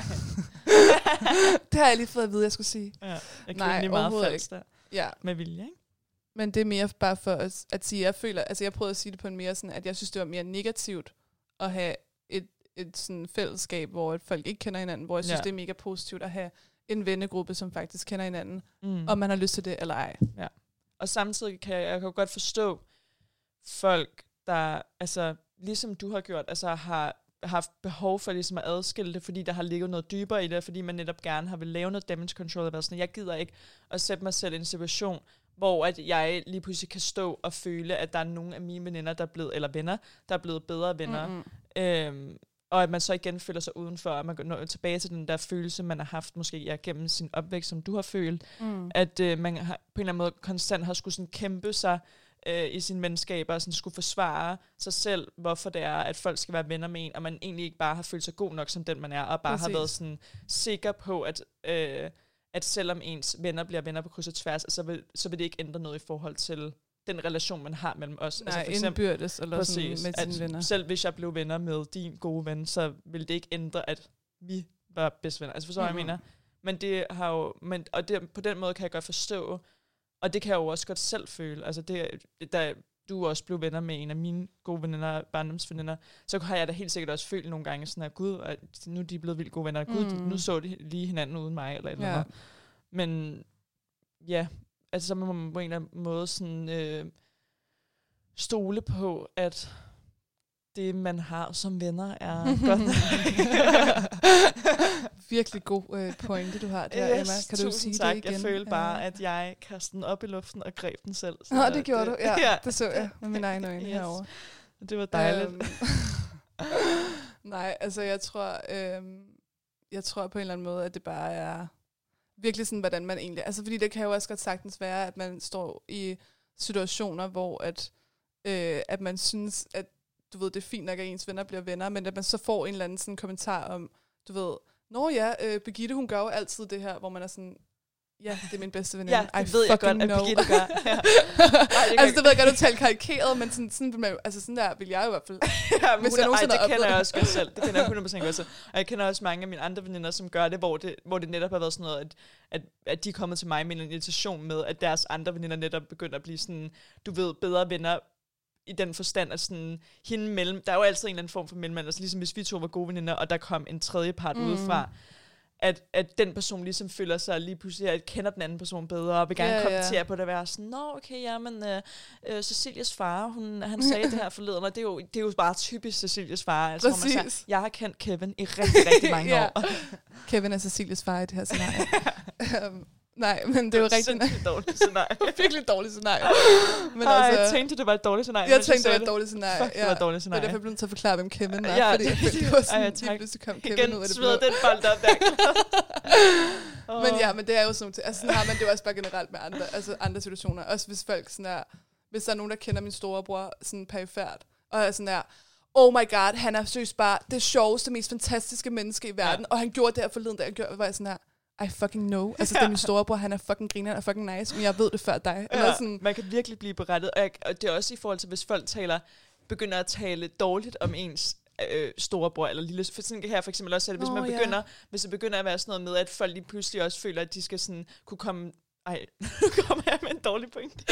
[SPEAKER 2] Det har jeg lige fået at vide, jeg skulle sige.
[SPEAKER 1] Ja, jeg kan lige meget falsk der.
[SPEAKER 2] Ja.
[SPEAKER 1] Med vilje, ikke?
[SPEAKER 2] Men det er mere bare for at, at sige, jeg føler, altså jeg prøvede at sige det på en mere sådan, at jeg synes, det var mere negativt at have et, et sådan fællesskab, hvor folk ikke kender hinanden, hvor jeg synes, ja. det er mega positivt at have en vennegruppe, som faktisk kender hinanden, mm. om man har lyst til det eller ej.
[SPEAKER 1] Ja. Og samtidig kan jeg, jeg kan godt forstå folk, der, altså ligesom du har gjort, altså har haft behov for ligesom at adskille det, fordi der har ligget noget dybere i det, fordi man netop gerne har vil lave noget damage control, og været sådan, jeg gider ikke at sætte mig selv i en situation, hvor at jeg lige pludselig kan stå og føle, at der er nogle af mine veninder, der er blevet, eller venner, der er blevet bedre venner. Mm-hmm. Øhm, og at man så igen føler sig udenfor, og man går tilbage til den der følelse, man har haft måske ja, gennem sin opvækst, som du har følt, mm. at øh, man har, på en eller anden måde konstant har skulle sådan kæmpe sig øh, i sine venskaber, og sådan skulle forsvare sig selv, hvorfor det er, at folk skal være venner med en, og man egentlig ikke bare har følt sig god nok som den, man er, og bare Præcis. har været sådan sikker på, at... Øh, at selvom ens venner bliver venner på kryds og tværs, så vil, så vil det ikke ændre noget i forhold til den relation, man har mellem os.
[SPEAKER 2] Nej,
[SPEAKER 1] altså
[SPEAKER 2] for indbyrdes eller
[SPEAKER 1] præcis,
[SPEAKER 2] sådan med sine venner.
[SPEAKER 1] Selv hvis jeg blev venner med din gode ven, så ville det ikke ændre, at vi var bedste venner. Altså forstår mm-hmm. jeg mener? Men det har jo, men, og det, på den måde kan jeg godt forstå, og det kan jeg jo også godt selv føle. Altså det, da du også blev venner med en af mine gode veninder, barndomsveninder, så har jeg da helt sikkert også følt nogle gange sådan, at gud, at nu er de blevet vildt gode venner, og gud, mm. nu så de lige hinanden uden mig, eller et eller andet. Men ja, altså så må man på en eller anden måde sådan øh, stole på, at det, man har som venner, er godt.
[SPEAKER 2] Virkelig god øh, pointe, du har der,
[SPEAKER 1] yes,
[SPEAKER 2] Emma. Kan du sige
[SPEAKER 1] tak.
[SPEAKER 2] det igen?
[SPEAKER 1] Jeg følte bare, at jeg kastede den op i luften og greb den selv.
[SPEAKER 2] Nå, det gjorde
[SPEAKER 1] det,
[SPEAKER 2] du. Ja,
[SPEAKER 1] ja,
[SPEAKER 2] det så jeg med mine egne øjne yes. herovre.
[SPEAKER 1] Det var dejligt.
[SPEAKER 2] Um, nej, altså jeg tror, øhm, jeg tror på en eller anden måde, at det bare er virkelig sådan, hvordan man egentlig... Altså fordi det kan jo også godt sagtens være, at man står i situationer, hvor at, øh, at man synes, at du ved, det er fint nok, at ens venner bliver venner, men at man så får en eller anden sådan kommentar om, du ved, nå ja, øh, Birgitte, hun gør jo altid det her, hvor man er sådan, ja, det er min bedste veninde.
[SPEAKER 1] Ja, det I ved jeg godt, know. At Birgitte gør. Ja. Ej,
[SPEAKER 2] det altså, det ved jeg godt, du taler karikeret, men sådan, sådan, man, altså, sådan der vil jeg i hvert fald.
[SPEAKER 1] Ja, hvis jeg ej, det kender jeg også godt selv. Det kender jeg hundrede procent godt selv. Og jeg kender også mange af mine andre veninder, som gør det, hvor det, hvor det netop har været sådan noget, at, at, at de er kommet til mig med en irritation med, at deres andre veninder netop begynder at blive sådan, du ved, bedre venner, i den forstand, at sådan, hende mellem, der er jo altid en eller anden form for mellemmand, altså ligesom hvis vi to var gode veninder, og der kom en tredje part mm. udefra, at, at den person ligesom føler sig lige pludselig, at kender den anden person bedre, og vil gerne yeah, kommentere yeah. på det, og være sådan, nå okay, ja, men uh, uh, Cecilias far, hun, han sagde det her forleden, og det er jo, det er jo bare typisk Cecilias far, altså, hvor man siger, jeg har kendt Kevin i rigtig, rigtig mange yeah. år.
[SPEAKER 2] Kevin er Cecilias far i det her scenarie. um, Nej, men det er jo rigtig...
[SPEAKER 1] Det er dårligt scenarie.
[SPEAKER 2] Virkelig dårligt scenarie.
[SPEAKER 1] Men Ej, altså, jeg tænkte, det var et dårligt scenarie.
[SPEAKER 2] Jeg tænkte, det var et dårligt scenarie.
[SPEAKER 1] Fuck, det var et dårligt scenarie.
[SPEAKER 2] Det er derfor, jeg blev nødt til at forklare, hvem Kevin er.
[SPEAKER 1] Ja,
[SPEAKER 2] fordi
[SPEAKER 1] det,
[SPEAKER 2] det var sådan,
[SPEAKER 1] Ej,
[SPEAKER 2] lige pludselig kom Kevin
[SPEAKER 1] igen,
[SPEAKER 2] ud af det
[SPEAKER 1] blå. Igen
[SPEAKER 2] den
[SPEAKER 1] bold op der.
[SPEAKER 2] oh. Men ja, men det er jo sådan, altså sådan har man det jo også bare generelt med andre, altså andre situationer. Også hvis folk sådan er, hvis der er nogen, der kender min storebror sådan perifært, og er sådan der, oh my god, han er seriøst bare det sjoveste, mest fantastiske menneske i verden, ja. Og han gjorde det her forleden, da jeg gjorde, var jeg sådan her, I fucking know. Altså, ja. Det er min storebror, han er fucking griner og fucking nice, men jeg ved det før dig.
[SPEAKER 1] Ja,
[SPEAKER 2] eller sådan.
[SPEAKER 1] Man kan virkelig blive berettet, og, jeg, og det er også i forhold til, hvis folk taler, begynder at tale dårligt om ens øh, storebror eller lille. For sådan her for eksempel også, at hvis oh, man begynder, ja. Hvis det begynder at være sådan noget med, at folk lige pludselig også føler, at de skal sådan kunne komme... Ej, nu kommer jeg med en dårlig point.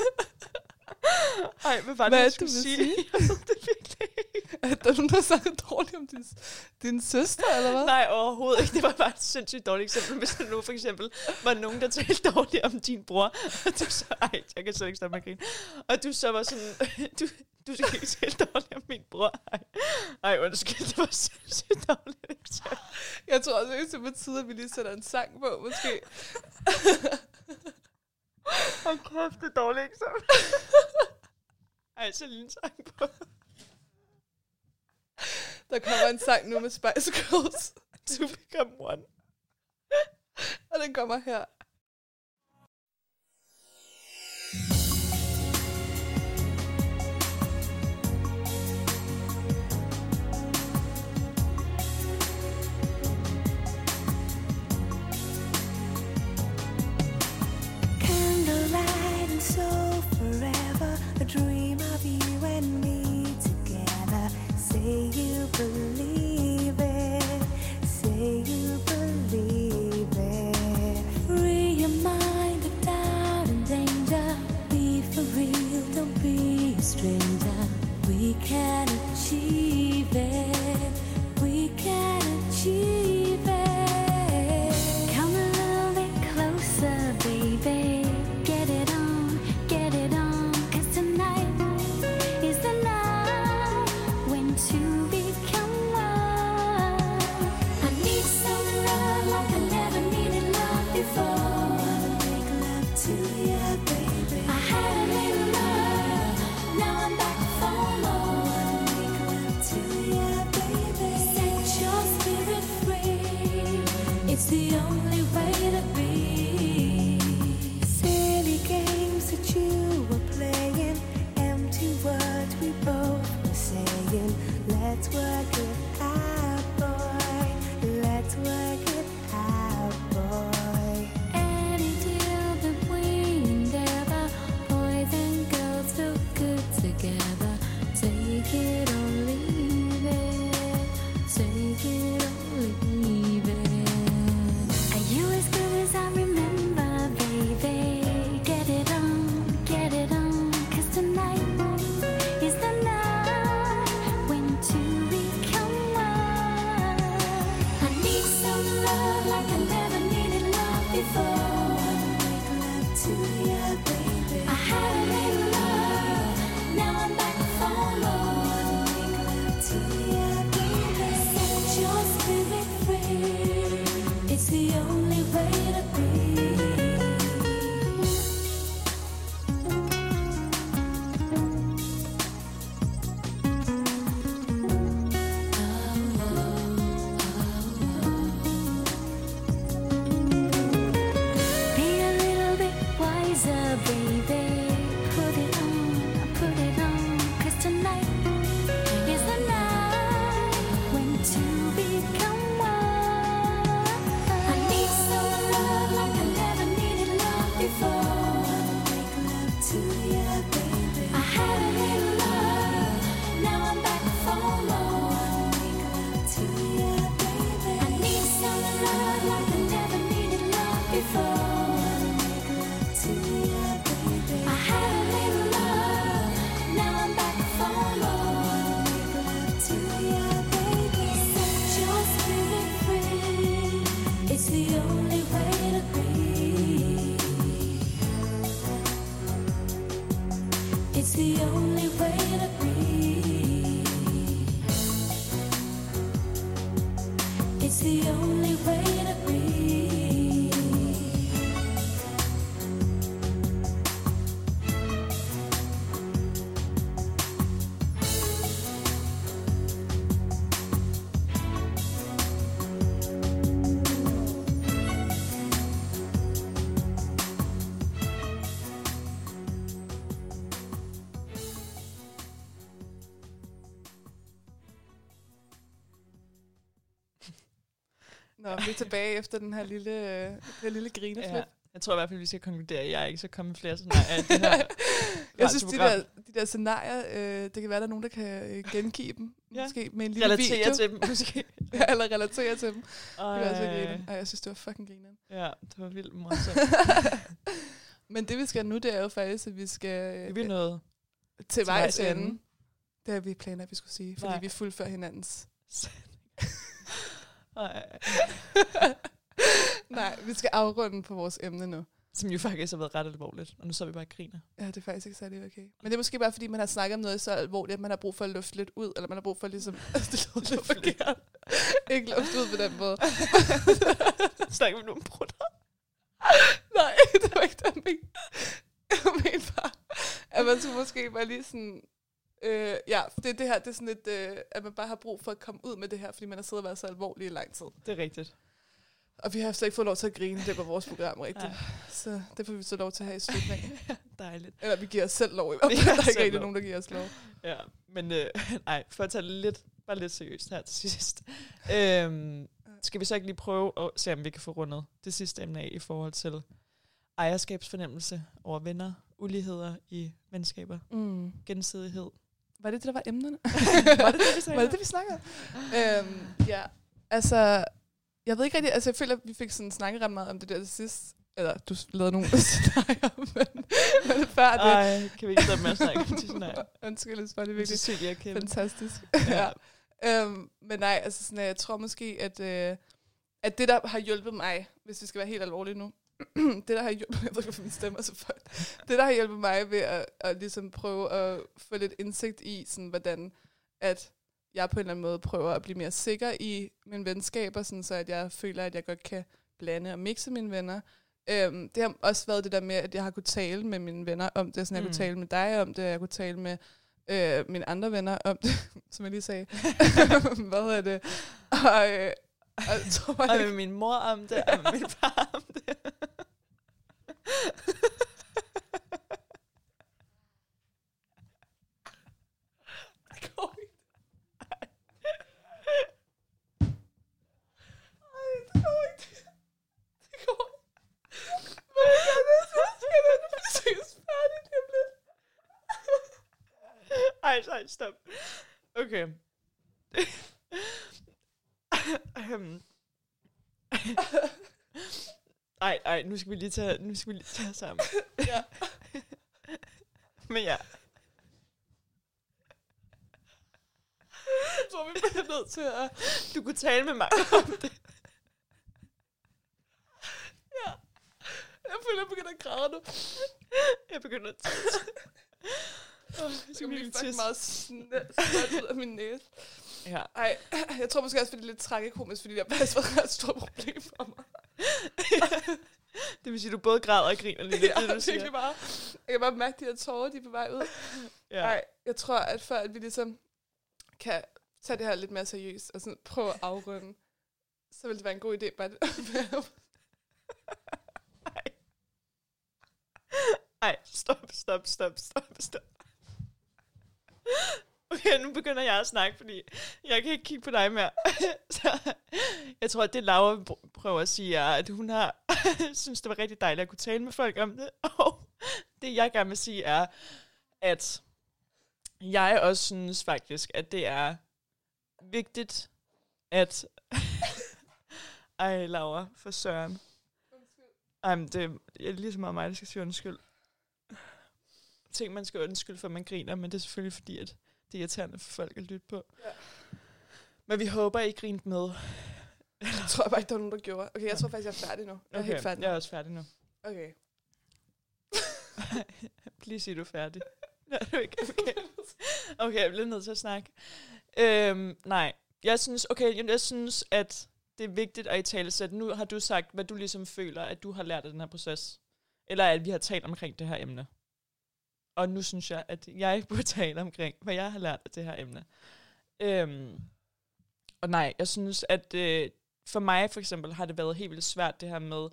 [SPEAKER 1] Ej, hvad var det,
[SPEAKER 2] hvad
[SPEAKER 1] jeg skulle sige? sige? Det er virkelig
[SPEAKER 2] at der er nogen, der snakker dårligt om din, din søster, eller hvad?
[SPEAKER 1] Nej, overhovedet ikke. Det var bare et sindssygt dårligt eksempel. Hvis der nu for eksempel var nogen, der talte dårligt om din bror, og du så... Ej, jeg kan slet ikke stoppe med at grine. Og du så var sådan... Du, du skal ikke tale dårligt om min bror. Ej, Ej undskyld, det var sindssygt dårligt eksempel.
[SPEAKER 2] Jeg tror også, at det er på tide, at vi lige sætter en sang på, måske.
[SPEAKER 1] Hold kæft, det er dårligt eksempel. Ej, så lige en sang på.
[SPEAKER 2] Der kommer en sang nu med Spice Girls.
[SPEAKER 1] To Become One.
[SPEAKER 2] Og den kommer her.
[SPEAKER 5] Candlelight and soul forever, a dream of you and me together. Say you believe it, say you believe it. Free your mind of doubt and danger. Be for real, don't be a stranger. We can achieve it, we can achieve it. Come a little bit closer, baby. Get it on, get it on. 'Cause tonight is the night when two become one. I need some love like I never needed love before. Wanna make love to you, baby. I had a little love, now I'm back for more. Wanna make love to you, baby. Set your spirit free, it's the only way to be. Silly games that you were playing, empty words we both were saying. Let's work it out, boy. Let's work it out, boy. Any deal that we endeavor, boys and girls feel good together. Take it or leave it, take it or leave it. Are you It's the only way to breathe.
[SPEAKER 2] Nå, vi er tilbage efter den her lille, øh, her lille grineflip.
[SPEAKER 1] Ja. Jeg tror i hvert fald, vi skal konkludere, at jeg ikke skal komme med flere sådan af det her.
[SPEAKER 2] Jeg synes, de der, de der scenarier, øh, det kan være, der er nogen, der kan øh, gengive dem.
[SPEAKER 1] Ja.
[SPEAKER 2] Måske med en lille
[SPEAKER 1] Relatere
[SPEAKER 2] video.
[SPEAKER 1] til dem, måske.
[SPEAKER 2] Ja, eller relatere til dem.
[SPEAKER 1] Ej.
[SPEAKER 2] Det var altså grine. Ej, jeg synes, det var fucking griner.
[SPEAKER 1] Ja, det var vildt morsomt.
[SPEAKER 2] Men det, vi skal nu, det er jo faktisk, at vi skal
[SPEAKER 1] Det er noget
[SPEAKER 2] til vejs ende.
[SPEAKER 1] ende.
[SPEAKER 2] Det har vi planer, at vi skulle sige, fordi
[SPEAKER 1] Nej.
[SPEAKER 2] vi fuldfører hinandens.
[SPEAKER 1] Ej.
[SPEAKER 2] Nej, vi skal afrunde på vores emne nu.
[SPEAKER 1] Som jo faktisk har været ret alvorligt, og nu så vi bare og griner.
[SPEAKER 2] Ja, det er faktisk ikke særlig okay. Men det er måske bare, fordi man har snakket om noget så alvorligt, at man har brug for at lufte lidt ud, eller man har brug for ligesom... det lyder lidt forkert. Ikke lufte ud på den måde.
[SPEAKER 1] Snakker vi nu om brutter?
[SPEAKER 2] Nej, det var ikke det, jeg mente. Jeg mente bare, at man skulle måske bare lige sådan... Øh, ja, det er det her, det er sådan lidt, øh, at man bare har brug for at komme ud med det her, fordi man har siddet og været så alvorlig i lang tid.
[SPEAKER 1] Det er rigtigt.
[SPEAKER 2] Og vi har slet ikke fået lov til at grine, det var vores program rigtigt. Ja. Så det får vi så lov til at have i slutningen.
[SPEAKER 1] Dejligt.
[SPEAKER 2] Eller vi giver os selv lov i hvert fald.
[SPEAKER 1] Vi giver
[SPEAKER 2] Der
[SPEAKER 1] os
[SPEAKER 2] er ikke
[SPEAKER 1] selv
[SPEAKER 2] rigtig
[SPEAKER 1] lov.
[SPEAKER 2] nogen, der giver os lov.
[SPEAKER 1] Ja, men øh, nej, for at tage det lidt, bare lidt seriøst her til sidst. øhm, skal vi så ikke lige prøve at se, om vi kan få rundet det sidste emne af i forhold til ejerskabsfornemmelse over venner, uligheder i venskaber,
[SPEAKER 2] Mm.
[SPEAKER 1] gensidighed.
[SPEAKER 2] Var det det, der var emnerne?
[SPEAKER 1] Var det det, vi sagde?
[SPEAKER 2] Var det det, vi snakkede om? øhm, ja, altså... Jeg ved ikke rigtig, altså jeg føler, at vi fik sådan snakket ret meget om det der til sidst. Eller du lavede nogle scenarier, men, men før det...
[SPEAKER 1] Ej, kan vi ikke stoppe med at snakke om det scenarier?
[SPEAKER 2] Undskyld, det var det
[SPEAKER 1] Det er
[SPEAKER 2] virkelig
[SPEAKER 1] sygt, jeg kan.
[SPEAKER 2] fantastisk.
[SPEAKER 1] Ja.
[SPEAKER 2] ja. Øhm, men nej, altså sådan, jeg tror måske, at, øh, at det, der har hjulpet mig, hvis vi skal være helt alvorlige nu, det, der har hjulpet, jeg ved ikke, min stemme er så flot, det, der har hjulpet mig ved at, at ligesom prøve at få lidt indsigt i, sådan, hvordan at jeg på en eller anden måde prøver at blive mere sikker i mine venskaber, sådan, så at jeg føler, at jeg godt kan blande og mixe mine venner. Øhm, det har også været det der med, at jeg har kunne tale med mine venner om det, sådan jeg
[SPEAKER 1] Mm.
[SPEAKER 2] kunne tale med dig om det, jeg kunne tale med øh, mine andre venner om det, som jeg lige sagde. Hvad hedder det? Og, øh, og jeg tror bare
[SPEAKER 1] Og
[SPEAKER 2] ikke...
[SPEAKER 1] med min mor om det, og med min far om det.
[SPEAKER 2] Det går ikke. Ej, det går ikke. Det går ikke. Men jeg kan det, så skal det, det bliver seriøst færdigt lige om lidt.
[SPEAKER 1] Ej, ej, stop. Okay. Øhm. Ej, ej, nu skal vi lige tage, nu skal vi lige tage os sammen.
[SPEAKER 2] Ja.
[SPEAKER 1] Men ja.
[SPEAKER 2] Jeg tror, vi bliver nødt til at...
[SPEAKER 1] Du kunne tale med mig om det.
[SPEAKER 2] Ja. Jeg føler, jeg begynder at græde nu.
[SPEAKER 1] Jeg begynder at oh,
[SPEAKER 2] Jeg skal blive fucking meget snart ud af min næse.
[SPEAKER 1] Ja.
[SPEAKER 2] Ej, jeg tror måske også, fordi det er lidt tragikomisk, fordi det har faktisk været et ret stort problem for mig.
[SPEAKER 1] Det vil sige, at du både græder og griner lige lidt,
[SPEAKER 2] Ja,
[SPEAKER 1] det du siger.
[SPEAKER 2] virkelig bare. Jeg kan bare mærke, at de her tårer, de er på vej ud.
[SPEAKER 1] Ja.
[SPEAKER 2] Nej, jeg tror, at før at vi ligesom kan tage det her lidt mere seriøst, og sådan prøve at afrunde, så vil det være en god idé bare
[SPEAKER 1] Ej. Ej, stop, stop, stop, stop, stop. Okay, nu begynder jeg at snakke, fordi jeg kan ikke kigge på dig mere. Så jeg tror, at det Laura pr- prøver at sige, er, at hun har synes, det var rigtig dejligt at kunne tale med folk om det. Og det, jeg gerne vil sige, er, at jeg også synes faktisk, at det er vigtigt, at... Ej, Laura, for søren. Ej, men det er ligesom meget mig, der skal sige undskyld. Tænk, man skal undskylde, for man griner, men det er selvfølgelig fordi, at det er irriterende for folk at lytte på.
[SPEAKER 2] Ja.
[SPEAKER 1] Men vi håber, I grinte med.
[SPEAKER 2] Jeg tror bare ikke, der var nogen, der gjorde. Okay, jeg tror faktisk, jeg er færdig nu. Jeg er
[SPEAKER 1] Okay,
[SPEAKER 2] helt færdig.
[SPEAKER 1] jeg er også færdig nu.
[SPEAKER 2] Okay.
[SPEAKER 1] Please sig, du er færdig. Er du ikke? Okay. Okay, jeg bliver nødt til at snakke. Øhm, nej, jeg synes, okay, jeg, jeg synes, at det er vigtigt at i tale sætte. Nu har du sagt, hvad du ligesom føler, at du har lært af den her proces. Eller at vi har talt omkring det her emne. Og nu synes jeg, at jeg burde tale omkring, hvad jeg har lært af det her emne. Øhm, og nej, jeg synes, at øh, for mig for eksempel har det været helt vildt svært det her med,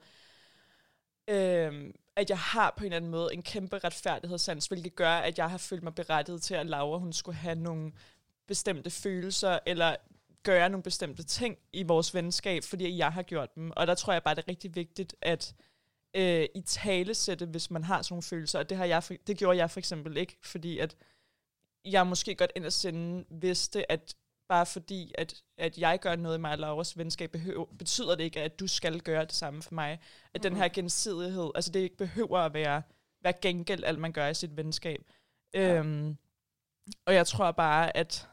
[SPEAKER 1] øh, at jeg har på en eller anden måde en kæmpe retfærdighedssans, hvilket gør, at jeg har følt mig berettiget til, at Laura hun skulle have nogle bestemte følelser, eller gøre nogle bestemte ting i vores venskab, fordi jeg har gjort dem. Og der tror jeg bare, det er rigtig vigtigt, at øh, i talesætte, hvis man har sådan nogle følelser, og det, har jeg for, det gjorde jeg for eksempel ikke, fordi at jeg måske godt ind og sende vidste, at bare fordi, at, at jeg gør noget i mig og Lauras venskab, behøver, betyder det ikke, at du skal gøre det samme for mig. At mm. den her gensidighed, altså det ikke behøver at være, være gengæld, alt man gør i sit venskab. Ja. Øhm, og jeg tror bare, at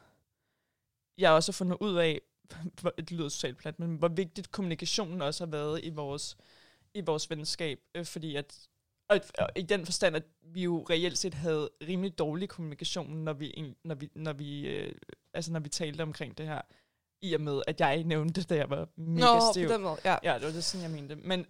[SPEAKER 1] jeg også har fundet ud af, hvor, det lyder socialt plat, men hvor vigtigt kommunikationen også har været i vores, i vores venskab. Øh, fordi at, og, og i den forstand, at vi jo reelt set havde rimelig dårlig kommunikation, når vi, når vi, når vi, øh, altså når vi talte omkring det her. I og med, at jeg nævnte det, da jeg var mega
[SPEAKER 2] Nå,
[SPEAKER 1] stiv.
[SPEAKER 2] på den måde, ja.
[SPEAKER 1] Ja, det var det sådan, jeg mente. Men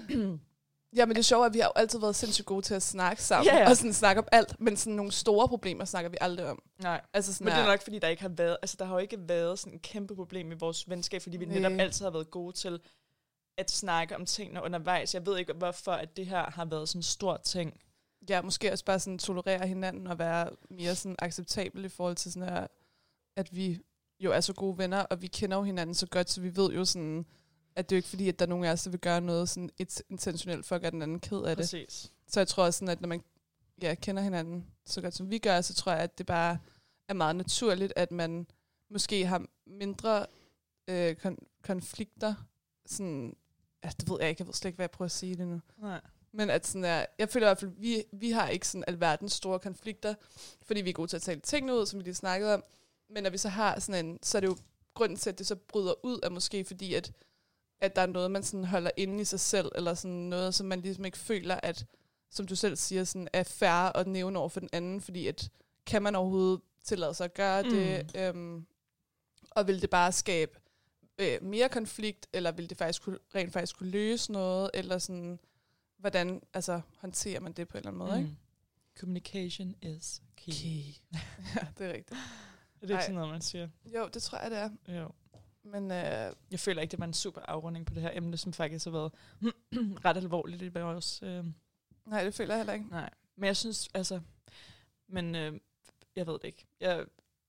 [SPEAKER 2] ja, men det er sjovt, at vi har jo altid været sindssygt gode til at snakke sammen,
[SPEAKER 1] ja, ja.
[SPEAKER 2] og sådan snakke om alt, men sådan nogle store problemer snakker vi aldrig om.
[SPEAKER 1] nej,
[SPEAKER 2] Altså sådan
[SPEAKER 1] men det er
[SPEAKER 2] her-
[SPEAKER 1] nok, fordi der ikke har været, altså der har jo ikke været sådan et kæmpe problem i vores venskab, fordi vi
[SPEAKER 2] Nej.
[SPEAKER 1] netop altid har været gode til at snakke om tingene undervejs. Jeg ved ikke, hvorfor at det her har været sådan en stor ting.
[SPEAKER 2] Ja, måske også bare sådan tolerere hinanden og være mere sådan acceptabel i forhold til sådan her, at vi jo er så gode venner, og vi kender jo hinanden så godt, så vi ved jo sådan, at det er jo ikke fordi, at der er nogen af os, der vil gøre noget sådan et intentionelt for at gøre den anden ked af det.
[SPEAKER 1] Præcis.
[SPEAKER 2] Så jeg tror også sådan, at når man ja, kender hinanden så godt som vi gør, så tror jeg, at det bare er meget naturligt, at man måske har mindre øh, kon- konflikter. Sådan, ja, det ved jeg ikke, jeg ved slet ikke, hvad jeg prøver at sige det nu.
[SPEAKER 1] Nej.
[SPEAKER 2] Men at sådan er, jeg føler i hvert fald, vi, vi har ikke sådan alverdens store konflikter, fordi vi er gode til at tale tingene ud, som vi lige snakkede om. Men når vi så har sådan en, så er det jo grunden til, at det så bryder ud, er måske fordi, at, at der er noget, man sådan holder inde i sig selv, eller sådan noget, som man ligesom ikke føler, at, som du selv siger, sådan er fair at nævne over for den anden, fordi at, kan man overhovedet tillade sig at gøre mm. det, øhm, og vil det bare skabe øh, mere konflikt, eller vil det faktisk kunne, rent faktisk kunne løse noget, eller sådan, hvordan altså, håndterer man det på en eller anden måde,
[SPEAKER 1] Mm.
[SPEAKER 2] ikke?
[SPEAKER 1] Communication is key.
[SPEAKER 2] Okay. Ja, det er rigtigt.
[SPEAKER 1] Er det ikke
[SPEAKER 2] Ej.
[SPEAKER 1] sådan noget, man siger?
[SPEAKER 2] Jo, det tror jeg, det er.
[SPEAKER 1] Jo.
[SPEAKER 2] Men øh,
[SPEAKER 1] Jeg føler ikke, det var en super afrunding på det her emne, som faktisk har været ret alvorligt i vores... Øh,
[SPEAKER 2] nej, det føler jeg heller ikke.
[SPEAKER 1] nej. Men jeg synes, altså... Men øh, jeg ved det ikke. Jeg,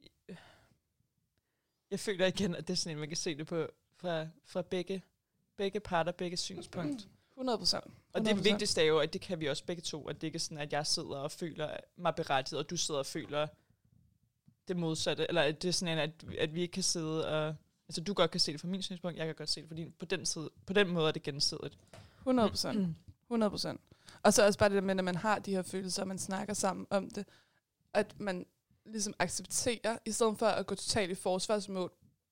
[SPEAKER 1] jeg føler igen, at det er sådan en, man kan se det på fra, fra begge, begge parter, begge synspunkt.
[SPEAKER 2] hundrede procent.
[SPEAKER 1] Og det vigtigste er jo, at det kan vi også begge to, at det ikke er sådan, at jeg sidder og føler mig berettiget, og du sidder og føler det modsatte, eller at det er sådan en, at, at vi ikke kan sidde og... Altså, du godt kan se det fra min synspunkt, jeg kan godt se det fra din. På den, side, på den måde er det gensidigt.
[SPEAKER 2] hundrede procent. hundrede procent. Og så også bare det der med, når man har de her følelser, og man snakker sammen om det, at man ligesom accepterer, i stedet for at gå totalt i forsvarsmode,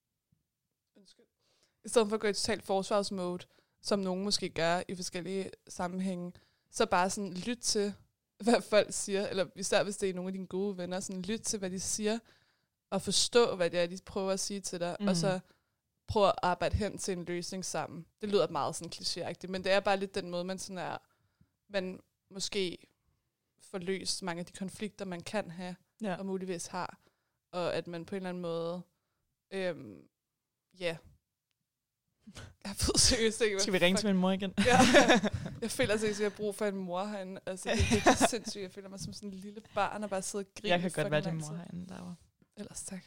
[SPEAKER 2] i stedet for at gå i totalt forsvarsmode, som nogen måske gør i forskellige sammenhænge, så bare sådan lyt til, hvad folk siger, eller især hvis det er nogle af dine gode venner, sådan lyt til, hvad de siger, og forstå, hvad det er, de prøver at sige til dig, mm. og så prøve at arbejde hen til en løsning sammen. Det lyder meget sådan klichéagtigt, men det er bare lidt den måde, man sådan er, man måske får løst mange af de konflikter, man kan have,
[SPEAKER 1] Ja.
[SPEAKER 2] og muligvis har, og at man på en eller anden måde, øhm, ja, jeg ved seriøst ikke, hvad
[SPEAKER 1] Skal vi ringe
[SPEAKER 2] fuck-
[SPEAKER 1] til min mor igen?
[SPEAKER 2] Ja, jeg føler seriøst, at jeg har brug for en mor herinde. Altså, det er virkelig sindssygt. Jeg føler mig som sådan en lille barn, og bare sidder og griner.
[SPEAKER 1] Jeg kan godt være din
[SPEAKER 2] fucking
[SPEAKER 1] mor
[SPEAKER 2] lang tid.
[SPEAKER 1] herinde, Laura.
[SPEAKER 2] Ellers tak.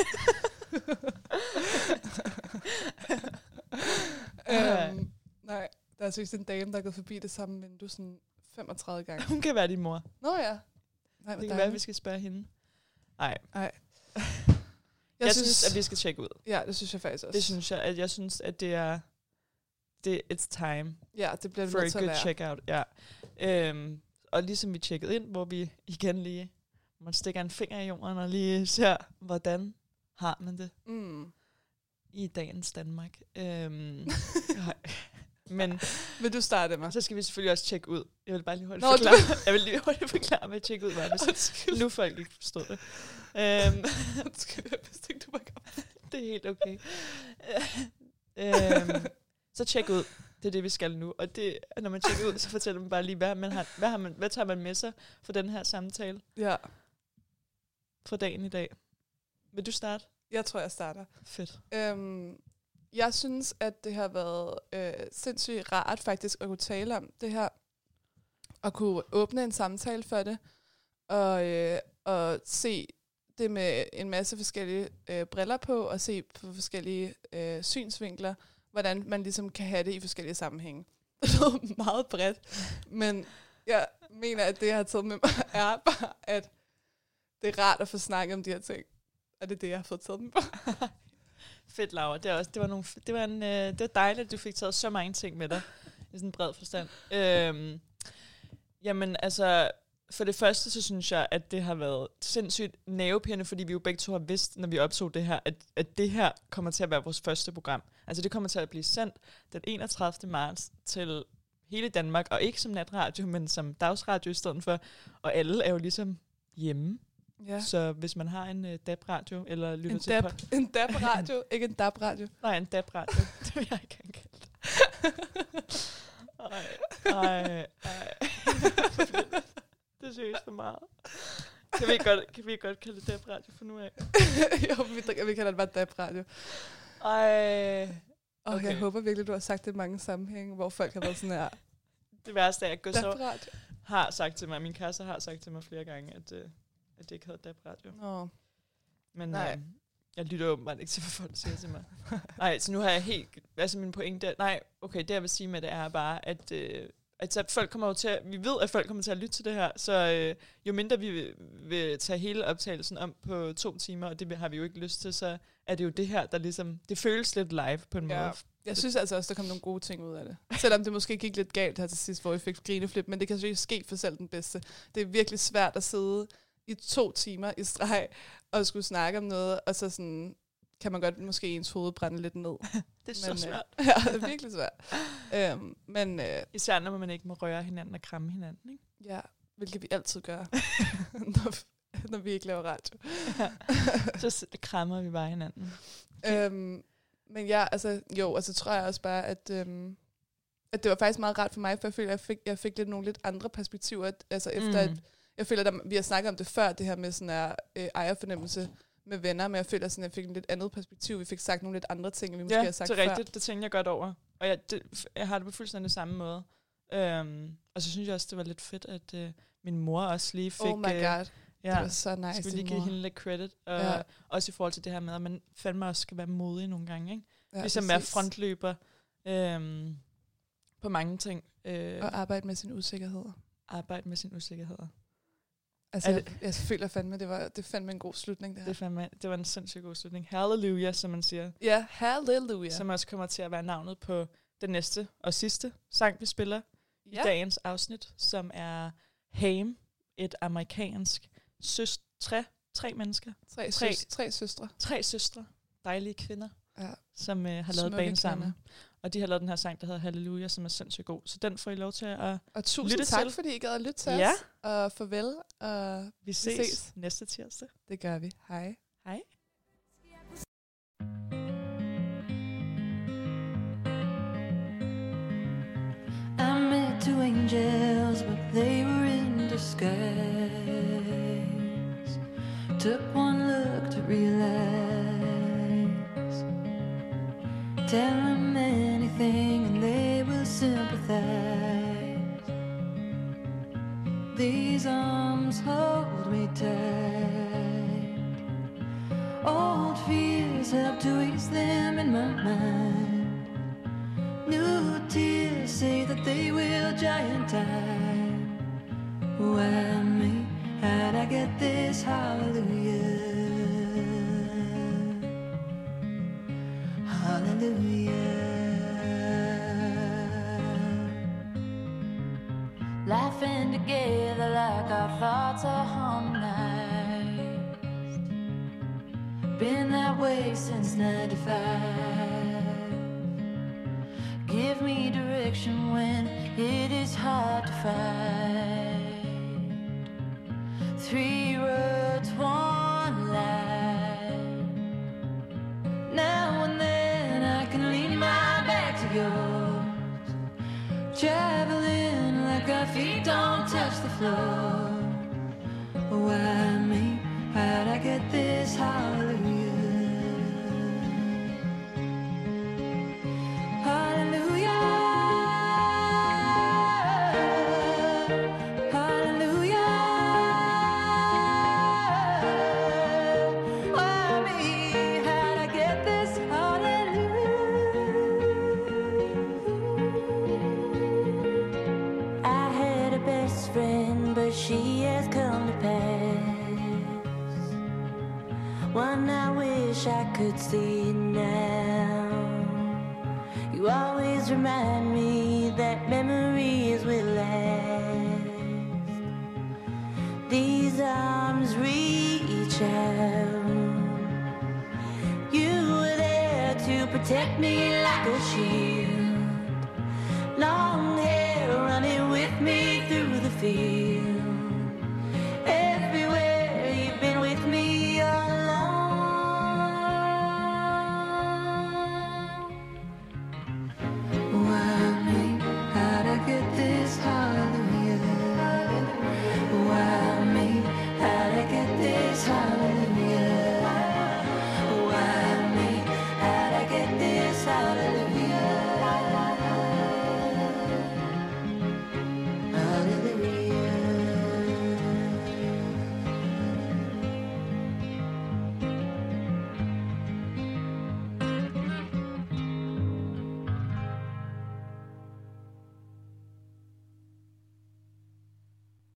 [SPEAKER 2] øhm, nej, der er seriøst en dame, der er gået forbi det samme vindue sådan femogtredive gange.
[SPEAKER 1] Hun kan være din mor.
[SPEAKER 2] Nå ja. Nej,
[SPEAKER 1] Det kan være, at vi skal spørge hende. Nej.
[SPEAKER 2] Nej.
[SPEAKER 1] Jeg,
[SPEAKER 2] Jeg,
[SPEAKER 1] jeg synes, synes, at vi skal tjekke ud.
[SPEAKER 2] Ja, det synes jeg faktisk også.
[SPEAKER 1] Det synes jeg, at jeg synes, at det er... Det, it's time
[SPEAKER 2] Ja, det bliver det
[SPEAKER 1] for a
[SPEAKER 2] nødt til at
[SPEAKER 1] good
[SPEAKER 2] være.
[SPEAKER 1] check-out. Ja. Øhm, og ligesom vi tjekkede ind, hvor vi igen lige... Man stikker en finger i jorden og lige ser, hvordan har man det
[SPEAKER 2] Mm.
[SPEAKER 1] i dagens Danmark. Øhm, nej. Men
[SPEAKER 2] Vil du starte mig?
[SPEAKER 1] så skal vi selvfølgelig også tjekke ud. Jeg vil bare lige hurtigt
[SPEAKER 2] Nå,
[SPEAKER 1] forklare.
[SPEAKER 2] du-
[SPEAKER 1] Jeg vil lige hurtigt forklare, hvad tjekke ud var. Hvis
[SPEAKER 2] Undskyld.
[SPEAKER 1] nu folk ikke forstår det. Øhm,
[SPEAKER 2] Undskyld, jeg vidste ikke, du var gammel.
[SPEAKER 1] det er helt okay. øhm, så tjek ud. Det er det, vi skal nu. Og det, når man tjekker ud, så fortæller man bare lige, hvad, man har, hvad, har man, hvad tager man med sig for den her samtale
[SPEAKER 2] Ja,
[SPEAKER 1] for dagen i dag. Vil du starte?
[SPEAKER 2] jeg tror, jeg starter.
[SPEAKER 1] Fedt.
[SPEAKER 2] Øhm, jeg synes, at det har været øh, sindssygt rart faktisk at kunne tale om det her, og kunne åbne en samtale for det, og, øh, og se det med en masse forskellige øh, briller på, og se på forskellige øh, synsvinkler, hvordan man ligesom kan have det i forskellige sammenhænge. Det er meget bredt, men jeg mener, at det, jeg har taget med mig, er bare, at det er rart at få snakket om de her ting. Og det er det, jeg har fået taget med mig.
[SPEAKER 1] Fedt, Laura. Det, er også, det, var nogle, det, var en, øh, det var dejligt, at du fik taget så mange ting med dig. I sådan en bred forstand. Øhm, jamen, altså, for det første, så synes jeg, at det har været sindssygt nervepirrende, fordi vi jo begge to har vidst, når vi optog det her, at, at det her kommer til at være vores første program. Altså, det kommer til at blive sendt den enogtredivte marts til hele Danmark, og ikke som natradio, men som dagsradio i stedet for. Og alle er jo ligesom hjemme.
[SPEAKER 2] Ja.
[SPEAKER 1] Så hvis man har en uh, D A B-radio, eller lytter
[SPEAKER 2] En
[SPEAKER 1] til
[SPEAKER 2] dab,
[SPEAKER 1] pod-
[SPEAKER 2] en D A B-radio, ikke en D A B-radio.
[SPEAKER 1] Nej, en D A B-radio. Det vil jeg ikke have kaldt. Ej, ej, ej. Det er seriøst for meget. Kan vi godt, kan vi godt kalde det D A B-radio for nu af?
[SPEAKER 2] Jo, vi, vi kalder det bare D A B-radio.
[SPEAKER 1] Ej.
[SPEAKER 2] Og
[SPEAKER 1] Okay.
[SPEAKER 2] jeg håber virkelig, du har sagt det i mange sammenhænge, hvor folk har været sådan her.
[SPEAKER 1] Det værste er, at
[SPEAKER 2] D A
[SPEAKER 1] Gustav
[SPEAKER 2] B-radio.
[SPEAKER 1] har sagt til mig, min kæreste har sagt til mig flere gange, at, uh, at det ikke hedder D A B-radio.
[SPEAKER 2] Nå.
[SPEAKER 1] Men
[SPEAKER 2] Nej.
[SPEAKER 1] øh, jeg lytter åbenbart ikke til, hvad folk siger til mig. Nej, så nu har jeg helt... Altså min pointe er... Nej, okay, det jeg vil sige med det er bare, at... Øh, altså folk kommer jo til at... Vi ved, at folk kommer til at lytte til det her, så øh, jo mindre vi vil, vil tage hele optagelsen om på to timer, og det har vi jo ikke lyst til, så er det jo det her, der ligesom... Det føles lidt live på en
[SPEAKER 2] Ja.
[SPEAKER 1] måde.
[SPEAKER 2] Jeg synes altså også, der kom nogle gode ting ud af det. Selvom det måske gik lidt galt her til sidst, hvor vi fik grineflip, men det kan selvfølgelig ske for selv den bedste. Det er virkelig svært at sidde i to timer i streg og skulle snakke om noget, og så sådan kan man godt måske ens hoved brænde lidt ned.
[SPEAKER 1] Det er
[SPEAKER 2] Men,
[SPEAKER 1] så
[SPEAKER 2] øh,
[SPEAKER 1] svært.
[SPEAKER 2] Ja, det er virkelig svært. øhm, men øh,
[SPEAKER 1] Især når man ikke må røre hinanden og kramme hinanden, ikke?
[SPEAKER 2] ja, hvilket vi altid gør, når, når vi ikke laver radio.
[SPEAKER 1] Så s- krammer vi bare hinanden.
[SPEAKER 2] Øhm, men ja, altså, jo, og så tror jeg også bare, at, øhm, at det var faktisk meget rart for mig, for jeg føler, at jeg fik, jeg fik lidt nogle lidt andre perspektiver, at, altså efter,
[SPEAKER 1] Mm.
[SPEAKER 2] at jeg føler, at vi har snakket om det før, det her med sådan her øh, ejerfornemmelse med venner, men jeg føler sådan, at jeg fik en lidt andet perspektiv, vi fik sagt nogle lidt andre ting, end vi måske
[SPEAKER 1] Ja,
[SPEAKER 2] har sagt
[SPEAKER 1] det er
[SPEAKER 2] før.
[SPEAKER 1] rigtigt. Det tænker jeg godt over. Og jeg, det, jeg har det på fuldstændig samme måde. Øhm, og så synes jeg også, det var lidt fedt, at øh, min mor også lige fik...
[SPEAKER 2] Oh my god,
[SPEAKER 1] øh,
[SPEAKER 2] ja,
[SPEAKER 1] ja,
[SPEAKER 2] det var så nice,
[SPEAKER 1] skal vi lige
[SPEAKER 2] din
[SPEAKER 1] give
[SPEAKER 2] mor.
[SPEAKER 1] hende lidt credit. Og
[SPEAKER 2] Ja.
[SPEAKER 1] også i forhold til det her med, at man fandme også skal være modig nogle gange. Ikke?
[SPEAKER 2] Ja,
[SPEAKER 1] Ligesom være
[SPEAKER 2] præcis.
[SPEAKER 1] frontløber øhm, på mange ting. Øh,
[SPEAKER 2] Og arbejde med sin usikkerhed.
[SPEAKER 1] arbejde med sine usikkerheder.
[SPEAKER 2] Altså,
[SPEAKER 1] Er
[SPEAKER 2] jeg, jeg føler fandme, det var, det fandme en god slutning, det her.
[SPEAKER 1] Det, er fandme, det var en sindssygt god slutning. Halleluja, som man siger.
[SPEAKER 2] Ja, halleluja.
[SPEAKER 1] Som også kommer til at være navnet på den næste og sidste sang, vi spiller i
[SPEAKER 2] Ja.
[SPEAKER 1] dagens afsnit, som er Ham, et amerikansk søs- tre, tre mennesker,
[SPEAKER 2] Tre,
[SPEAKER 1] Tre.
[SPEAKER 2] søs, tre søstre.
[SPEAKER 1] tre søstre, dejlige kvinder,
[SPEAKER 2] Ja.
[SPEAKER 1] som øh, har lavet
[SPEAKER 2] Smukke
[SPEAKER 1] band sammen.
[SPEAKER 2] kvinder.
[SPEAKER 1] Og de har lavet den her sang, der hedder Halleluja, som er sindssygt god. Så den får I lov til at...
[SPEAKER 2] Og tusind
[SPEAKER 1] Lytte
[SPEAKER 2] tak,
[SPEAKER 1] til.
[SPEAKER 2] fordi I gad at lytte til
[SPEAKER 1] Ja.
[SPEAKER 2] os. Og farvel, og
[SPEAKER 1] Vi ses,
[SPEAKER 2] ses.
[SPEAKER 1] næste tirsdag.
[SPEAKER 2] det gør vi. Hej.
[SPEAKER 1] Hej.
[SPEAKER 5] I met two angels, but they were in disguise. Took one look to realize. Tell them anything and they will sympathize. These arms hold me tight. Old fears help to ease them in my mind. New tears say that they will giant tide. Why me? How'd I get this hallelujah? Hallelujah. Laughing together like our thoughts are harmonized. Been that way since ninety-five. Give me direction when it is hard to find. Three roads, one line. Now and then I can lean my feet don't touch the floor. Why me? How'd I get this hallelujah? Hallelujah. Hallelujah. Why me? How'd I get this hallelujah? I had a best friend, but she has come to pass. One I wish I could see now. You always remind me that memories will last. These arms reach out. You were there to protect me like a shield. Long hair running with me through the field.